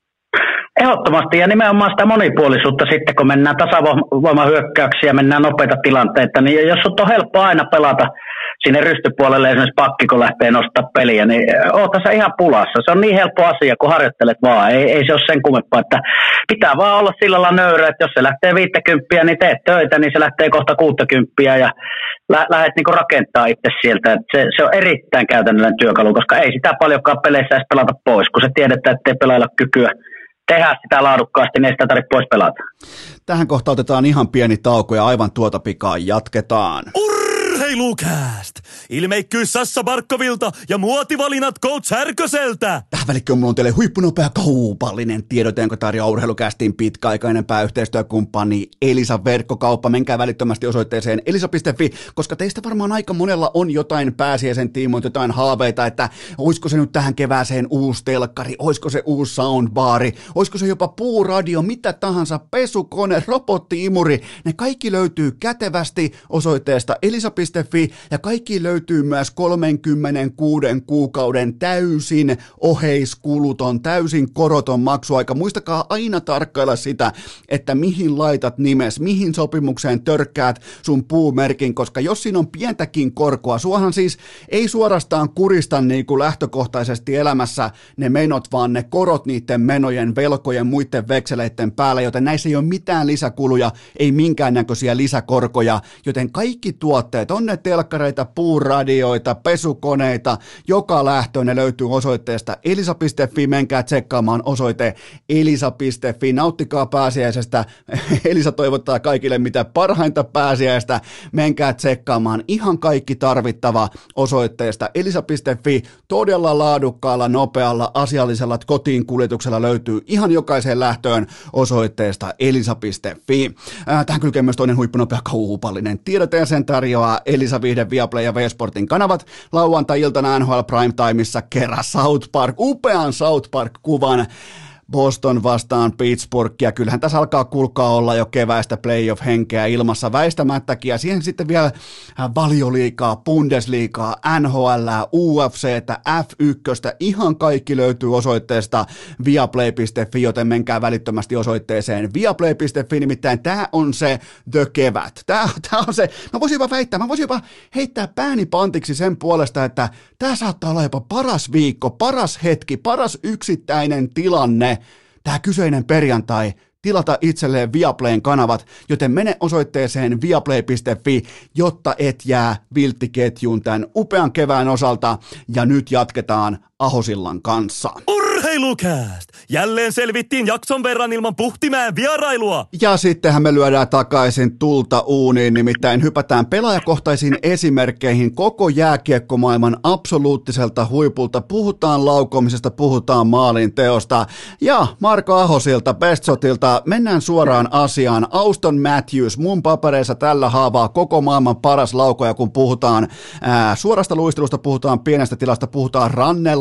Ehdottomasti, ja nimenomaan sitä monipuolisuutta sitten, kun mennään tasavoimahyökkäyksiä, mennään nopeita tilanteita, niin jos on helppo aina pelata sinne rystypuolelle esimerkiksi pakki, kun lähtee nostaa peliä, niin oot tässä ihan pulassa. Se on niin helppo asia, kun harjoittelet vaan. Ei, ei se ole sen kummempaa, että pitää vaan olla sillä lailla nöyrä, että jos se lähtee viittäkymppiä, niin teet töitä, niin se lähtee kohta kuuttakymppiä ja lä- lähdet niinku rakentaa itse sieltä. Se, se on erittäin käytännöllinen työkalu, koska ei sitä paljonkaan peleissä edes pelata pois, kun se tiedetään, ettei pelailla kykyä tehdä sitä laadukkaasti, niin ei sitä tarvitse pois pelata. Tähän kohtaan otetaan ihan pieni tauko ja aivan tuota pikaa jatketaan. Urheilukääst! Ilmeikkyys Sassa Barkovilta ja muotivalinnat Coach Härköseltä! Tähän välikköön mulla on teille huippunopea kaupallinen tiedote, jonka tarjoaa Urheilukäästin pitkäaikainen pääyhteistyökumppani Elisa Verkkokauppa. Menkää välittömästi osoitteeseen elisa piste fi, koska teistä varmaan aika monella on jotain pääsiäisen tiimoilta, jotain haaveita, että olisiko se nyt tähän kevääseen uusi telkkari, olisiko se uusi soundbaari, olisiko se jopa puuradio, mitä tahansa, pesukone, robotti-imuri. Ne kaikki löytyy kätevästi osoitteesta elisa piste fi ja kaikki löytyy myös kolmekymmentäkuusi kuukauden täysin oheiskuluton, täysin koroton maksuaika. Muistakaa aina tarkkailla sitä, että mihin laitat nimes, mihin sopimukseen törkkäät sun puumerkin, koska jos siinä on pientäkin korkoa, suohan siis ei suorastaan kurista niin kuin lähtökohtaisesti elämässä ne menot, vaan ne korot niiden menojen, velkojen, muiden vekseleiden päällä, joten näissä ei ole mitään lisäkuluja, ei minkäännäköisiä lisäkorkoja, joten kaikki tuotteet, on ne telkkareita, puuradioita, pesukoneita, joka lähtöön ne löytyy osoitteesta elisa piste fi, menkää tsekkaamaan osoite elisa piste fi, nauttikaa pääsiäisestä, Elisa toivottaa kaikille mitä parhainta pääsiäistä, menkää tsekkaamaan ihan kaikki tarvittava osoitteesta elisa piste fi, todella laadukkaalla, nopealla, asiallisella kotiin kuljetuksella löytyy ihan jokaiseen lähtöön osoitteesta elisa piste fi. Tähän kylkee myös toinen huippunopea kaupallinen tiedote ja sen tarjoaa Elisa Viihde, Viaplay ja V-Sportin kanavat. Lauantai-iltana N H L Primetimeissa kerran South Park, upean South Park-kuvan Boston vastaan Pittsburgh, ja kyllähän tässä alkaa kulkaa olla jo keväistä playoff-henkeä ilmassa väistämättäkin, ja siihen sitten vielä Valioliigaa, Bundesliigaa, N H L, U F C:tä, F yksi, ihan kaikki löytyy osoitteesta viaplay piste fi, joten menkää välittömästi osoitteeseen viaplay piste fi, nimittäin tämä on se the kevät. Tämä, tämä on se, mä voisin jopa väittää, mä voisin jopa heittää pääni pantiksi sen puolesta, että tämä saattaa olla jopa paras viikko, paras hetki, paras yksittäinen tilanne, tämä kyseinen perjantai, tilata itselleen Viaplayn kanavat, joten mene osoitteeseen viaplay piste fi, jotta et jää vilttiketjuun tämän upean kevään osalta, ja nyt jatketaan Ahosillan kanssa. Urheilukääst! Jälleen selvittiin jakson verran ilman Puhtimäen vierailua. Ja sittenhän me lyödään takaisin tulta uuniin, nimittäin hypätään pelaajakohtaisiin esimerkkeihin koko jääkiekkomaailman absoluuttiselta huipulta. Puhutaan laukomisesta, puhutaan maalin teosta. Ja Marko Ahosilta, Bestsotilta, mennään suoraan asiaan. Auston Matthews, mun papereissa tällä haavaa koko maailman paras laukoja, kun puhutaan ää, suorasta luistelusta, puhutaan pienestä tilasta, puhutaan rannella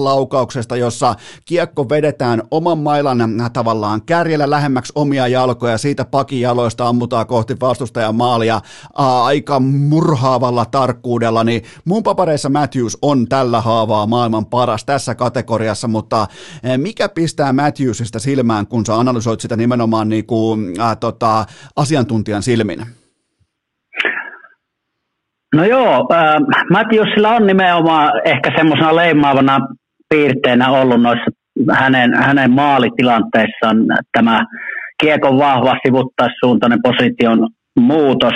laukauksesta, jossa kiekko vedetään oman mailan tavallaan kärjellä lähemmäksi omia jalkoja, siitä pakin jaloista ammutaan kohti vastustajan maalia ää, aika murhaavalla tarkkuudella, niin mun papereissa Matthews on tällä haavaa maailman paras tässä kategoriassa, mutta ää, mikä pistää Matthewsista silmään, kun sä analysoit sitä nimenomaan niin kuin, ää, tota, asiantuntijan silmin? No joo, äh, Matthewsilla on nimenomaan ehkä semmoisena leimaavana piirteenä ollut noissa hänen, hänen maalitilanteissaan tämä kiekon vahva sivuttaissuuntainen position muutos.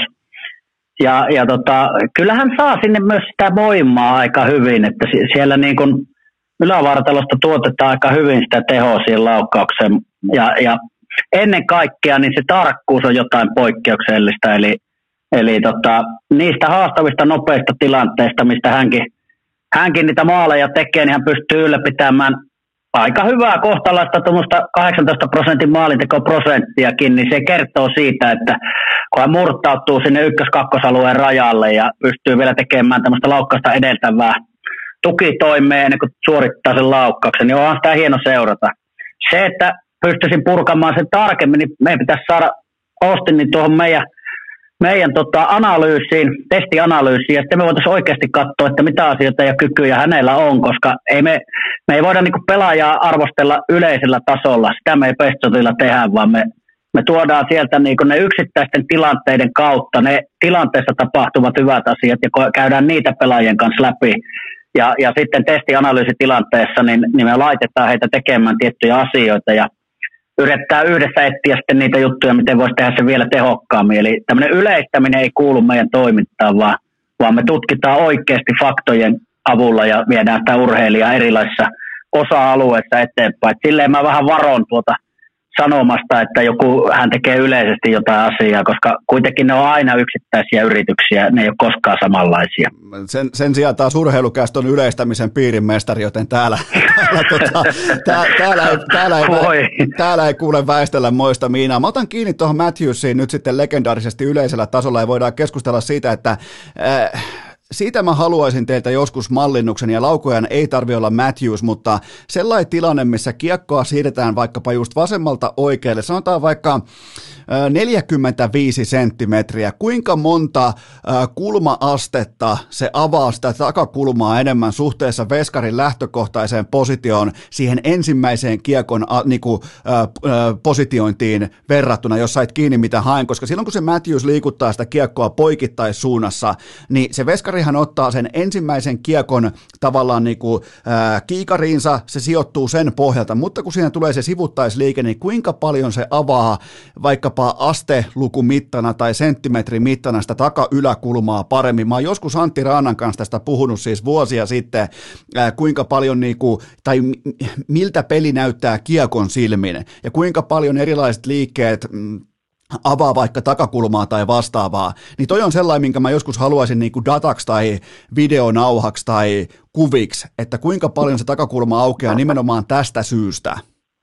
Ja, ja tota, kyllähän saa sinne myös sitä voimaa aika hyvin, että siellä niin kuin ylävartalosta tuotetaan aika hyvin sitä tehoa siihen laukkaukseen. Ja, ja ennen kaikkea niin se tarkkuus on jotain poikkeuksellista, eli Eli tota, niistä haastavista nopeista tilanteista, mistä hänkin, hänkin niitä maaleja tekee, niin hän pystyy ylläpitämään aika hyvää kohtalaista tuommoista kahdeksantoista prosentin maalintekoprosenttiakin, niin se kertoo siitä, että kun hän murtautuu sinne ykkös-kakkosalueen rajalle ja pystyy vielä tekemään tämmöistä laukkausta edeltävää tukitoimea ennen kuin suorittaa sen laukkauksen, niin onhan sitä hieno seurata. Se, että pystyisin purkamaan sen tarkemmin, niin meidän pitäisi saada Austinin tuohon meidän meidän tota, analyysiin, testianalyysiin, ja sitten me voitaisiin oikeasti katsoa, että mitä asioita ja kykyjä hänellä on, koska ei me, me ei voida niinku pelaajaa arvostella yleisellä tasolla, sitä me ei Pestotilla tehdä, vaan me, me tuodaan sieltä niinku ne yksittäisten tilanteiden kautta, ne tilanteessa tapahtuvat hyvät asiat, ja käydään niitä pelaajien kanssa läpi, ja, ja sitten testianalyysitilanteessa, niin, niin me laitetaan heitä tekemään tiettyjä asioita, ja yrittää yhdessä etsiä sitten niitä juttuja, miten voisi tehdä se vielä tehokkaammin. Eli tämmöinen yleistäminen ei kuulu meidän toimintaan, vaan, vaan me tutkitaan oikeasti faktojen avulla ja viedään sitä urheilijaa erilaisissa osa-alueissa eteenpäin. Et silleen mä vähän varon tuota sanomasta, että joku hän tekee yleisesti jotain asiaa, koska kuitenkin ne on aina yksittäisiä yrityksiä, ne ei ole koskaan samanlaisia. Sen, sen sijaan taas urheilukäst on yleistämisen piirimestari, joten täällä, täällä, tota, tää, täällä, ei, täällä, ei, täällä ei kuule väistellä moista miinaa. Mä otan kiinni tuohon Matthewsiin nyt sitten legendaarisesti yleisellä tasolla ja voidaan keskustella siitä, että äh, siitä mä haluaisin teiltä joskus mallinnuksen, ja laukojan ei tarvitse olla Matthews, mutta sellainen tilanne, missä kiekkoa siirretään vaikkapa just vasemmalta oikealle, sanotaan vaikka neljäkymmentäviisi senttimetriä, kuinka monta kulma-astetta se avaa sitä takakulmaa enemmän suhteessa veskarin lähtökohtaiseen positioon siihen ensimmäiseen kiekon niinku, positiointiin verrattuna, jos sait kiinni mitä haen, koska silloin kun se Matthews liikuttaa sitä kiekkoa poikittaissuunnassa, niin se veskarihan ottaa sen ensimmäisen kiekon tavallaan niinku, ää, kiikariinsa, se sijoittuu sen pohjalta, mutta kun siinä tulee se sivuttaisliike, niin kuinka paljon se avaa vaikkapa astelukumittana tai senttimetrimittana sitä taka-yläkulmaa paremmin. Mä oon joskus Antti Raanan kanssa tästä puhunut siis vuosia sitten, ää, kuinka paljon niinku, tai miltä peli näyttää kiekon silmin ja kuinka paljon erilaiset liikkeet mm, avaa vaikka takakulmaa tai vastaavaa, niin toi on sellainen, minkä mä joskus haluaisin niinku dataksi tai videonauhaksi tai kuviksi, että kuinka paljon se takakulma aukeaa nimenomaan tästä syystä.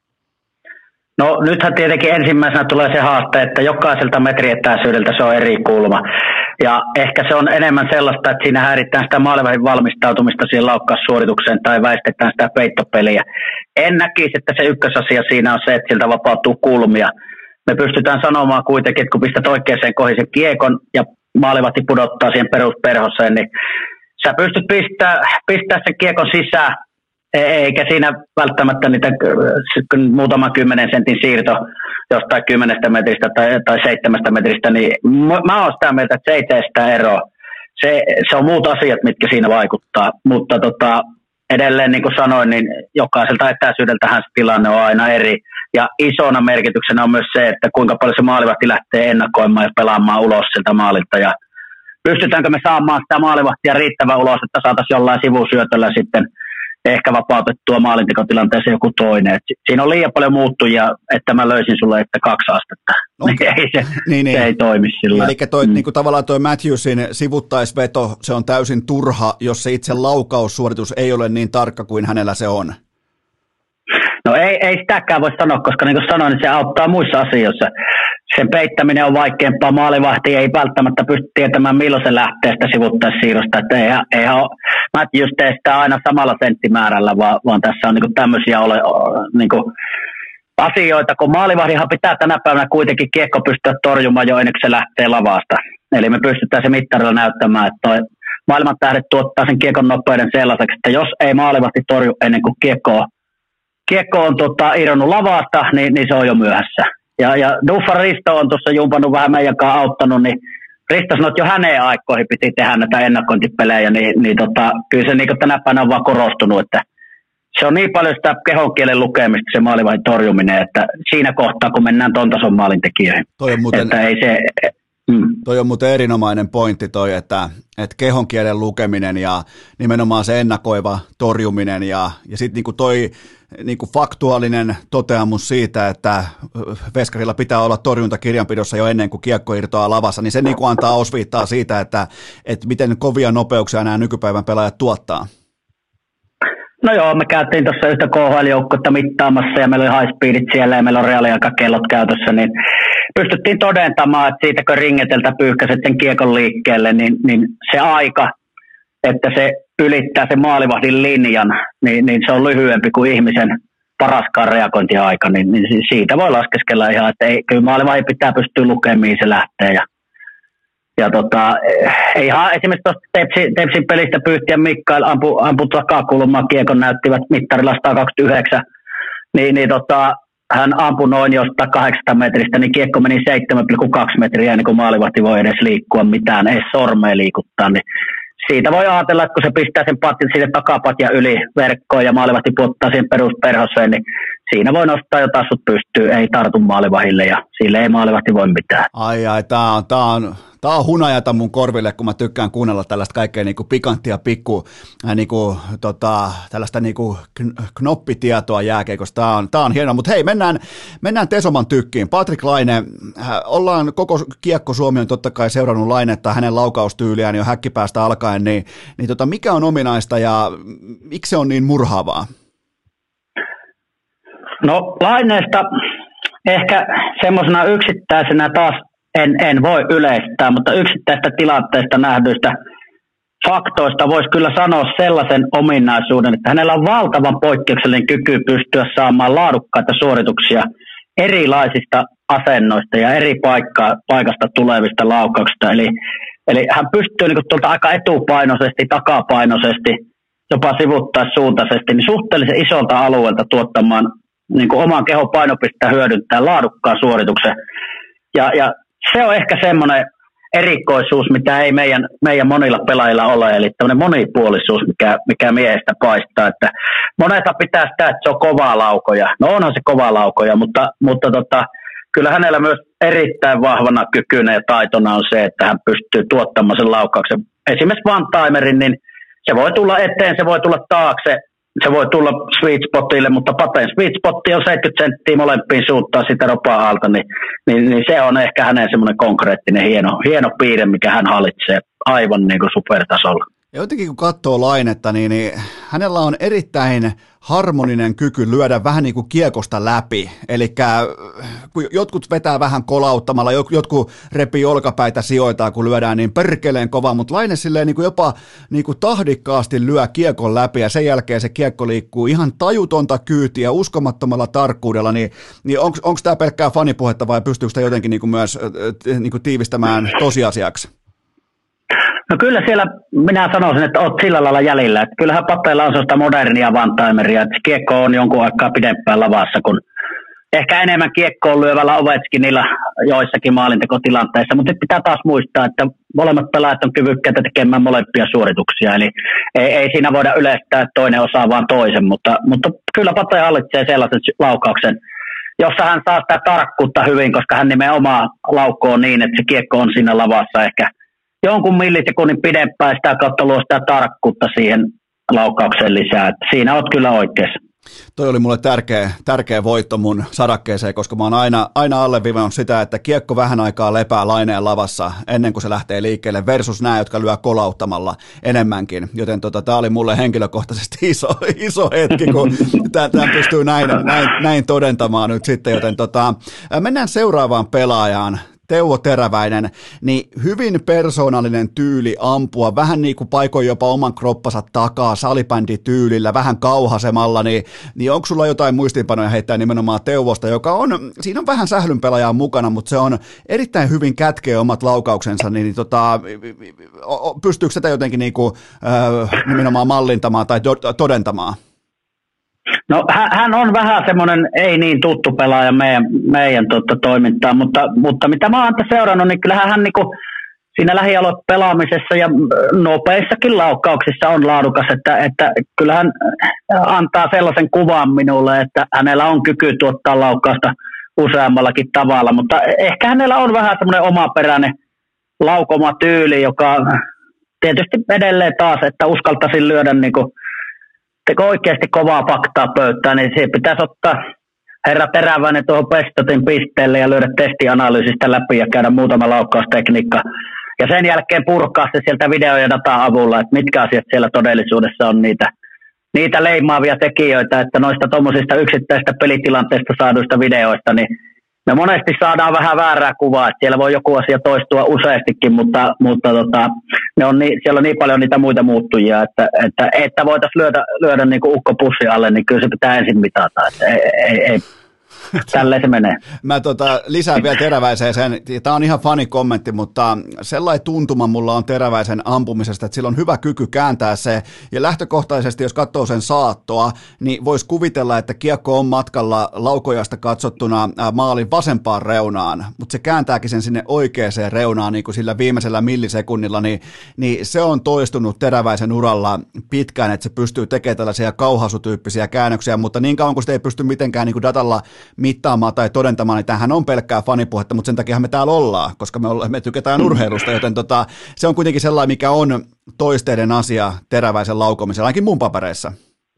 No nythän tietenkin ensimmäisenä tulee se haaste, että jokaiselta metrietäisyydeltä se on eri kulma. Ja ehkä se on enemmän sellaista, että siinä häiritään sitä maalivahdin valmistautumista siihen laukkaussuoritukseen tai väistetään sitä peittopeliä. En näkisi, että se ykkösasia siinä on se, että siltä vapautuu kulmia. Me pystytään sanomaan kuitenkin, että kun pistät oikeaan kohisen kiekon ja maalivahti pudottaa siihen perusperhoseen, niin sä pystyt pistää, pistää sen kiekon sisään, eikä siinä välttämättä niitä muutaman kymmenen sentin siirto jostain kymmenestä metristä tai, tai seitsemästä metristä, niin mä oon sitä mieltä, että se ei tee sitä eroa. Se, se on muut asiat, mitkä siinä vaikuttaa, mutta tota, edelleen niin kuin sanoin, niin jokaiselta etäisyydeltähän se tilanne on aina eri. Ja isona merkityksenä on myös se, että kuinka paljon se maalivahti lähtee ennakoimaan ja pelaamaan ulos siltä maalilta. Ja pystytäänkö me saamaan sitä maalivahtia riittävän ulos, että saataisiin jollain sivusyötöllä sitten ehkä vapautettua maalintekotilanteeseen joku toinen. Et siinä on liian paljon muuttujia, että mä löysin sulle, että kaksi astetta. Okay. ei se, niin, niin. se ei toimi sillä. Eli toi, mm. niin kuin tavallaan tuo Matthewsin sivuttaisveto, se on täysin turha, jos se itse laukaussuoritus ei ole niin tarkka kuin hänellä se on. No ei, ei sitäkään voi sanoa, koska niin kuin sanoin, niin se auttaa muissa asioissa. sen peittäminen on vaikeampaa. Maalivahti ei välttämättä pysty tietämään, milloin se lähtee sitä sivuttaisiirrosta. Että eihän, eihän ole, mä et just tee sitä aina samalla senttimäärällä, vaan, vaan tässä on niinku tämmöisiä ole, niinku asioita, kun maalivahdinhan pitää tänä päivänä kuitenkin kiekko pystyä torjumaan jo ennen kuin se lähtee lavasta. Eli me pystytään se mittarilla näyttämään, että toi maailman tähdet tuottaa sen kiekon nopeuden sellaiseksi, että jos ei maalivahti torju ennen kuin kiekko on, kiekko on tota, irronnut lavasta, niin, niin se on jo myöhässä. Ja, ja Duffan Risto on tuossa jumpannut vähän meidän kanssa auttanut, niin Risto sanoi, että jo häneen aikoihin piti tehdä näitä ennakointipelejä, niin, niin tota, kyllä se niin tänä päivänä on vaan korostunut, että se on niin paljon sitä kehonkielen lukemista, se maalivahdin torjuminen, että siinä kohtaa, kun mennään ton tason maalintekijöihin. Toi on muuten, että ei se, mm. toi on muuten erinomainen pointti toi, että, että kehonkielen lukeminen ja nimenomaan se ennakoiva torjuminen ja, ja sitten niinku toi niinku faktuaalinen toteamus siitä, että veskarilla pitää olla torjunta kirjanpidossa jo ennen kuin kiekko irtoaa lavassa, niin se niinku antaa osviittaa siitä, että, että miten kovia nopeuksia nämä nykypäivän pelaajat tuottaa. No joo, me käytiin tuossa yhtä K H L-joukkuetta mittaamassa ja meillä oli high speedit siellä ja meillä on reaaliaikakellot käytössä, niin pystyttiin todentamaan, että siitä kun ringeteltä pyyhkäiset sen kiekon liikkeelle, niin, niin se aika, että se ylittää sen maalivahdin linjan, niin, niin se on lyhyempi kuin ihmisen paraskaan reagointiaika, niin, niin siitä voi laskeskella ihan, että ei, kyllä maalivahdin pitää pystyä lukemaan, mihin se lähtee ja Ja tota, ihan esimerkiksi tuosta Tepsin, Tepsin pelistä Pyyhtiän Mikael ampui ampu takakulmaa, kiekon näyttivät mittarilla sata kaksikymmentäyhdeksän, niin, niin tota, hän ampui noin jostain kahdeksansataa metristä, niin kiekko meni seitsemän pilkku kaksi metriä, ennen kuin maalivahti voi edes liikkua mitään, edes sormea liikuttaa, niin siitä voi ajatella, että kun se pistää sen patin siitä takapatja yli verkkoon ja maalivahti puottaa siihen perusperhoseen, niin siinä voi nostaa jo tassut pystyy, ei tartu maalivahille ja sille ei maalivahti voi mitään. Ai ai, tää on, tää on, tää on hunajata mun korville, kun mä tykkään kuunnella tällaista kaikkea niinku pikanttia pikku, äh, niinku, tota, tällaista niinku knoppitietoa jääkeikosta. Tää on, tää on hienoa, mutta hei, mennään, mennään Tesoman tykkiin. Patrik Laine, äh, ollaan koko kiekko Suomi on totta kai seurannut Lainetta, hänen laukaustyyliään jo häkkipäästä alkaen, niin, niin tota, mikä on ominaista ja miksi se on niin murhaavaa? No Laineesta ehkä semmoisena yksittäisenä taas en, en voi yleistää, mutta yksittäistä tilanteesta nähdyistä faktoista voisi kyllä sanoa sellaisen ominaisuuden, että hänellä on valtavan poikkeuksellinen kyky pystyä saamaan laadukkaita suorituksia erilaisista asennoista ja eri paikka, paikasta tulevista laukauksista. Eli, eli hän pystyy niin tuolta aika etupainoisesti, takapainoisesti, jopa sivuttaissuuntaisesti, niin suhteellisen isolta alueelta tuottamaan niin kuin oman kehon painopistettä hyödyntää laadukkaan suorituksen. Ja, ja se on ehkä semmoinen erikoisuus, mitä ei meidän, meidän monilla pelaajilla ole, eli tämmöinen monipuolisuus, mikä, mikä miehestä paistaa. Että moneta pitää sitä, että se on kovaa laukoja. No onhan se kovaa laukoja, mutta, mutta tota, kyllä hänellä myös erittäin vahvana kykynä ja taitona on se, että hän pystyy tuottamaan sen laukauksen. Esimerkiksi one-timerin, niin se voi tulla eteen, se voi tulla taakse, se voi tulla sweet spotille, mutta Paten sweet spotti on seitsemänkymmentä senttiä molempiin suuntaan sitä ropaa alta, niin, niin, niin se on ehkä hänen semmoinen konkreettinen hieno, hieno piirre, mikä hän hallitsee aivan niin kuin supertasolla. Ja jotenkin kun katsoo Lainetta, niin, niin hänellä on erittäin harmoninen kyky lyödä vähän niin kuin kiekosta läpi. Eli kun jotkut vetää vähän kolauttamalla, jotkut repii olkapäitä sijoitaan, kun lyödään niin perkeleen kovaa, mutta Laine silleen niin kuin jopa niin kuin tahdikkaasti lyö kiekon läpi ja sen jälkeen se kiekko liikkuu ihan tajutonta kyytiä uskomattomalla tarkkuudella, niin, niin onko tämä pelkkää fanipuhetta vai pystyykö sitä jotenkin niin kuin myös niin kuin tiivistämään tosiasiaksi? No kyllä siellä minä sanoisin, että olet sillä lailla jäljellä. Että kyllähän Pateilla on sellaista modernia one-timeria, että kiekko on jonkun aikaa pidempään lavassa, kun ehkä enemmän kiekkoon lyövällä Ovechkinilla joissakin maalintekotilanteissa. Mutta pitää taas muistaa, että molemmat pelaajat on kyvykkäitä tekemään molempia suorituksia. Eli ei, ei siinä voida yleistää, että toinen osaa vaan toisen. Mutta, mutta kyllä Pate hallitsee sellaisen laukauksen, jossa hän saa sitä tarkkuutta hyvin, koska hän nimenomaan laukoo niin, että se kiekko on siinä lavassa ehkä jonkun millisekunnin pidempään, sitä kautta luo sitä tarkkuutta siihen laukaukseen lisää. Että siinä olet kyllä oikeassa. Toi oli mulle tärkeä, tärkeä voitto mun sadakkeeseen, koska mä oon aina, aina alleviivannut sitä, että kiekko vähän aikaa lepää laineen lavassa ennen kuin se lähtee liikkeelle versus nämä, jotka lyö kolauttamalla enemmänkin. Joten tota, tää oli mulle henkilökohtaisesti iso, iso hetki, kun tämä pystyy näin, näin, näin todentamaan nyt sitten. Joten tota, mennään seuraavaan pelaajaan. Teuvo Teräväinen, niin hyvin persoonallinen tyyli ampua, vähän niin kuin paikoin jopa oman kroppansa takaa salibändityylillä, vähän kauhasemalla, niin, niin onko sulla jotain muistiinpanoja heittää nimenomaan Teuvosta, joka on, siinä on vähän sählynpelaajaa mukana, mutta se on erittäin hyvin kätkee omat laukauksensa, niin, niin tota, pystyykö sitä jotenkin niin kuin, äh, nimenomaan mallintamaan tai do- todentamaan? No hän on vähän semmoinen ei niin tuttu pelaaja meidän, meidän tuota, toimintaan, mutta, mutta mitä mä oon seurannut, niin kyllähän hän niinku siinä lähialuepelaamisessa ja nopeissakin laukkauksissa on laadukas, että, että kyllähän antaa sellaisen kuvan minulle, että hänellä on kyky tuottaa laukkausta useammallakin tavalla, mutta ehkä hänellä on vähän semmoinen omaperäinen laukomatyyli, joka tietysti edelleen taas, että uskaltaisin lyödä niinku teko oikeasti kovaa faktaa pöytään, niin siihen pitäisi ottaa herra Teräväinen tuohon Pestotin pisteelle ja lyödä testianalyysistä läpi ja käydä muutama laukkaustekniikka. Ja sen jälkeen purkaa se sieltä video- ja data-avulla, että mitkä asiat siellä todellisuudessa on niitä, niitä leimaavia tekijöitä, että noista tuommoisista yksittäisistä pelitilanteista saaduista videoista, niin me monesti saadaan vähän väärää kuvaa, että siellä voi joku asia toistua useastikin, mutta, mutta tota, ne on niin, siellä on niin paljon niitä muita muuttujia, että, että, että voitaisiin lyödä, lyödä niin kuin ukko pussi alle, niin kyllä se pitää ensin mitata. Että ei, ei, ei. Tälleen se menee. Mä tota, lisään vielä Teräväiseen sen, tämä on ihan fanikommentti, mutta sellainen tuntuma mulla on Teräväisen ampumisesta, että sillä on hyvä kyky kääntää se, ja lähtökohtaisesti, jos katsoo sen saattoa, niin voisi kuvitella, että kiekko on matkalla laukojasta katsottuna maalin vasempaan reunaan, mutta se kääntääkin sen sinne oikeaan reunaan niin kuin sillä viimeisellä millisekunnilla, niin, niin se on toistunut Teräväisen uralla pitkään, että se pystyy tekemään tällaisia kauhasutyyppisiä käännöksiä, mutta niin kauan kuin sitä ei pysty mitenkään niin kuin datalla mittaamaan tai todentamaan, niin tämähän on pelkkää fanipuhetta, mutta sen takia me täällä ollaan, koska me, olla, me tykätään urheilusta, joten tota, se on kuitenkin sellainen, mikä on toisteiden asia Teräväisen laukomisella, ainakin mun papereissa.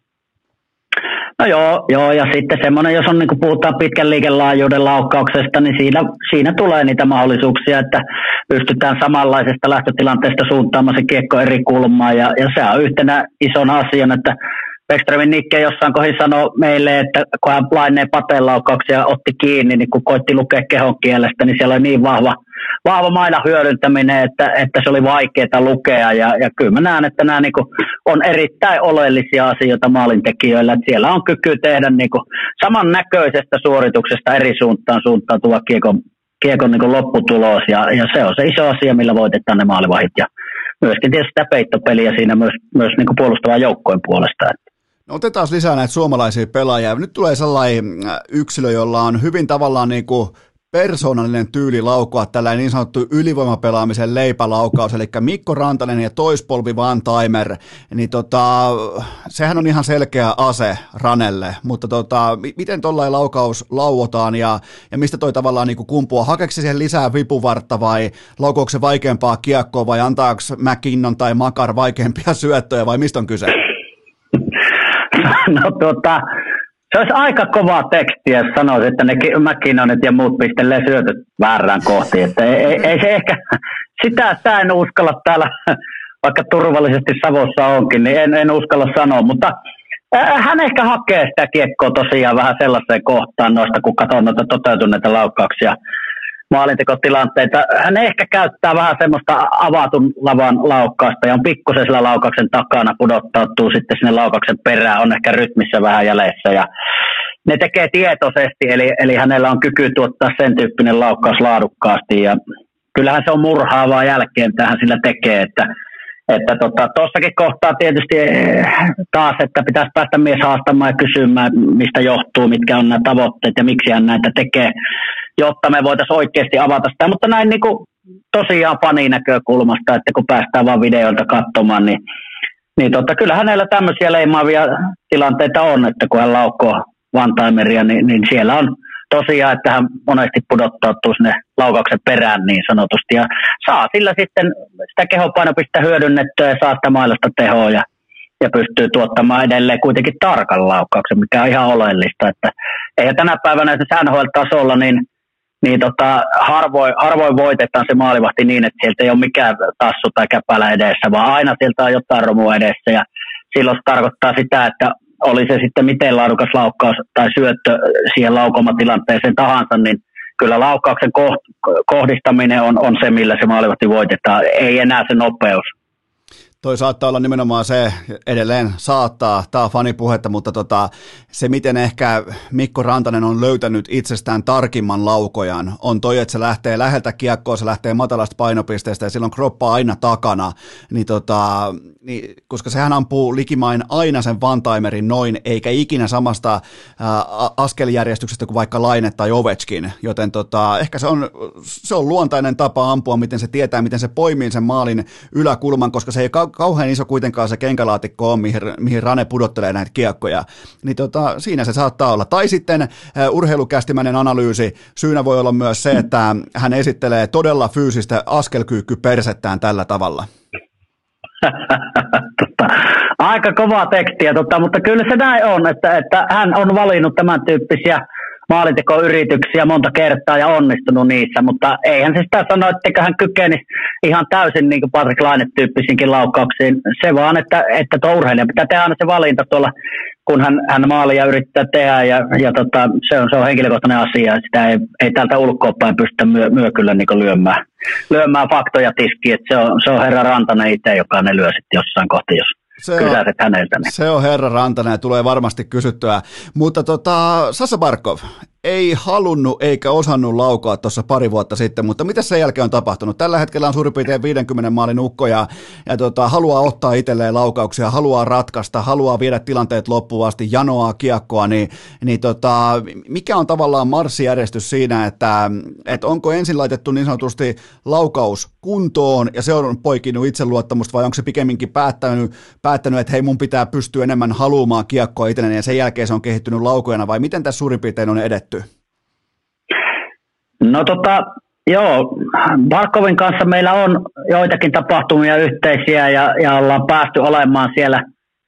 No joo, joo, ja sitten semmoinen, jos on niin kuin puhutaan pitkän liikelaajuuden laukkauksesta, niin siinä, siinä tulee niitä mahdollisuuksia, että pystytään samanlaisesta lähtötilanteesta suuntaamaan se kiekko eri kulmaan, ja, ja se on yhtenä isona asiana, että Ekströmin Nikke jossain kohdin sanoi meille, että kun hän laineen pateenlaukauksia otti kiinni, niin kun koitti lukea kehon kielestä, niin siellä oli niin vahva, vahva mailan hyödyntäminen, että, että se oli vaikeaa lukea. Ja, ja kyllä mä näen, että nämä niin kuin on erittäin oleellisia asioita maalintekijöillä. Että siellä on kyky tehdä niin kuin samannäköisestä suorituksesta eri suuntaan suuntautuva kiekon, kiekon niin kuin lopputulos. Ja, ja se on se iso asia, millä voitetaan ne maalivahit. Ja myöskin tietysti sitä peittopeliä siinä myös, myös niin kuin puolustavan joukkojen puolesta. No otetaan lisää näitä suomalaisia pelaajia. Nyt tulee sellainen yksilö, jolla on hyvin tavallaan niin kuin persoonallinen tyyli laukoa tällainen niin sanottu ylivoimapelaamisen leipälaukaus, eli Mikko Rantanen ja toispolvi Van Timer, niin tota, sehän on ihan selkeä ase Ranelle, mutta tota, miten tollainen laukaus lauotaan ja, ja mistä toi tavallaan niin kuin kumpuaa? Hakeeko se siihen lisää vipuvartta vai laukoako se vaikeampaa kiekkoa vai antaako McKinnon tai Makar vaikeampia syöttöjä vai mistä on kyse? No tota, se olisi aika kovaa tekstiä, jos sanoisi, että ne McKinnonit ja muut pistelee syötöt väärään kohtiin. Että ei, ei, ei se ehkä, sitä, sitä en uskalla täällä, vaikka turvallisesti Savossa onkin, niin en, en uskalla sanoa. Mutta äh, hän ehkä hakee sitä kiekkoa tosiaan vähän sellaiseen kohtaan noista, kun katsoo noita toteutuneita laukkauksia, maalintekotilanteita. Hän ehkä käyttää vähän semmoista avatun lavan laukkausta ja on pikkusen sillä laukauksen takana, pudottautuu sitten sinne laukauksen perään, on ehkä rytmissä vähän jäljessä ja ne tekee tietoisesti, eli, eli hänellä on kyky tuottaa sen tyyppinen laukkaus laadukkaasti ja kyllähän se on murhaavaa jälkeen, mitä hän sillä tekee, että että tota, tossakin kohtaa tietysti taas, että pitäisi päästä mies haastamaan ja kysymään, mistä johtuu, mitkä on nämä tavoitteet ja miksi hän näitä tekee, jotta me voitaisiin oikeasti avata sitä. Mutta näin niin kuin tosiaan fanin näkökulmasta, että kun päästään vaan videolta katsomaan, niin, niin tota, kyllä hänellä tämmöisiä leimaavia tilanteita on, että kun hän laukoo one-timeria, niin, niin siellä on tosiaan, että hän monesti pudottautuu sinne laukauksen perään niin sanotusti ja saa sillä sitten sitä kehopainopistettä hyödynnettyä ja saa sitä mailasta tehoa ja ja pystyy tuottamaan edelleen kuitenkin tarkan laukauksen, mikä on ihan oleellista. Että eihän tänä päivänä se N H L-tasolla, niin, niin tota, harvoin, harvoin voitetaan se maalivahti niin, että sieltä ei ole mikään tassu tai käpälä edessä, vaan aina sieltä on jotain romua edessä, ja silloin se tarkoittaa sitä, että oli se sitten miten laadukas laukkaus tai syöttö siihen laukomatilanteeseen tahansa, niin kyllä laukauksen kohdistaminen on, on se, millä se maalivahti voitetaan, ei enää se nopeus. Toi saattaa olla nimenomaan se, edelleen saattaa, tämä on fanipuhetta, mutta tota, se miten ehkä Mikko Rantanen on löytänyt itsestään tarkimman laukojan, on toi, että se lähtee läheltä kiekkoa, se lähtee matalasta painopisteestä ja silloin kroppa aina takana, niin tota, niin, koska sehän ampuu likimain aina sen one-timerin noin, eikä ikinä samasta ää, askeljärjestyksestä kuin vaikka Laine tai Ovechkin, joten tota, ehkä se on, se on luontainen tapa ampua, miten se tietää, miten se poimii sen maalin yläkulman, koska se ei kauhean iso kuitenkaan se kenkälaatikko on, mihin, mihin Rane pudottelee näitä kiekkoja, niin tota, siinä se saattaa olla. Tai sitten uh, urheilukästimäinen analyysi, syynä voi olla myös se, että hän esittelee todella fyysistä askelkyykkypersettään tällä tavalla. tota, aika kovaa tekstiä, tota, mutta kyllä se näin on, että, että hän on valinnut tämän tyyppisiä maalintekoyrityksiä monta kertaa ja onnistunut niissä, mutta eihän se sitä sano, etteikö hän kykenisi ihan täysin niin kuin Patrik Laine-tyyppisiinkin laukkauksiin. Se vaan, että, että tuo urheilija pitää tehdä aina se valinta tuolla, kun hän, hän maalia yrittää tehdä ja, ja tota, se, on, se on henkilökohtainen asia. Sitä ei, ei täältä ulkoapäin pystytä myö, myö kyllä niin lyömään, lyömään faktoja tiskiin. Se on, se on herra Rantanen itse, joka ne lyö sitten jossain kohti, jos se on, häneltä. Niin. Se on herra Rantanen ja tulee varmasti kysyttyä. Mutta tota, Sasa Barkov ei halunnut eikä osannut laukaa tuossa pari vuotta sitten, mutta mitä sen jälkeen on tapahtunut? Tällä hetkellä on suurin piirtein viidenkymmenen maalin ukko ja, ja tota, haluaa ottaa itselleen laukauksia, haluaa ratkaista, haluaa viedä tilanteet loppuun asti, janoaa kiekkoa, niin, niin tota, mikä on tavallaan marssijärjestys siinä, että, että onko ensin laitettu niin sanotusti laukaus kuntoon ja se on poikinut itseluottamusta vai onko se pikemminkin päättänyt, päättänyt, että hei mun pitää pystyä enemmän haluamaan kiekkoa itselleen ja sen jälkeen se on kehittynyt laukojana vai miten tässä suurin piirtein on edetty? No tota, joo, Barkovin kanssa meillä on joitakin tapahtumia yhteisiä ja, ja ollaan päästy olemaan siellä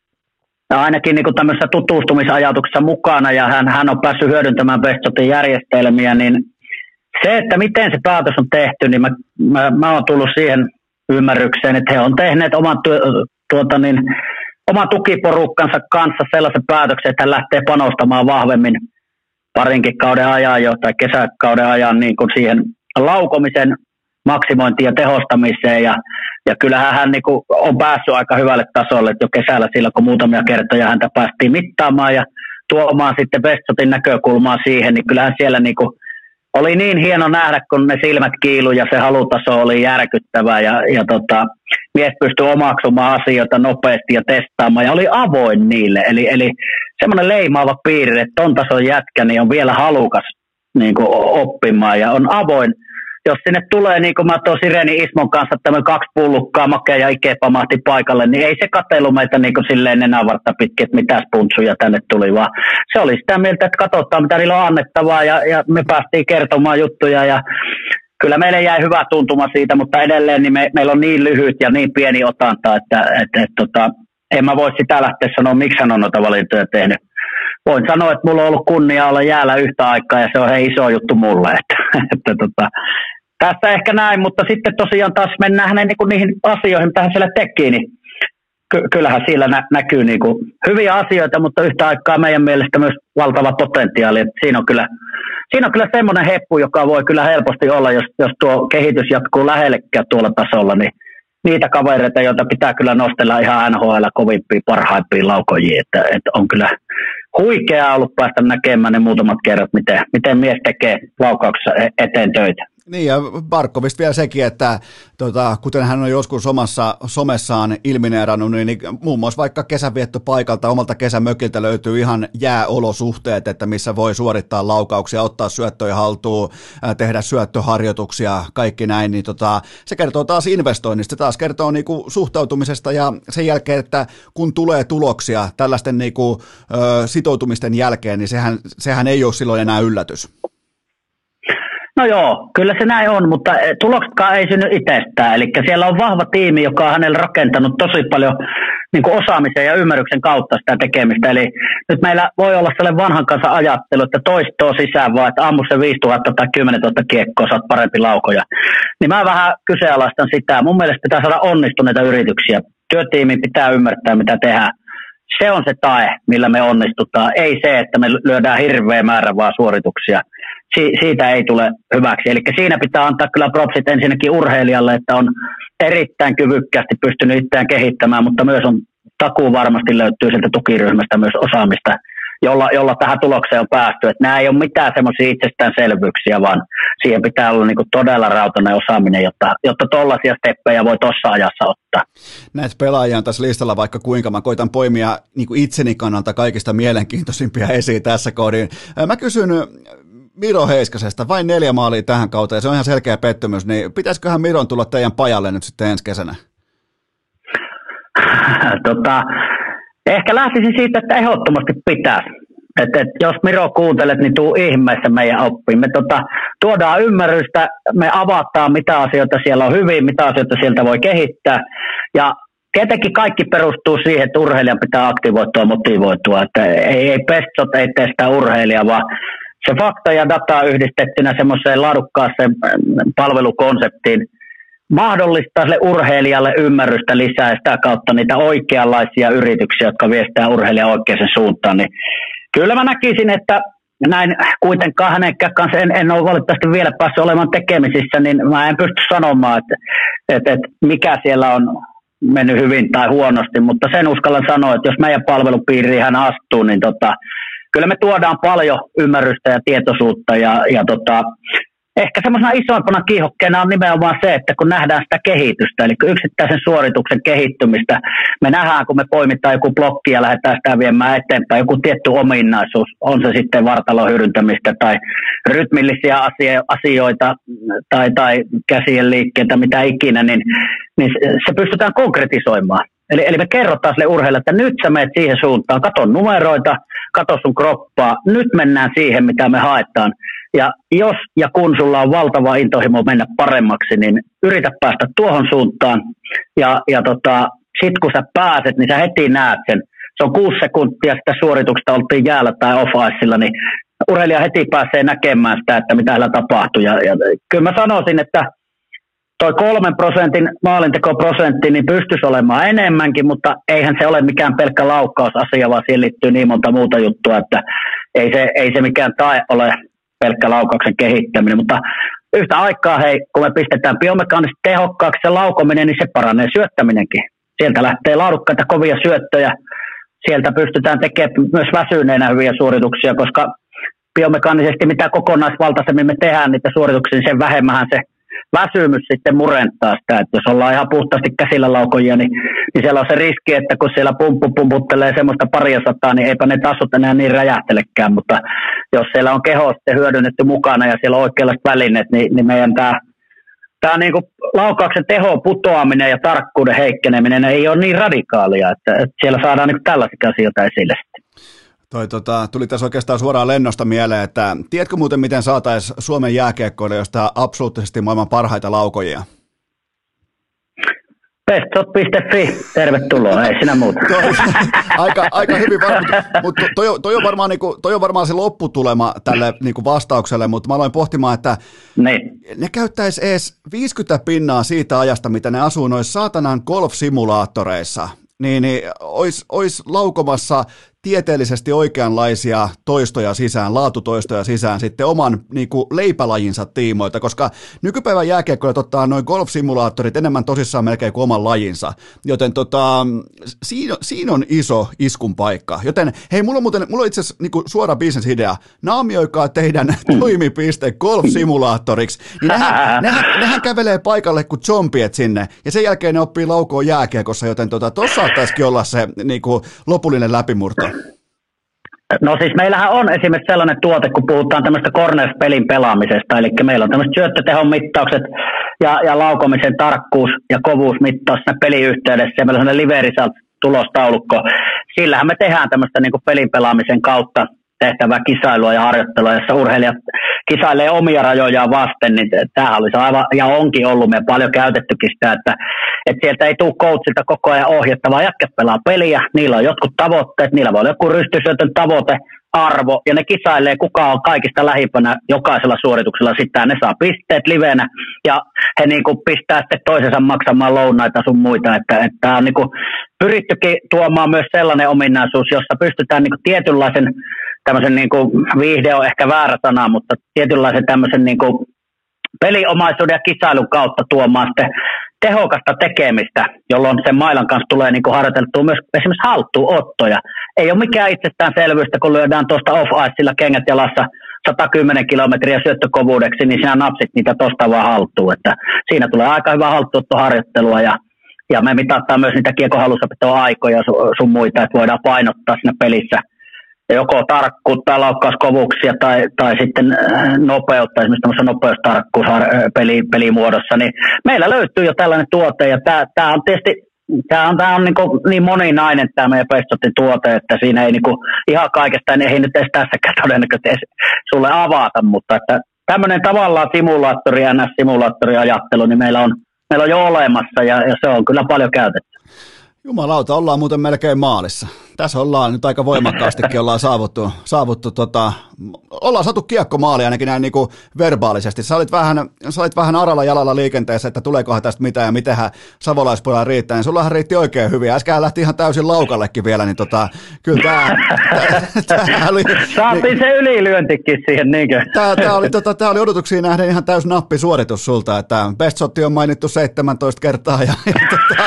ainakin niin kuin tämmöisessä tutustumisajatuksessa mukana ja hän, hän on päässyt hyödyntämään Bestotin järjestelmiä, niin se, että miten se päätös on tehty, niin mä, mä, mä oon tullut siihen ymmärrykseen, että he on tehneet oman, tuota niin, oman tukiporukkansa kanssa sellaisen päätöksen, että hän lähtee panostamaan vahvemmin parinkin kauden ajan jo, tai kesäkauden ajan niin kuin siihen laukomisen maksimointiin ja tehostamiseen. Ja, ja kyllähän hän niin kuin on päässyt aika hyvälle tasolle, että jo kesällä silloin, kun muutamia kertoja häntä päästiin mittaamaan ja tuomaan sitten Bestotin näkökulmaa siihen, niin kyllähän siellä niin kuin oli niin hieno nähdä, kun ne silmät kiilu ja se halutaso oli järkyttävä ja, ja tota, mies pystyi omaksumaan asioita nopeasti ja testaamaan ja oli avoin niille. Eli, eli semmoinen leimaava piirre, että ton tason jätkä niin on vielä halukas niin kuin oppimaan ja on avoin. Jos sinne tulee, niin kuin mä tuon Sireni Ismon kanssa, tämmöinen kaksi pullukkaa, Makea ja Ike pamahti paikalle, niin ei se katsellut meitä niin kuin silleen nenävartta pitkin, että mitäs puntsuja tänne tuli, vaan se oli sitä mieltä, että katsotaan, mitä niillä on annettavaa, ja, ja me päästiin kertomaan juttuja, ja kyllä meille jäi hyvä tuntuma siitä, mutta edelleen niin me, meillä on niin lyhyt ja niin pieni otanta, että et, et, tota, en mä voi sitä lähteä sanoa, miksi hän on noita valintoja tehnyt. Voin sanoa, että mulla on ollut kunnia olla jäällä yhtä aikaa ja se on hei iso juttu mulle. Että, että tota, tässä ehkä näin, mutta sitten tosiaan taas mennään hänen niin kuin niihin asioihin, mitä hän siellä teki, niin ky- kyllähän siellä nä- näkyy niin kuin hyviä asioita, mutta yhtä aikaa meidän mielestä myös valtava potentiaali. Että siinä on kyllä, siinä on kyllä semmoinen heppu, joka voi kyllä helposti olla, jos, jos tuo kehitys jatkuu lähellekään tuolla tasolla, niin niitä kavereita, joita pitää kyllä nostella ihan N H L kovimpiin, parhaimpiin laukojiin, että, että on kyllä huikeaa ollut päästä näkemään ne muutamat kerrat, miten, miten mies tekee laukauksessa eteen töitä. Niin ja Barkovista vielä sekin, että tota, kuten hän on joskus omassa somessaan ilmineerannut, niin, niin muun muassa vaikka kesäviettopaikalta omalta kesämökiltä löytyy ihan jääolosuhteet, että missä voi suorittaa laukauksia, ottaa syöttöjä haltuun, tehdä syöttöharjoituksia, kaikki näin, niin tota, se kertoo taas investoinnista, se taas kertoo niinku suhtautumisesta ja sen jälkeen, että kun tulee tuloksia tällaisten niinku, ö, sitoutumisten jälkeen, niin sehän, sehän ei ole silloin enää yllätys. No joo, kyllä se näin on, mutta tuloksetkaan ei synny itsestään. Eli siellä on vahva tiimi, joka on hänellä rakentanut tosi paljon niin kuin osaamisen ja ymmärryksen kautta sitä tekemistä. Eli nyt meillä voi olla sellainen vanhan kanssa ajattelu, että toistoa sisään vaan, että ammu se viisituhatta tai kymmenentuhatta kiekkoa, saat parempi laukoja. Niin mä vähän kyseenalaistan sitä. Mun mielestä pitää saada onnistuneita yrityksiä. Työtiimin pitää ymmärtää, mitä tehdään. Se on se tae, millä me onnistutaan. Ei se, että me lyödään hirveä määrä vaan suorituksia. Si- siitä ei tule hyväksi. Eli siinä pitää antaa kyllä propsit ensinnäkin urheilijalle, että on erittäin kyvykkäästi pystynyt itseään kehittämään, mutta myös on takuu varmasti löytyy sieltä tukiryhmästä myös osaamista, jolla, jolla tähän tulokseen on päästy. Että nämä ei ole mitään semmoisia itsestäänselvyyksiä, vaan siihen pitää olla niin kuin todella rautainen osaaminen, jotta, jotta tollaisia steppejä voi tuossa ajassa ottaa. Näitä pelaajia on tässä listalla vaikka kuinka. Mä koitan poimia niin kuin itseni kannalta kaikista mielenkiintoisimpia esiin tässä kohdin. Mä kysyn Miro Heiskasesta, vain neljä maalia tähän kautta, ja se on ihan selkeä pettymys, niin pitäisiköhän Miron tulla teidän pajalle nyt sitten ensi kesänä? tota, ehkä lähtisin siitä, että ehdottomasti pitäisi. Et, et, jos Miro kuuntelet, niin tuu ihmeessä meidän oppiin. Me tota, tuodaan ymmärrystä, me avataan mitä asioita siellä on hyvin, mitä asioita sieltä voi kehittää, ja tietenkin kaikki perustuu siihen, että urheilijan pitää aktivoitua ja motivoitua. Että ei, ei pestot, ei tee sitä urheilijaa, vaan se fakta ja data yhdistettynä semmoiseen laadukkaaseen palvelukonseptiin mahdollistaa sille urheilijalle ymmärrystä lisää ja sitä kautta niitä oikeanlaisia yrityksiä, jotka viestää urheilijan oikeaan suuntaan. Niin kyllä mä näkisin, että näin kuitenkaan hänenkään kanssa en, en ole valitettavasti vielä päässyt olemaan tekemisissä, niin mä en pysty sanomaan, että, että, että mikä siellä on mennyt hyvin tai huonosti, mutta sen uskallan sanoa, että jos meidän palvelupiiriin hän astuu, niin tota, kyllä me tuodaan paljon ymmärrystä ja tietoisuutta ja, ja tota, ehkä semmoisena isoimpana kiihokkeena on nimenomaan se, että kun nähdään sitä kehitystä, eli yksittäisen suorituksen kehittymistä, me nähdään, kun me poimitaan joku blokki ja lähdetään sitä viemään eteenpäin, joku tietty ominaisuus, on se sitten vartalon hyödyntämistä tai rytmillisiä asioita tai, tai käsien liikkeitä, mitä ikinä, niin, niin se pystytään konkretisoimaan. Eli, eli me kerrotaan sille urheilijalle, että nyt sä menet siihen suuntaan, kato numeroita, kato sun kroppaa, nyt mennään siihen, mitä me haetaan. Ja jos ja kun sulla on valtava intohimo mennä paremmaksi, niin yritä päästä tuohon suuntaan. Ja, ja tota, sit kun sä pääset, niin sä heti näet sen. Se on kuusi sekuntia sitä suorituksesta, oltiin jäällä tai off-icella, niin urheilija heti pääsee näkemään sitä, että mitä hänellä tapahtuu. Ja, ja kyllä mä sanoisin, että toi kolmen prosentin maalintekoprosentti niin pystyisi olemaan enemmänkin, mutta eihän se ole mikään pelkkä laukkausasia, vaan siihen liittyy niin monta muuta juttua, että ei se, ei se mikään tae ole pelkkä laukauksen kehittäminen, mutta yhtä aikaa hei, kun me pistetään biomekaanisesti tehokkaaksi se laukominen, niin se paranee syöttäminenkin. Sieltä lähtee laadukkaita kovia syöttöjä, sieltä pystytään tekemään myös väsyneenä hyviä suorituksia, koska biomekaanisesti mitä kokonaisvaltaisemmin me tehdään niitä suorituksia, niin sen vähemmän se väsymys sitten murentaa sitä, että jos ollaan ihan puhtaasti käsillä laukojia, niin, niin siellä on se riski, että kun siellä pumppu pumputtelee semmoista paria sataa, niin eipä ne tassut enää niin räjähtelekään, mutta jos siellä on keho sitten hyödynnetty mukana ja siellä on oikeanlaiset välineet, niin, niin meidän tämä Tämä niin kuin laukauksen teho putoaminen ja tarkkuuden heikkeneminen ei ole niin radikaalia, että, että siellä saadaan niin tällaisia asioita esille. Toi, tota, tuli tässä oikeastaan suoraan lennosta mieleen, että tiedätkö muuten, miten saataisiin Suomen jääkiekkoille jostain absoluuttisesti maailman parhaita laukojia? Bestshot piste fi, tervetuloa, ei sinä muuta. toi, aika, aika hyvin varmaan, mutta toi, toi, on varmaan, niinku, toi on varmaan se lopputulema tälle niinku vastaukselle, mutta mä aloin pohtimaan, että niin. Ne käyttäisi edes viisikymmentä pinnaa siitä ajasta, mitä ne asuu noissa saatanan golf-simulaattoreissa, niin, niin olisi ois laukomassa tieteellisesti oikeanlaisia toistoja sisään, laatutoistoja sisään sitten oman niin kuin leipälajinsa tiimoilta, koska nykypäivän jääkiekkoilijat ottaa noin golf-simulaattorit enemmän tosissaan melkein kuin oman lajinsa, joten tota, siinä, siinä on iso iskun paikka. Joten hei, mulla on, muuten, mulla on itse asiassa niin kuin suora bisnesidea, naamioikaa teidän toimipiste golf-simulaattoriksi, niin nehän, nehän, nehän kävelee paikalle kuin zombiet sinne, ja sen jälkeen ne oppii laukoa jääkiekossa, joten tota, tuossa saattaisikin olla se niin kuin lopullinen läpimurto. No siis meillähän on esimerkiksi sellainen tuote, kun puhutaan tämmöistä Corners-pelin pelaamisesta, eli meillä on tämmöiset syöttötehon mittaukset ja, ja laukomisen tarkkuus ja kovuusmittaus siinä peliyhteydessä, ja meillä on sellainen live result -tulostaulukko. Sillähän me tehdään tämmöistä niin kuin pelin pelaamisen kautta tehtävää kisailua ja harjoittelua, jossa urheilijat kisailee omia rajojaan vasten, niin tämähän olisi aivan, ja onkin ollut meidän paljon käytettykin sitä, että, että sieltä ei tule coachilta koko ajan ohjetta, vaan jätkät pelaa peliä, niillä on jotkut tavoitteet, niillä voi olla joku rystysyötön tavoite, arvo, ja ne kisailee, kuka on kaikista lähimpänä jokaisella suorituksella, sitten ne saa pisteet livenä, ja he niinku pistää sitten toisensa maksamaan lounaita sun muita, että, että tämä on niinku pyrittykin tuomaan myös sellainen ominaisuus, jossa pystytään niinku tietynlaisen, tämmöisen niinku, viihde on ehkä väärä sana, mutta tietynlaisen tämmöisen niinku peliomaisuuden ja kisailun kautta tuomaan sitten tehokasta tekemistä, jolloin sen mailan kanssa tulee niin kuin harjoiteltua myös esimerkiksi haltuunottoja. Ei ole mikään itsestäänselvyystä, kun lyödään tuosta off-iceilla kengät jalassa sata kymmenen kilometriä syöttökovuudeksi, niin sinä napsit niitä tuosta vaan haltuun. Että siinä tulee aika hyvä haltuunottoharjoittelua ja, ja me mitataan myös niitä kiekonhallussapito-aikoja sun, sun muita, että voidaan painottaa siinä pelissä joko tarkkuutta, laukkauskovuuksia tai, tai sitten nopeutta, esimerkiksi tämmöisessä nopeustarkkuus peli, pelimuodossa, niin meillä löytyy jo tällainen tuote, ja tämä on tietysti tämä on, tää on niin, niin moninainen tämä meidän Bestsotin tuote, että siinä ei niin kuin, ihan kaikesta, ei nyt edes tässäkään todennäköisesti edes sulle avata, mutta että tämmöinen tavallaan simulaattori, N S-simulaattoriajattelu, niin meillä on, meillä on jo olemassa, ja, ja se on kyllä paljon käytetty. Jumalauta, ollaan muuten melkein maalissa. Tässä ollaan nyt aika voimakkaastikin ollaan saavuttu, saavuttu tota, ollaan saatu kiekkomaali ainakin näin niin kuin verbaalisesti. Sä olit, vähän, sä olit vähän aralla jalalla liikenteessä, että tuleekohan tästä mitään ja mitähän savolaispuolella riittää. Niin sullahan riitti oikein hyvin. Äsken lähti ihan täysin laukallekin vielä, niin tota, kyllä tää, tää, tää oli... Saatiin niin, se ylilyöntikin siihen, niinkö? Tää, tää, oli, tota, tää oli odotuksiin nähden ihan täys nappisuoritus sulta, että Bestsotti on mainittu seitsemäntoista kertaa ja, ja tota,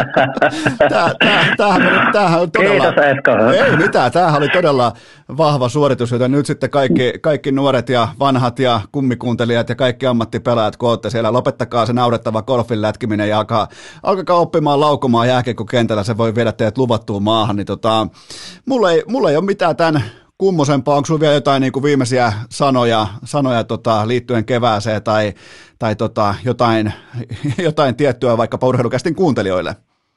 tää, tää, tämähän, tämähän on todella... Kiitos Esko. Ei mitään, tämähän oli todella vahva suoritus, joten nyt sitten kaikki, kaikki nuoret ja vanhat ja kummikuuntelijat ja kaikki ammattipelaajat, kun olette siellä, lopettakaa se naurettava golfin lätkiminen ja alkaa, alkakaa oppimaan laukomaan jääkiekkokentällä, se voi viedä teidät luvattuun maahan, niin tota, mulla ei, mulla ei ole mitään tämän kummosempaa, onko sulla vielä jotain niin kuin viimeisiä sanoja, sanoja tota, liittyen kevääseen tai, tai tota, jotain, jotain tiettyä vaikkapa urheilukästin kuuntelijoille?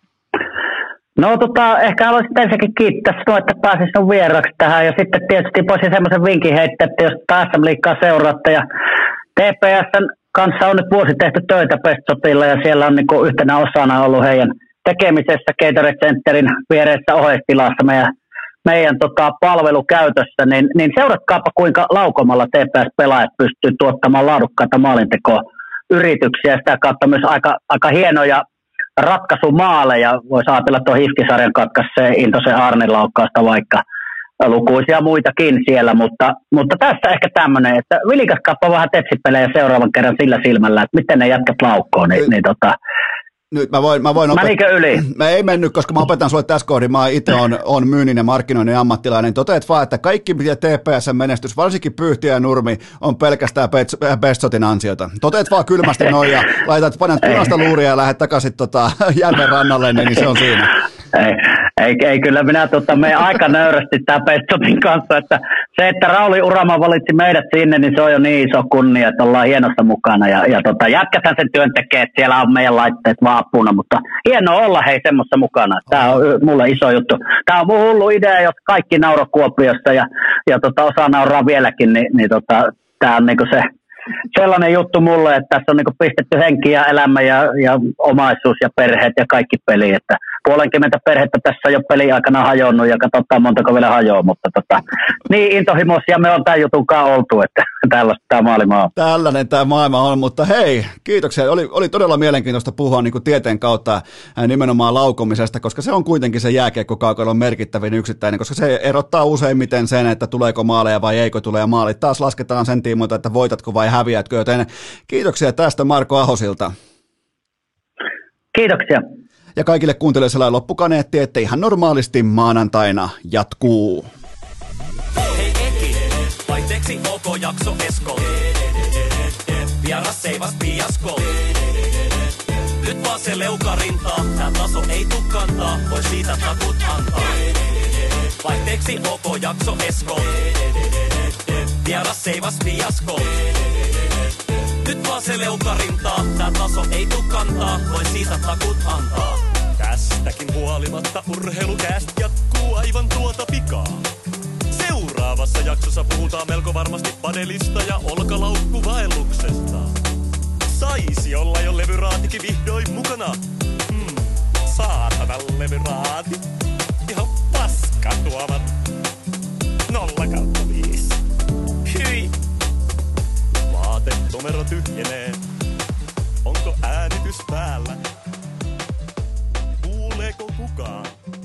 No tota, ehkä haluaisin ensinnäkin kiittää sinua, että pääsin sinun vieraksi tähän, ja sitten tietysti voisin semmoisen vinkin heittää, että jos S M-liigaa seuraatte, ja T P S:n kanssa on nyt vuosi tehty töitä Bestsotilla, ja siellä on niinku yhtenä osana ollut heidän tekemisessä Gatorade Centerin viereessä oheistilassa meidän, meidän tota, palvelukäytössä, niin, niin seuratkaapa kuinka laukomalla T P S-pelaajat pystyy tuottamaan laadukkaita maalintekoyrityksiä, ja sitä kautta myös aika, aika hienoja ratkaisumaaleja, voisi ajatella tuon H I F K-sarjan katkaisee Intosen Arnin laukkausta vaikka lukuisia muitakin siellä, mutta, mutta tässä ehkä tämmöinen, että vilikaskaappa vähän tetsipelejä seuraavan kerran sillä silmällä, että miten ne jätkät laukkoo, niin, niin tota, nyt mä voin, mä voin opet- Menikö yli? Mä ei mennyt, koska mä opetan sulle tässä kohdin. Mä itse on, on myynnin ja markkinoinnin ammattilainen. Toteat vaan, että kaikki mitä T P S-menestys, varsinkin Pyyhtiö ja Nurmi, on pelkästään Bestsotin ansiota. Toteat vaan kylmästi noin ja laitat, painat punaista luuria ja lähdet takaisin tota, järven rannalle, niin se on siinä. Ei, ei, ei kyllä minä tota, menen aika nöyrästi tämän Bestsotin kanssa, että se, että Rauli Urama valitsi meidät sinne, niin se on jo niin iso kunnia, että ollaan hienossa mukana. Ja, ja tota, jätkätään sen työn tekee, että siellä on meidän laitteet vaan apuna, mutta hienoa olla hei semmoista mukana. Tämä on mulle iso juttu. Tämä on mun hullu idea, jos kaikki nauroo Kuopiossa ja, ja tota, osa nauraa vieläkin, niin, niin tota, tämä on niinku se sellainen juttu mulle, että tässä on niinku pistetty henki ja elämä ja, ja omaisuus ja perheet ja kaikki peli, että puolenkymmentä perhettä tässä on jo peli aikana hajonnut ja katsotaan montako vielä hajoaa, mutta tota, niin intohimoisia me on tämän jutunkaan oltu, että tällaista tämä maailma on. Tällainen tämä maailma on, mutta hei, kiitoksia. Oli, oli todella mielenkiintoista puhua niin kuin tieteen kautta nimenomaan laukomisesta, koska se on kuitenkin se jääkiekkokaukalon merkittävin yksittäinen, koska se erottaa useimmiten sen, että tuleeko maaleja vai eikö tule, ja maalit taas lasketaan sen tiimoilta, että voitatko vai häviätkö, joten kiitoksia tästä Marko Ahosilta. Kiitoksia. Ja kaikille kuuntelijoille sellainen loppukaneetti, että ihan normaalisti maanantaina jatkuu. Hei Eki, vaihteeksi OK jakso Esko. Vieras seivas piasko. Nyt vaan se leukarintaa, tää taso ei tuu kantaa, voi siitä takut antaa. Vaihteeksi OK jakso Esko. Vieras seivas piasko. Nyt vaan se leukarintaa, tää taso ei tuu kantaa, voi siitä takut antaa. Tästäkin huolimatta urheilukäst jatkuu aivan tuota pikaa. Seuraava Seuraavassa jaksossa puhutaan melko varmasti padelista ja olkalaukkuvaelluksesta. Saisi olla jo levyraatikin vihdoin mukana. Hmm, saatana levyraati. Ihan paska tuomat. Nolla kautta viisi. Hyi. Vaatetomero tyhjenee. Onko äänitys päällä? Kuuleeko kukaan?